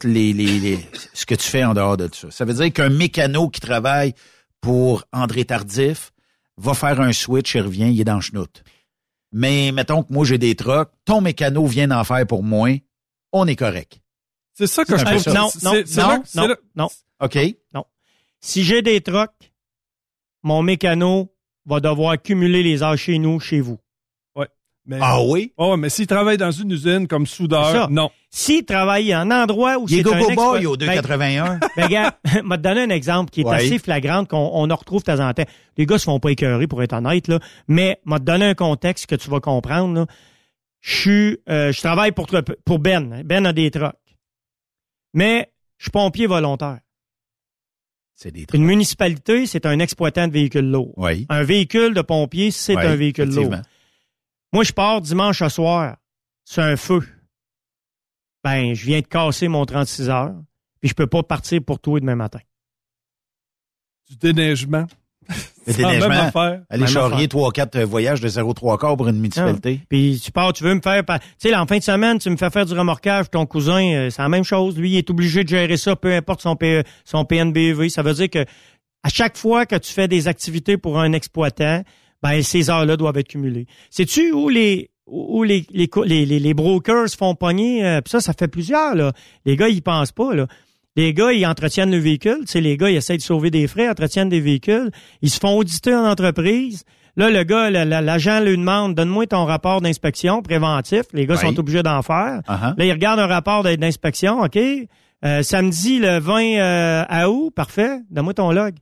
ce que tu fais en dehors de ça. Ça veut dire qu'un mécano qui travaille pour André Tardif va faire un switch et revient, il est dans le chenoute. Mais mettons que moi, j'ai des trucks, ton mécano vient d'en faire pour moi, on est correct. C'est ça que je trouve. Non. OK. Non. Si j'ai des trucks, mon mécano va devoir cumuler les heures chez nous, chez vous. Ouais. Mais, oui? Oh, mais s'il travaille dans une usine comme soudeur, non. S'il travaille en endroit où il c'est un go-go boy au 2,81. Regarde, m'a donné un exemple qui est assez flagrant qu'on en retrouve de temps en temps. Les gars se font pas écœurer, pour être honnête, là. Mais m'a donné un contexte que tu vas comprendre, là. Je travaille pour Ben. Ben a des trucks. Mais je suis pompier volontaire. C'est des trucs. Une municipalité, c'est un exploitant de véhicules lourds. Oui. Un véhicule de pompier, c'est un véhicule lourd. Moi, je pars dimanche au soir, c'est un feu. Ben, je viens de casser mon 36 heures, puis je peux pas partir pour toi demain matin. Du déneigement. Le déneigement, aller charrier 3-4 voyages de 0,3 quarts pour une municipalité. Puis tu pars, tu veux me faire... Tu sais, en fin de semaine, tu me fais faire du remorquage, ton cousin, c'est la même chose. Lui, il est obligé de gérer ça, peu importe son PNBEV. Ça veut dire que à chaque fois que tu fais des activités pour un exploitant, ben ces heures-là doivent être cumulées. Sais-tu où les brokers se font pogner? Puis ça fait plusieurs, là. Les gars, ils pensent pas, là. Les gars, ils entretiennent le véhicule. Tu sais, les gars, ils essaient de sauver des frais, entretiennent des véhicules. Ils se font auditer en entreprise. Là, le gars, l'agent lui demande, donne-moi ton rapport d'inspection préventif. Les gars sont obligés d'en faire. Là, ils regardent un rapport d'inspection. OK. Samedi, le 20 août, parfait. Donne-moi ton log.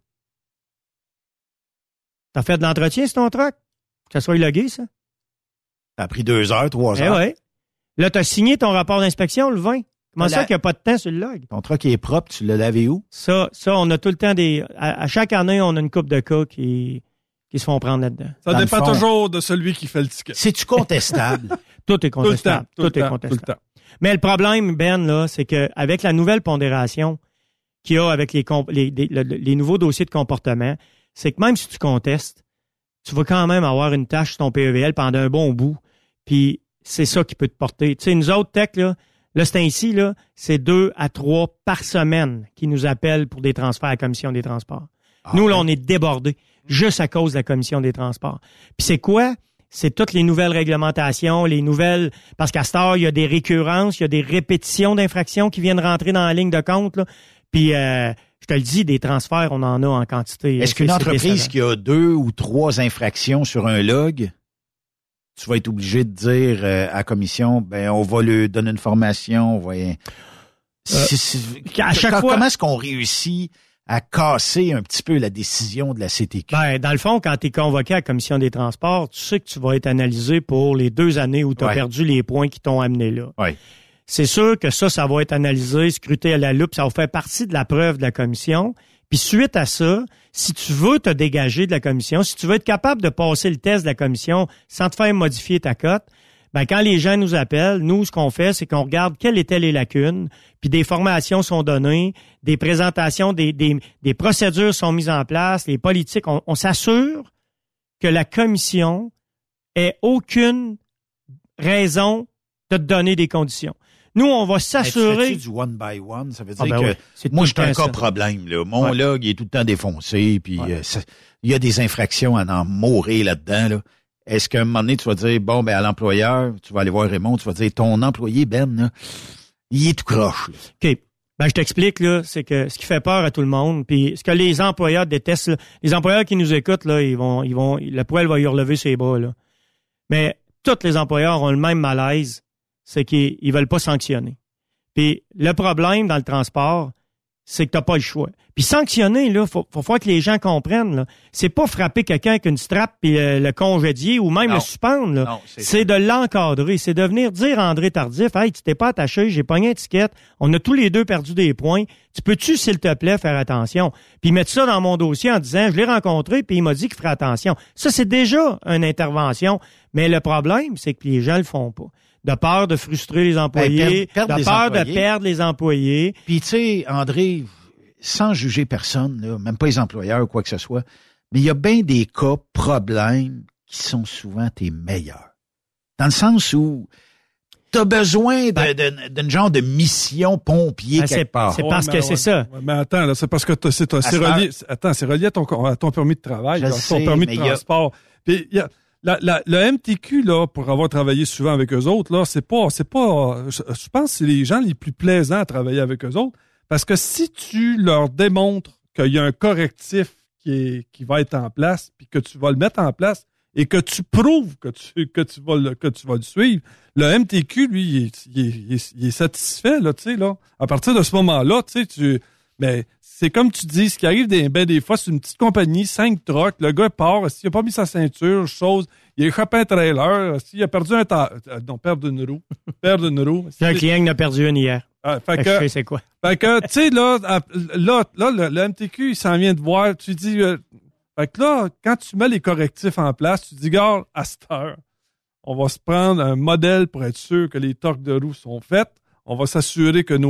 T'as fait de l'entretien sur ton truck? Que ça soit logué, ça? Ça a pris 2 heures, 3 heures. Oui. Là, t'as signé ton rapport d'inspection le 20. Comment ça qu'il n'y a pas de temps sur le log? Ton truck est propre, tu l'as lavé où? Ça, on a tout le temps à chaque année, on a une couple de cas qui se font prendre là-dedans. Ça dépend toujours de celui qui fait le ticket. C'est-tu contestable? Tout est contestable. Tout est contestable. Mais le problème, Ben, là, c'est qu'avec la nouvelle pondération qu'il y a avec les nouveaux dossiers de comportement, c'est que même si tu contestes, tu vas quand même avoir une tâche sur ton PEVL pendant un bon bout. Puis c'est ça qui peut te porter. Tu sais, nous autres, tech, là, c'est ainsi, là, c'est 2 à 3 par semaine qui nous appellent pour des transferts à la Commission des transports. Nous, là, on est débordés juste à cause de la Commission des transports. Puis c'est quoi? C'est toutes les nouvelles réglementations, parce qu'à cette heure, il y a des récurrences, il y a des répétitions d'infractions qui viennent rentrer dans la ligne de compte, là. Puis je te le dis, des transferts, on en a en quantité. Est-ce qu'une entreprise qui a 2 ou 3 infractions sur un log, tu vas être obligé de dire à la commission, ben on va lui donner une formation, à chaque fois, comment est-ce qu'on réussit à casser un petit peu la décision de la CTQ? Ben, dans le fond, quand tu es convoqué à la Commission des transports, tu sais que tu vas être analysé pour les 2 années où tu as perdu les points qui t'ont amené là. Ouais. C'est sûr que ça va être analysé, scruté à la loupe, ça va faire partie de la preuve de la commission. Puis suite à ça, si tu veux te dégager de la commission, si tu veux être capable de passer le test de la commission sans te faire modifier ta cote, ben quand les gens nous appellent, nous, ce qu'on fait, c'est qu'on regarde quelles étaient les lacunes, puis des formations sont données, des présentations, des procédures sont mises en place, les politiques, on s'assure que la commission ait aucune raison de te donner des conditions. Nous, on va s'assurer... Tu fais-tu du one by one? Ça veut dire que moi, j'ai un cas problème. Là. Mon log, il est tout le temps défoncé, puis il y a des infractions à en mourir là-dedans. Là. Est-ce qu'à un moment donné, tu vas dire, bon, ben à l'employeur, tu vas aller voir Raymond, tu vas dire, ton employé, Ben, là, il est tout croche. Là. OK. Ben, je t'explique, là, c'est que ce qui fait peur à tout le monde, puis ce que les employeurs détestent, là, les employeurs qui nous écoutent, là, le poil va y relever ses bras, là. Mais tous les employeurs ont le même malaise, c'est qu'ils veulent pas sanctionner. Puis le problème dans le transport, c'est que t'as pas le choix. Puis sanctionner, là, faut faire que les gens comprennent, là. C'est pas frapper quelqu'un avec une strap puis le congédier ou même le suspendre, là. C'est de l'encadrer. C'est de venir dire à André Tardif, hey, tu t'es pas attaché, j'ai pogné une étiquette, on a tous les deux perdu des points. Tu peux-tu, s'il te plaît, faire attention? Puis mettre ça dans mon dossier en disant, je l'ai rencontré puis il m'a dit qu'il ferait attention. Ça, c'est déjà une intervention. Mais le problème, c'est que les gens le font pas. De peur de frustrer les employés, de peur de perdre les employés. Puis tu sais, André, sans juger personne, là, même pas les employeurs ou quoi que ce soit, mais il y a bien des cas, problèmes, qui sont souvent tes meilleurs. Dans le sens où tu as besoin d'une genre de mission pompier quelque part. C'est parce que c'est ça. Mais attends, là, c'est parce que c'est relié. Attends, c'est relié à ton permis de travail, ton permis de transport. Puis il y a le MTQ, là, pour avoir travaillé souvent avec eux autres, là, c'est pas, je pense que c'est les gens les plus plaisants à travailler avec eux autres, parce que si tu leur démontres qu'il y a un correctif qui va être en place, puis que tu vas le mettre en place, et que tu prouves que tu vas le suivre, le MTQ, lui, il est satisfait, là, tu sais, là. À partir de ce moment-là, tu sais, mais c'est comme tu dis, ce qui arrive des fois, c'est une petite compagnie, 5 trucks, le gars part, s'il a pas mis sa ceinture, il a échappé un trailer, s'il a perdu perdre une roue. C'est un client qui en a perdu une hier. Fait que je sais c'est quoi. Fait que, tu sais, là, le MTQ, il s'en vient de voir, tu dis, fait que là, quand tu mets les correctifs en place, tu dis, gars, à cette heure, on va se prendre un modèle pour être sûr que les torques de roue sont faites. On va s'assurer que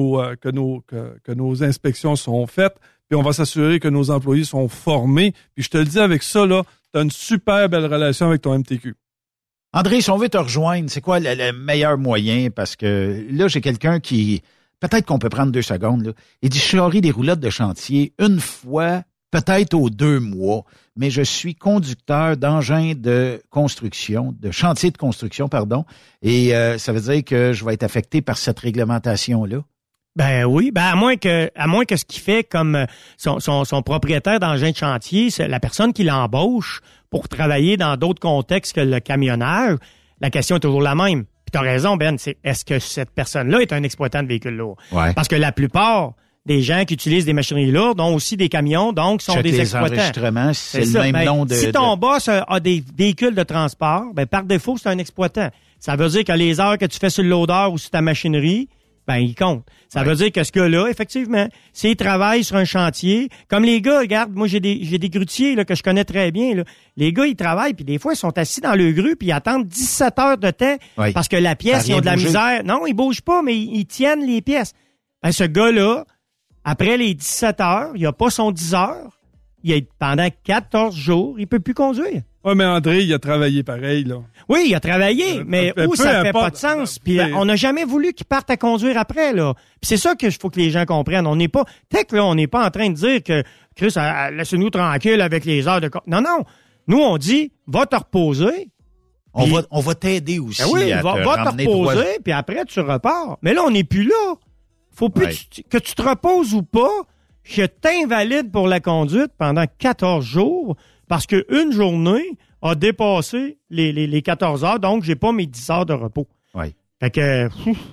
nos inspections sont faites. Puis on va s'assurer que nos employés sont formés. Puis je te le dis, avec ça, là, tu as une super belle relation avec ton MTQ. André, si on veut te rejoindre, c'est quoi le meilleur moyen? Parce que là, j'ai quelqu'un qui... Peut-être qu'on peut prendre 2 secondes. Là. Il dit, je charrie des roulottes de chantier une fois, peut-être aux 2 mois, mais je suis conducteur d'engins de construction, de chantier de construction, pardon, et ça veut dire que je vais être affecté par cette réglementation-là? Ben oui, à moins que ce qu'il fait comme son propriétaire d'engin de chantier, c'est la personne qui l'embauche pour travailler dans d'autres contextes que le camionnage, la question est toujours la même. Puis t'as raison, Ben, c'est est-ce que cette personne-là est un exploitant de véhicules lourds? Ouais. Parce que la plupart des gens qui utilisent des machineries lourdes ont aussi des camions, donc sont des exploitants. Enregistrements, c'est le même nom de... Si ton boss a des véhicules de transport, ben par défaut, c'est un exploitant. Ça veut dire que les heures que tu fais sur le loader ou sur ta machinerie, ben il compte. Ça veut dire que ce gars-là, effectivement, s'il travaille sur un chantier, comme les gars, regarde, moi j'ai des grutiers là, que je connais très bien. Là. Les gars, ils travaillent, puis des fois, ils sont assis dans le grue, puis ils attendent 17 heures de temps parce que la pièce, ils ont de la misère. Non, ils bougent pas, mais ils tiennent les pièces. Ben ce gars-là, après les 17 heures, il a pas son 10 heures. Pendant 14 jours, il peut plus conduire. Oui, mais André, il a travaillé pareil, là. Oui, il a travaillé, mais où ça fait pas de sens. Puis on n'a jamais voulu qu'il parte à conduire après, là. Puis c'est ça qu'il faut que les gens comprennent. On n'est pas, peut-être là, on n'est pas en train de dire que Chris, laisse-nous tranquille avec les heures de... Non. Nous, on dit, va te reposer. On va t'aider aussi. Oui, va te reposer, puis après, tu repars. Mais là, on n'est plus là. Faut plus que tu te reposes ou pas, je t'invalide pour la conduite pendant 14 jours parce qu'une journée a dépassé les 14 heures, donc j'ai pas mes 10 heures de repos. Oui. Fait que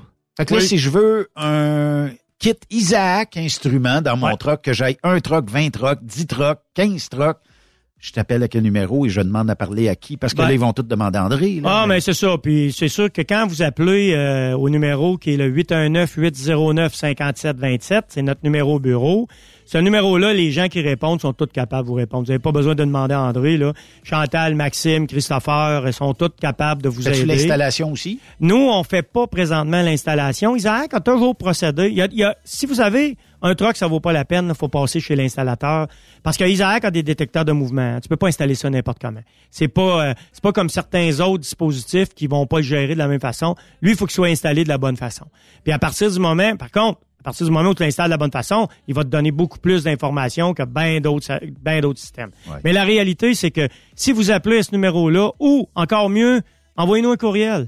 là, si je veux un kit Isaac instrument dans mon truck, que j'aille 1 truck, 20 trucks, 10 trucks, 15 trucks, je t'appelle à quel numéro et je demande à parler à qui? Parce que là, ils vont tous demander à André. Là, mais c'est ça. Puis c'est sûr que quand vous appelez au numéro qui est le 819-809-5727, c'est notre numéro bureau. Ce numéro-là, les gens qui répondent sont tous capables de vous répondre. Vous n'avez pas besoin de demander à André. Là. Chantal, Maxime, Christopher, ils sont tous capables de vous aider. Fais-tu l'installation aussi? Nous, on fait pas présentement l'installation. Isaac a toujours procédé. Si vous avez un truck, ça vaut pas la peine. Il faut passer chez l'installateur. Parce que Isaac a des détecteurs de mouvement. Tu peux pas installer ça n'importe comment. C'est pas comme certains autres dispositifs qui vont pas le gérer de la même façon. Lui, il faut qu'il soit installé de la bonne façon. Puis à partir du moment où tu l'installes de la bonne façon, il va te donner beaucoup plus d'informations que bien d'autres systèmes. Ouais. Mais la réalité, c'est que si vous appelez à ce numéro-là, ou encore mieux, envoyez-nous un courriel.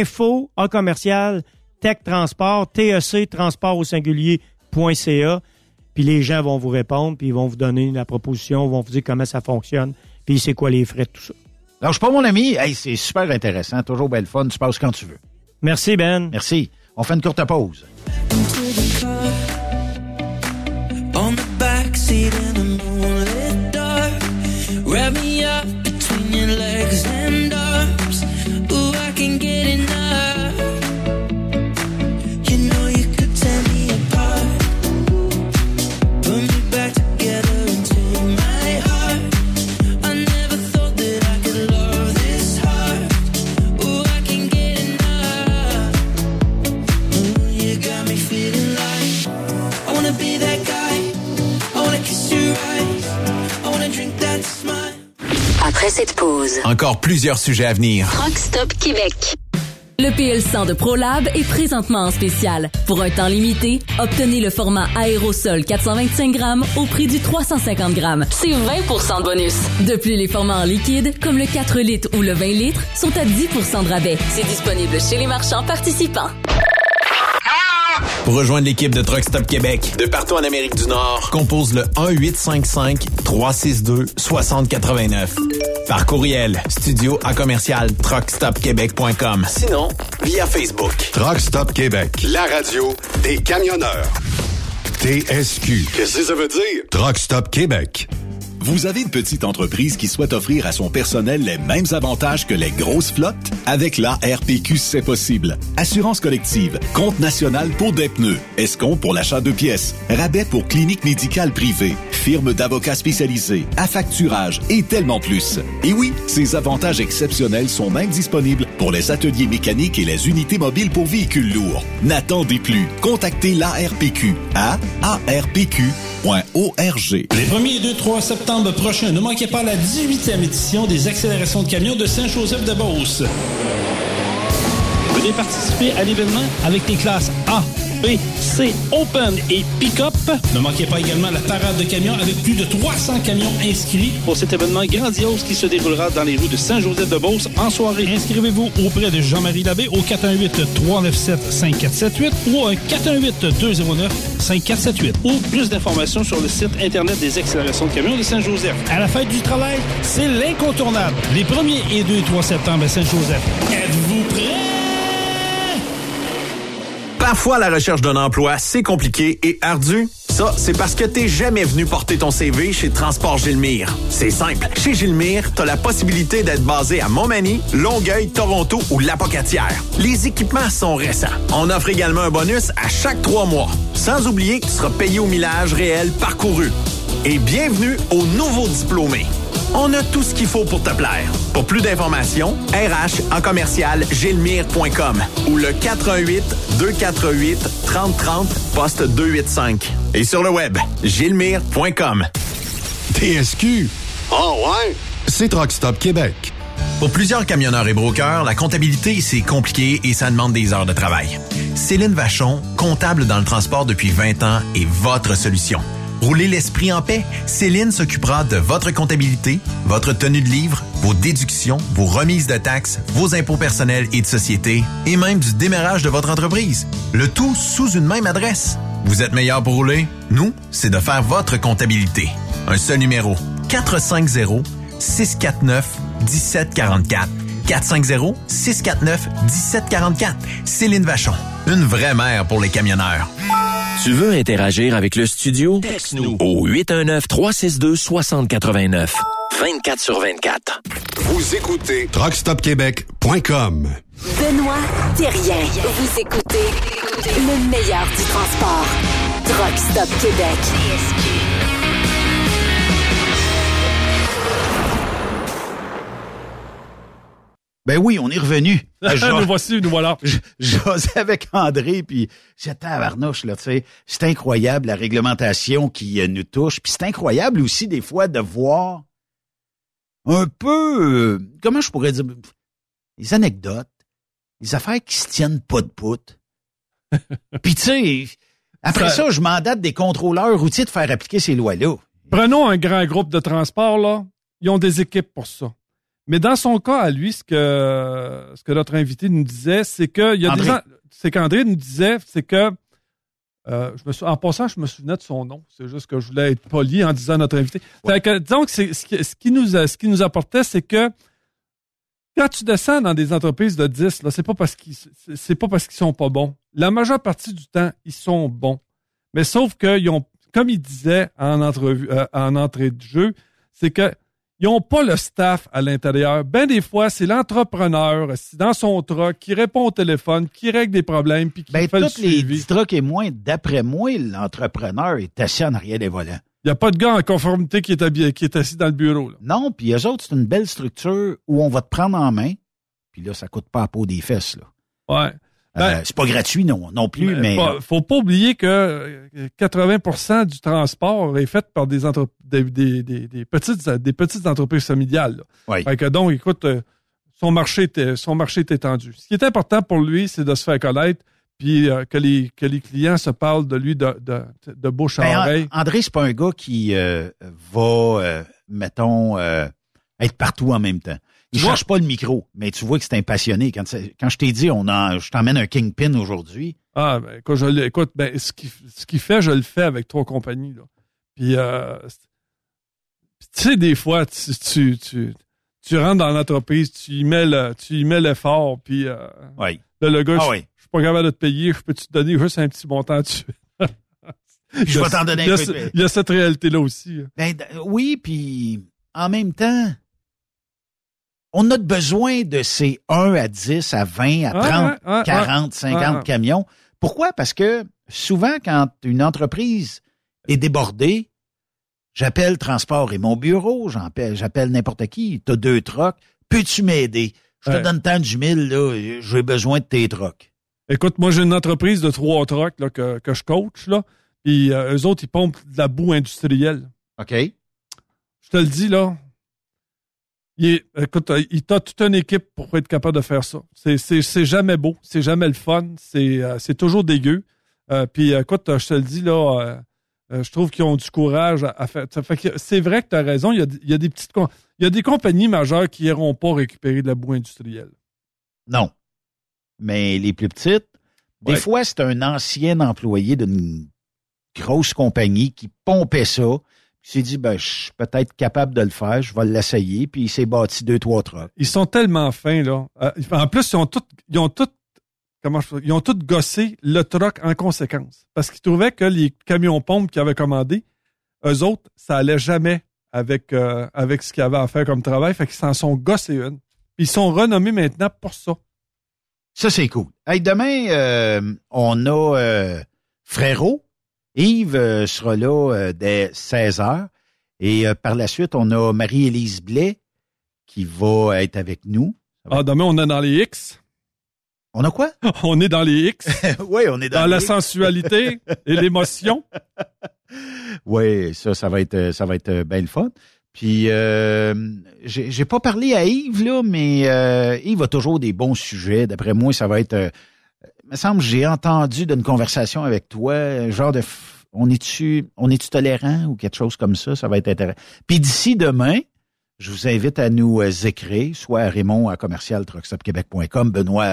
info@techtransport, TEC, transport au singulier.ca, puis les gens vont vous répondre, puis ils vont vous donner la proposition, vont vous dire comment ça fonctionne, puis c'est quoi les frais de tout ça. Lâche pas, mon ami. Hey, c'est super intéressant, toujours belle fun. Tu passes quand tu veux. Merci, Ben. Merci. On fait une courte pause. On the backseat in the moonlit dark, wrap me up between your legs and arms. Ooh, I can get enough. You know you could tear me apart, put me back together into my heart. I never thought that I could love this hard. Ooh, I can get enough. Ooh, you got me feeling like I wanna be that guy. Après cette pause, encore plusieurs sujets à venir. Truck Stop Québec. Le PL100 de ProLab est présentement en spécial. Pour un temps limité, obtenez le format aérosol 425 grammes au prix du 350 grammes. C'est 20% de bonus. De plus, les formats en liquide, comme le 4 litres ou le 20 litres, sont à 10% de rabais. C'est disponible chez les marchands participants. Pour rejoindre l'équipe de Truck Stop Québec, de partout en Amérique du Nord, compose le 1-855-362-6089. Par courriel, studio@truckstopquebec.com. Sinon, via Facebook. Truck Stop Québec, la radio des camionneurs. TSQ. Qu'est-ce que ça veut dire? Truck Stop Québec. Vous avez une petite entreprise qui souhaite offrir à son personnel les mêmes avantages que les grosses flottes? Avec la RPQ, c'est possible. Assurance collective, compte national pour des pneus, escompte pour l'achat de pièces, rabais pour clinique médicale privée, firme d'avocats spécialisés, affacturage et tellement plus. Et oui, ces avantages exceptionnels sont même disponibles pour les ateliers mécaniques et les unités mobiles pour véhicules lourds. N'attendez plus. Contactez l'ARPQ à arpq.org. Les 1er et 2-3 septembre prochains, ne manquez pas la 18e édition des accélérations de camions de Saint-Joseph-de-Beauce. Venez participer à l'événement avec les classes A, B, C, Open et Pick-up. Ne manquez pas également la parade de camions avec plus de 300 camions inscrits pour cet événement grandiose qui se déroulera dans les rues de Saint-Joseph-de-Beauce en soirée. Inscrivez-vous auprès de Jean-Marie Labbé au 418-397-5478 ou au 418-209-5478 ou plus d'informations sur le site Internet des accélérations de camions de Saint-Joseph. À la fête du travail, c'est l'incontournable. Les 1er et 2 et 3 septembre à Saint-Joseph. Êtes-vous prêts? Parfois, la recherche d'un emploi, c'est compliqué et ardu. Ça, c'est parce que t'es jamais venu porter ton CV chez Transport Gilmire. C'est simple. Chez Gilmire, t'as la possibilité d'être basé à Montmagny, Longueuil, Toronto ou Lapocatière. Les équipements sont récents. On offre également un bonus à chaque 3 mois. Sans oublier que tu seras payé au millage réel parcouru. Et bienvenue aux nouveaux diplômés. On a tout ce qu'il faut pour te plaire. Pour plus d'informations, RH@gilmire.com ou le 418-248-3030, poste 285. Et sur le web, gilmire.com. TSQ. Oh ouais? C'est Truck Stop Québec. Pour plusieurs camionneurs et brokers, la comptabilité, c'est compliqué et ça demande des heures de travail. Céline Vachon, comptable dans le transport depuis 20 ans, est votre solution. Roulez l'esprit en paix. Céline s'occupera de votre comptabilité, votre tenue de livre, vos déductions, vos remises de taxes, vos impôts personnels et de société, et même du démarrage de votre entreprise. Le tout sous une même adresse. Vous êtes meilleur pour rouler? Nous, c'est de faire votre comptabilité. Un seul numéro. 450-649-1744. 450-649-1744. Céline Vachon. Une vraie mère pour les camionneurs. Tu veux interagir avec le studio? Texte-nous au 819-362-6089. 24/24. Vous écoutez truckstopquebec.com. Benoît Thérien. Vous écoutez le meilleur du transport. Truck Stop Québec. Ben oui, on est revenu. Nous voici, nous voilà. J'osais avec André, puis j'étais à Varnouche, là, tu sais. C'est incroyable, la réglementation qui nous touche. Puis c'est incroyable aussi, des fois, de voir un peu, comment je pourrais dire, les anecdotes, les affaires qui se tiennent pas de poutre. Puis tu sais, après ça, je mandate des contrôleurs routiers de faire appliquer ces lois-là. Prenons un grand groupe de transport, là. Ils ont des équipes pour ça. Mais dans son cas, à lui, ce que notre invité nous disait, c'est que qu'André nous disait, c'est que en passant, je me souvenais de son nom. C'est juste que je voulais être poli en disant à notre invité. Ouais. Fait que, disons que ce qui nous apportait, c'est que quand tu descends dans des entreprises de 10, là, c'est pas parce qu'ils sont pas bons. La majeure partie du temps, ils sont bons. Mais sauf qu'ils ont, comme il disait en entrée de jeu, c'est que ils n'ont pas le staff à l'intérieur. Ben des fois, c'est l'entrepreneur dans son truck qui répond au téléphone, qui règle des problèmes, puis qui fait le suivi. Les 10 trucks et moins, d'après moi, l'entrepreneur est assis en arrière des volants. Il n'y a pas de gars en conformité qui est assis dans le bureau. Là. Non, puis eux autres, c'est une belle structure où on va te prendre en main, puis là, ça coûte pas la peau des fesses. Là. Ouais. C'est pas gratuit non plus, mais faut pas oublier que 80% du transport est fait par des petites entreprises familiales. Là. Oui. Fait que donc, écoute, son marché est étendu. Ce qui est important pour lui, c'est de se faire connaître, puis que les clients se parlent de lui de bouche à oreille. André, c'est pas un gars qui va, mettons, être partout en même temps. Il cherche pas le micro, mais tu vois que c'est un passionné. Quand je t'ai dit, je t'emmène un Kingpin aujourd'hui. Ah, ben, ce qu'il fait, je le fais avec 3 compagnies, là. Puis, tu sais, des fois, tu tu rentres dans l'entreprise, tu y mets l'effort, puis oui. Le gars, Ah, oui. je suis pas capable de te payer, je peux te donner juste un petit montant dessus. Je vais t'en donner un peu. Il y a cette réalité-là aussi. Ben, oui, puis en même temps, on a besoin de ces 1 à 10, à 20, à 30, 40, 50 camions. Pourquoi? Parce que souvent, quand une entreprise est débordée, j'appelle Transport et mon bureau, j'appelle n'importe qui, t'as 2 trucks, peux-tu m'aider? Je te donne tant du 1000, là, j'ai besoin de tes trucks. Écoute, moi, j'ai une entreprise de 3 trucks là, que je coach, là, puis eux autres, ils pompent de la boue industrielle. OK. Je te le dis, là, écoute, t'as toute une équipe pour être capable de faire ça. C'est jamais beau, c'est jamais le fun, c'est toujours dégueu. Puis écoute, je te le dis, là, je trouve qu'ils ont du courage à faire. Ça fait que c'est vrai que tu as raison, il y a des compagnies majeures qui n'iront pas récupérer de la boue industrielle. Non. Mais les plus petites, des fois, c'est un ancien employé d'une grosse compagnie qui pompait ça. Il s'est dit, je suis peut-être capable de le faire, je vais l'essayer, puis il s'est bâti 2-3 trucks. Ils sont tellement fins, là. En plus, ils ont tous gossé le truck en conséquence. Parce qu'ils trouvaient que les camions-pompes qu'ils avaient commandés, eux autres, ça allait jamais avec ce qu'ils avaient à faire comme travail. Fait qu'ils s'en sont gossés une. Puis ils sont renommés maintenant pour ça. Ça, c'est cool. Hey, demain, on a Frérot. Yves sera là dès 16h. Et par la suite, on a Marie-Élise Blais qui va être avec nous. Demain, on est dans les X. On a quoi? On est dans les X. Oui, on est dans la X. sensualité et l'émotion. Oui, ça va être bien le fun. Puis, j'ai pas parlé à Yves, là, mais Yves a toujours des bons sujets. D'après moi, ça va être... il me semble que j'ai entendu d'une conversation avec toi, genre de... On est-tu tolérant ou quelque chose comme ça? Ça va être intéressant. Puis d'ici demain, je vous invite à nous écrire, soit à Raymond@truckstopquebec.com,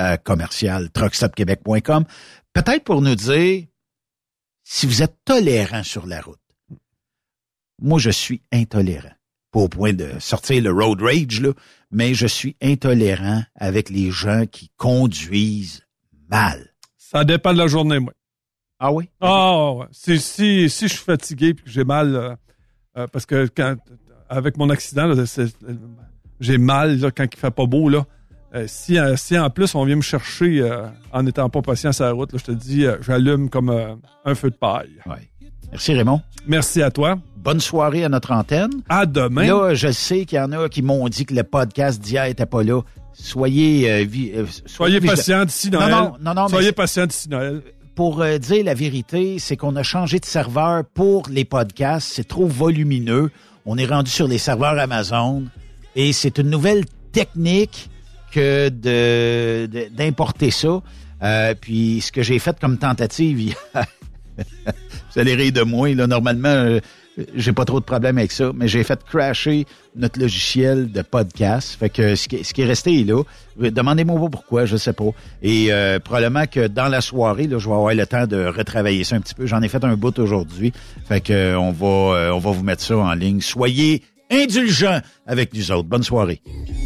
Benoît@truckstopquebec.com, peut-être pour nous dire si vous êtes tolérant sur la route. Moi, je suis intolérant. Pas au point de sortir le road rage, là, mais je suis intolérant avec les gens qui conduisent mal. Ça dépend de la journée, moi. Ah oui? Ah ouais. Si je suis fatigué et que j'ai mal, parce que avec mon accident, là, j'ai mal là, quand il fait pas beau. Là. Si en plus on vient me chercher en n'étant pas patient sur la route, là, je te dis, j'allume comme un feu de paille. Ouais. Merci Raymond. Merci à toi. Bonne soirée à notre antenne. À demain. Là, je sais qu'il y en a qui m'ont dit que le podcast d'hier était pas là. Soyez patients d'ici Noël. Non, soyez patients d'ici Noël. Pour dire la vérité, c'est qu'on a changé de serveur pour les podcasts. C'est trop volumineux. On est rendu sur les serveurs Amazon. Et c'est une nouvelle technique que d'importer ça. Puis ce que j'ai fait comme tentative hier, vous allez rire de moi, là, normalement, j'ai pas trop de problème avec ça, mais j'ai fait crasher notre logiciel de podcast. Fait que ce qui est resté est là. Demandez-moi pas pourquoi, je sais pas. Et probablement que dans la soirée, là, je vais avoir le temps de retravailler ça un petit peu. J'en ai fait un bout aujourd'hui. Fait que on va vous mettre ça en ligne. Soyez indulgents avec nous autres. Bonne soirée.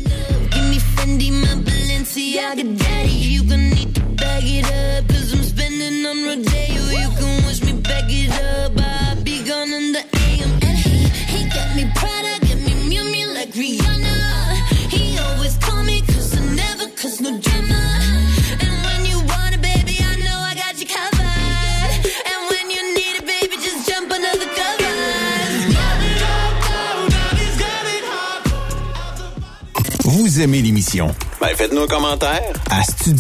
Vous aimez l'émission? Faites-nous un commentaire à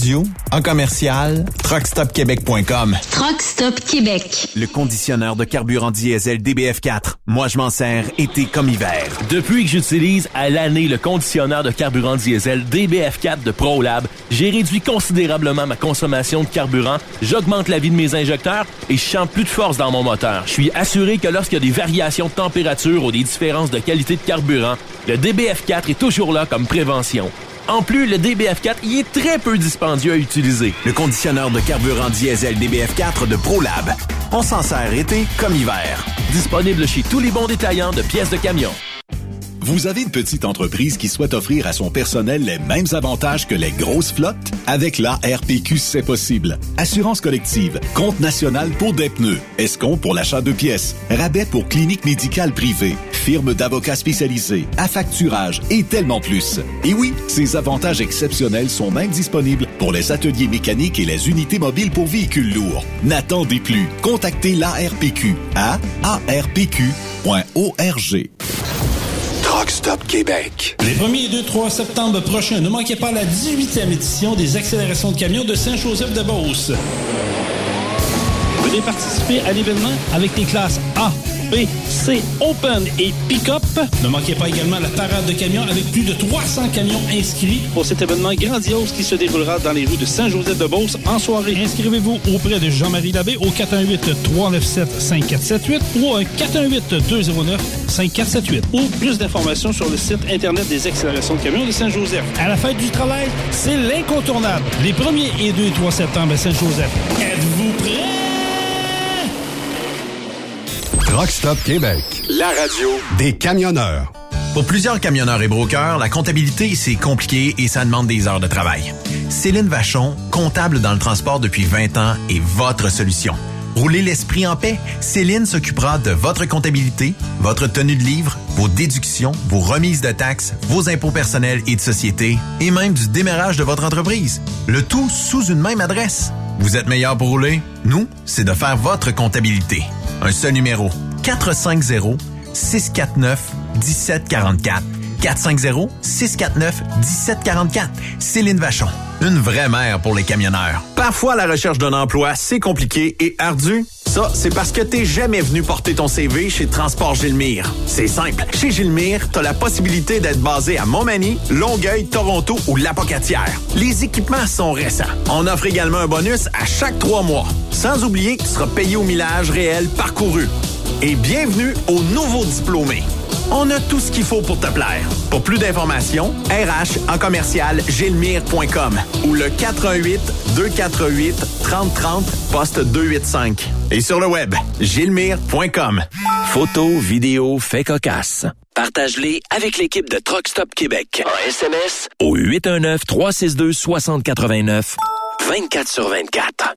studio@truckstopquebec.com. Truck Stop Québec. Le conditionneur de carburant diesel DBF4. Moi, je m'en sers été comme hiver. Depuis que j'utilise à l'année le conditionneur de carburant diesel DBF4 de ProLab, j'ai réduit considérablement ma consommation de carburant, j'augmente la vie de mes injecteurs et je sens plus de force dans mon moteur. Je suis assuré que lorsqu'il y a des variations de température ou des différences de qualité de carburant, le DBF4 est toujours là comme prévention. En plus, le DBF4 y est très peu dispendieux à utiliser. Le conditionneur de carburant diesel DBF4 de ProLab. On s'en sert été comme hiver. Disponible chez tous les bons détaillants de pièces de camion. Vous avez une petite entreprise qui souhaite offrir à son personnel les mêmes avantages que les grosses flottes? Avec la RPQ, c'est possible. Assurance collective, compte national pour des pneus, escompte pour l'achat de pièces, rabais pour clinique médicale privée, firme d'avocats spécialisés, affacturage et tellement plus. Et oui, ces avantages exceptionnels sont même disponibles pour les ateliers mécaniques et les unités mobiles pour véhicules lourds. N'attendez plus. Contactez l'ARPQ à arpq.org. Truck Stop Québec. Les 1er et 2, 3 septembre prochains, ne manquez pas la 18e édition des accélérations de camions de Saint-Joseph-de-Beauce. Venez participer à l'événement avec les classes A, B, C, Open et Pick-up. Ne manquez pas également la parade de camions avec plus de 300 camions inscrits pour cet événement grandiose qui se déroulera dans les rues de Saint-Joseph-de-Beauce en soirée. Inscrivez-vous auprès de Jean-Marie Labbé au 418-397-5478 ou au 418-209-5478 ou plus d'informations sur le site Internet des accélérations de camions de Saint-Joseph. À la fête du travail, c'est l'incontournable. Les 1er et 2 et 3 septembre à Saint-Joseph. Êtes-vous prêts? Truck Stop Québec. La radio des camionneurs. Pour plusieurs camionneurs et brokers, la comptabilité, c'est compliqué et ça demande des heures de travail. Céline Vachon, comptable dans le transport depuis 20 ans, est votre solution. Roulez l'esprit en paix. Céline s'occupera de votre comptabilité, votre tenue de livre, vos déductions, vos remises de taxes, vos impôts personnels et de société, et même du démarrage de votre entreprise. Le tout sous une même adresse. Vous êtes meilleur pour rouler? Nous, c'est de faire votre comptabilité. Un seul numéro, 450-649-1744. 450-649-1744. Céline Vachon, une vraie mère pour les camionneurs. Parfois, la recherche d'un emploi, c'est compliqué et ardu. Ça, c'est parce que t'es jamais venu porter ton CV chez Transport Gilmire. C'est simple. Chez Gilmire, t'as la possibilité d'être basé à Montmagny, Longueuil, Toronto ou Lapocatière. Les équipements sont récents. On offre également un bonus à chaque 3 mois. Sans oublier que tu seras payé au millage réel parcouru. Et bienvenue aux nouveaux diplômés. On a tout ce qu'il faut pour te plaire. Pour plus d'informations, RH en commercial gilmire.com ou le 418-248-3030 poste 285. Et sur le web, gilmire.com. Photos, vidéos, faits cocasses. Partage-les avec l'équipe de Truck Stop Québec. En SMS au 819-362-6089, 24/24.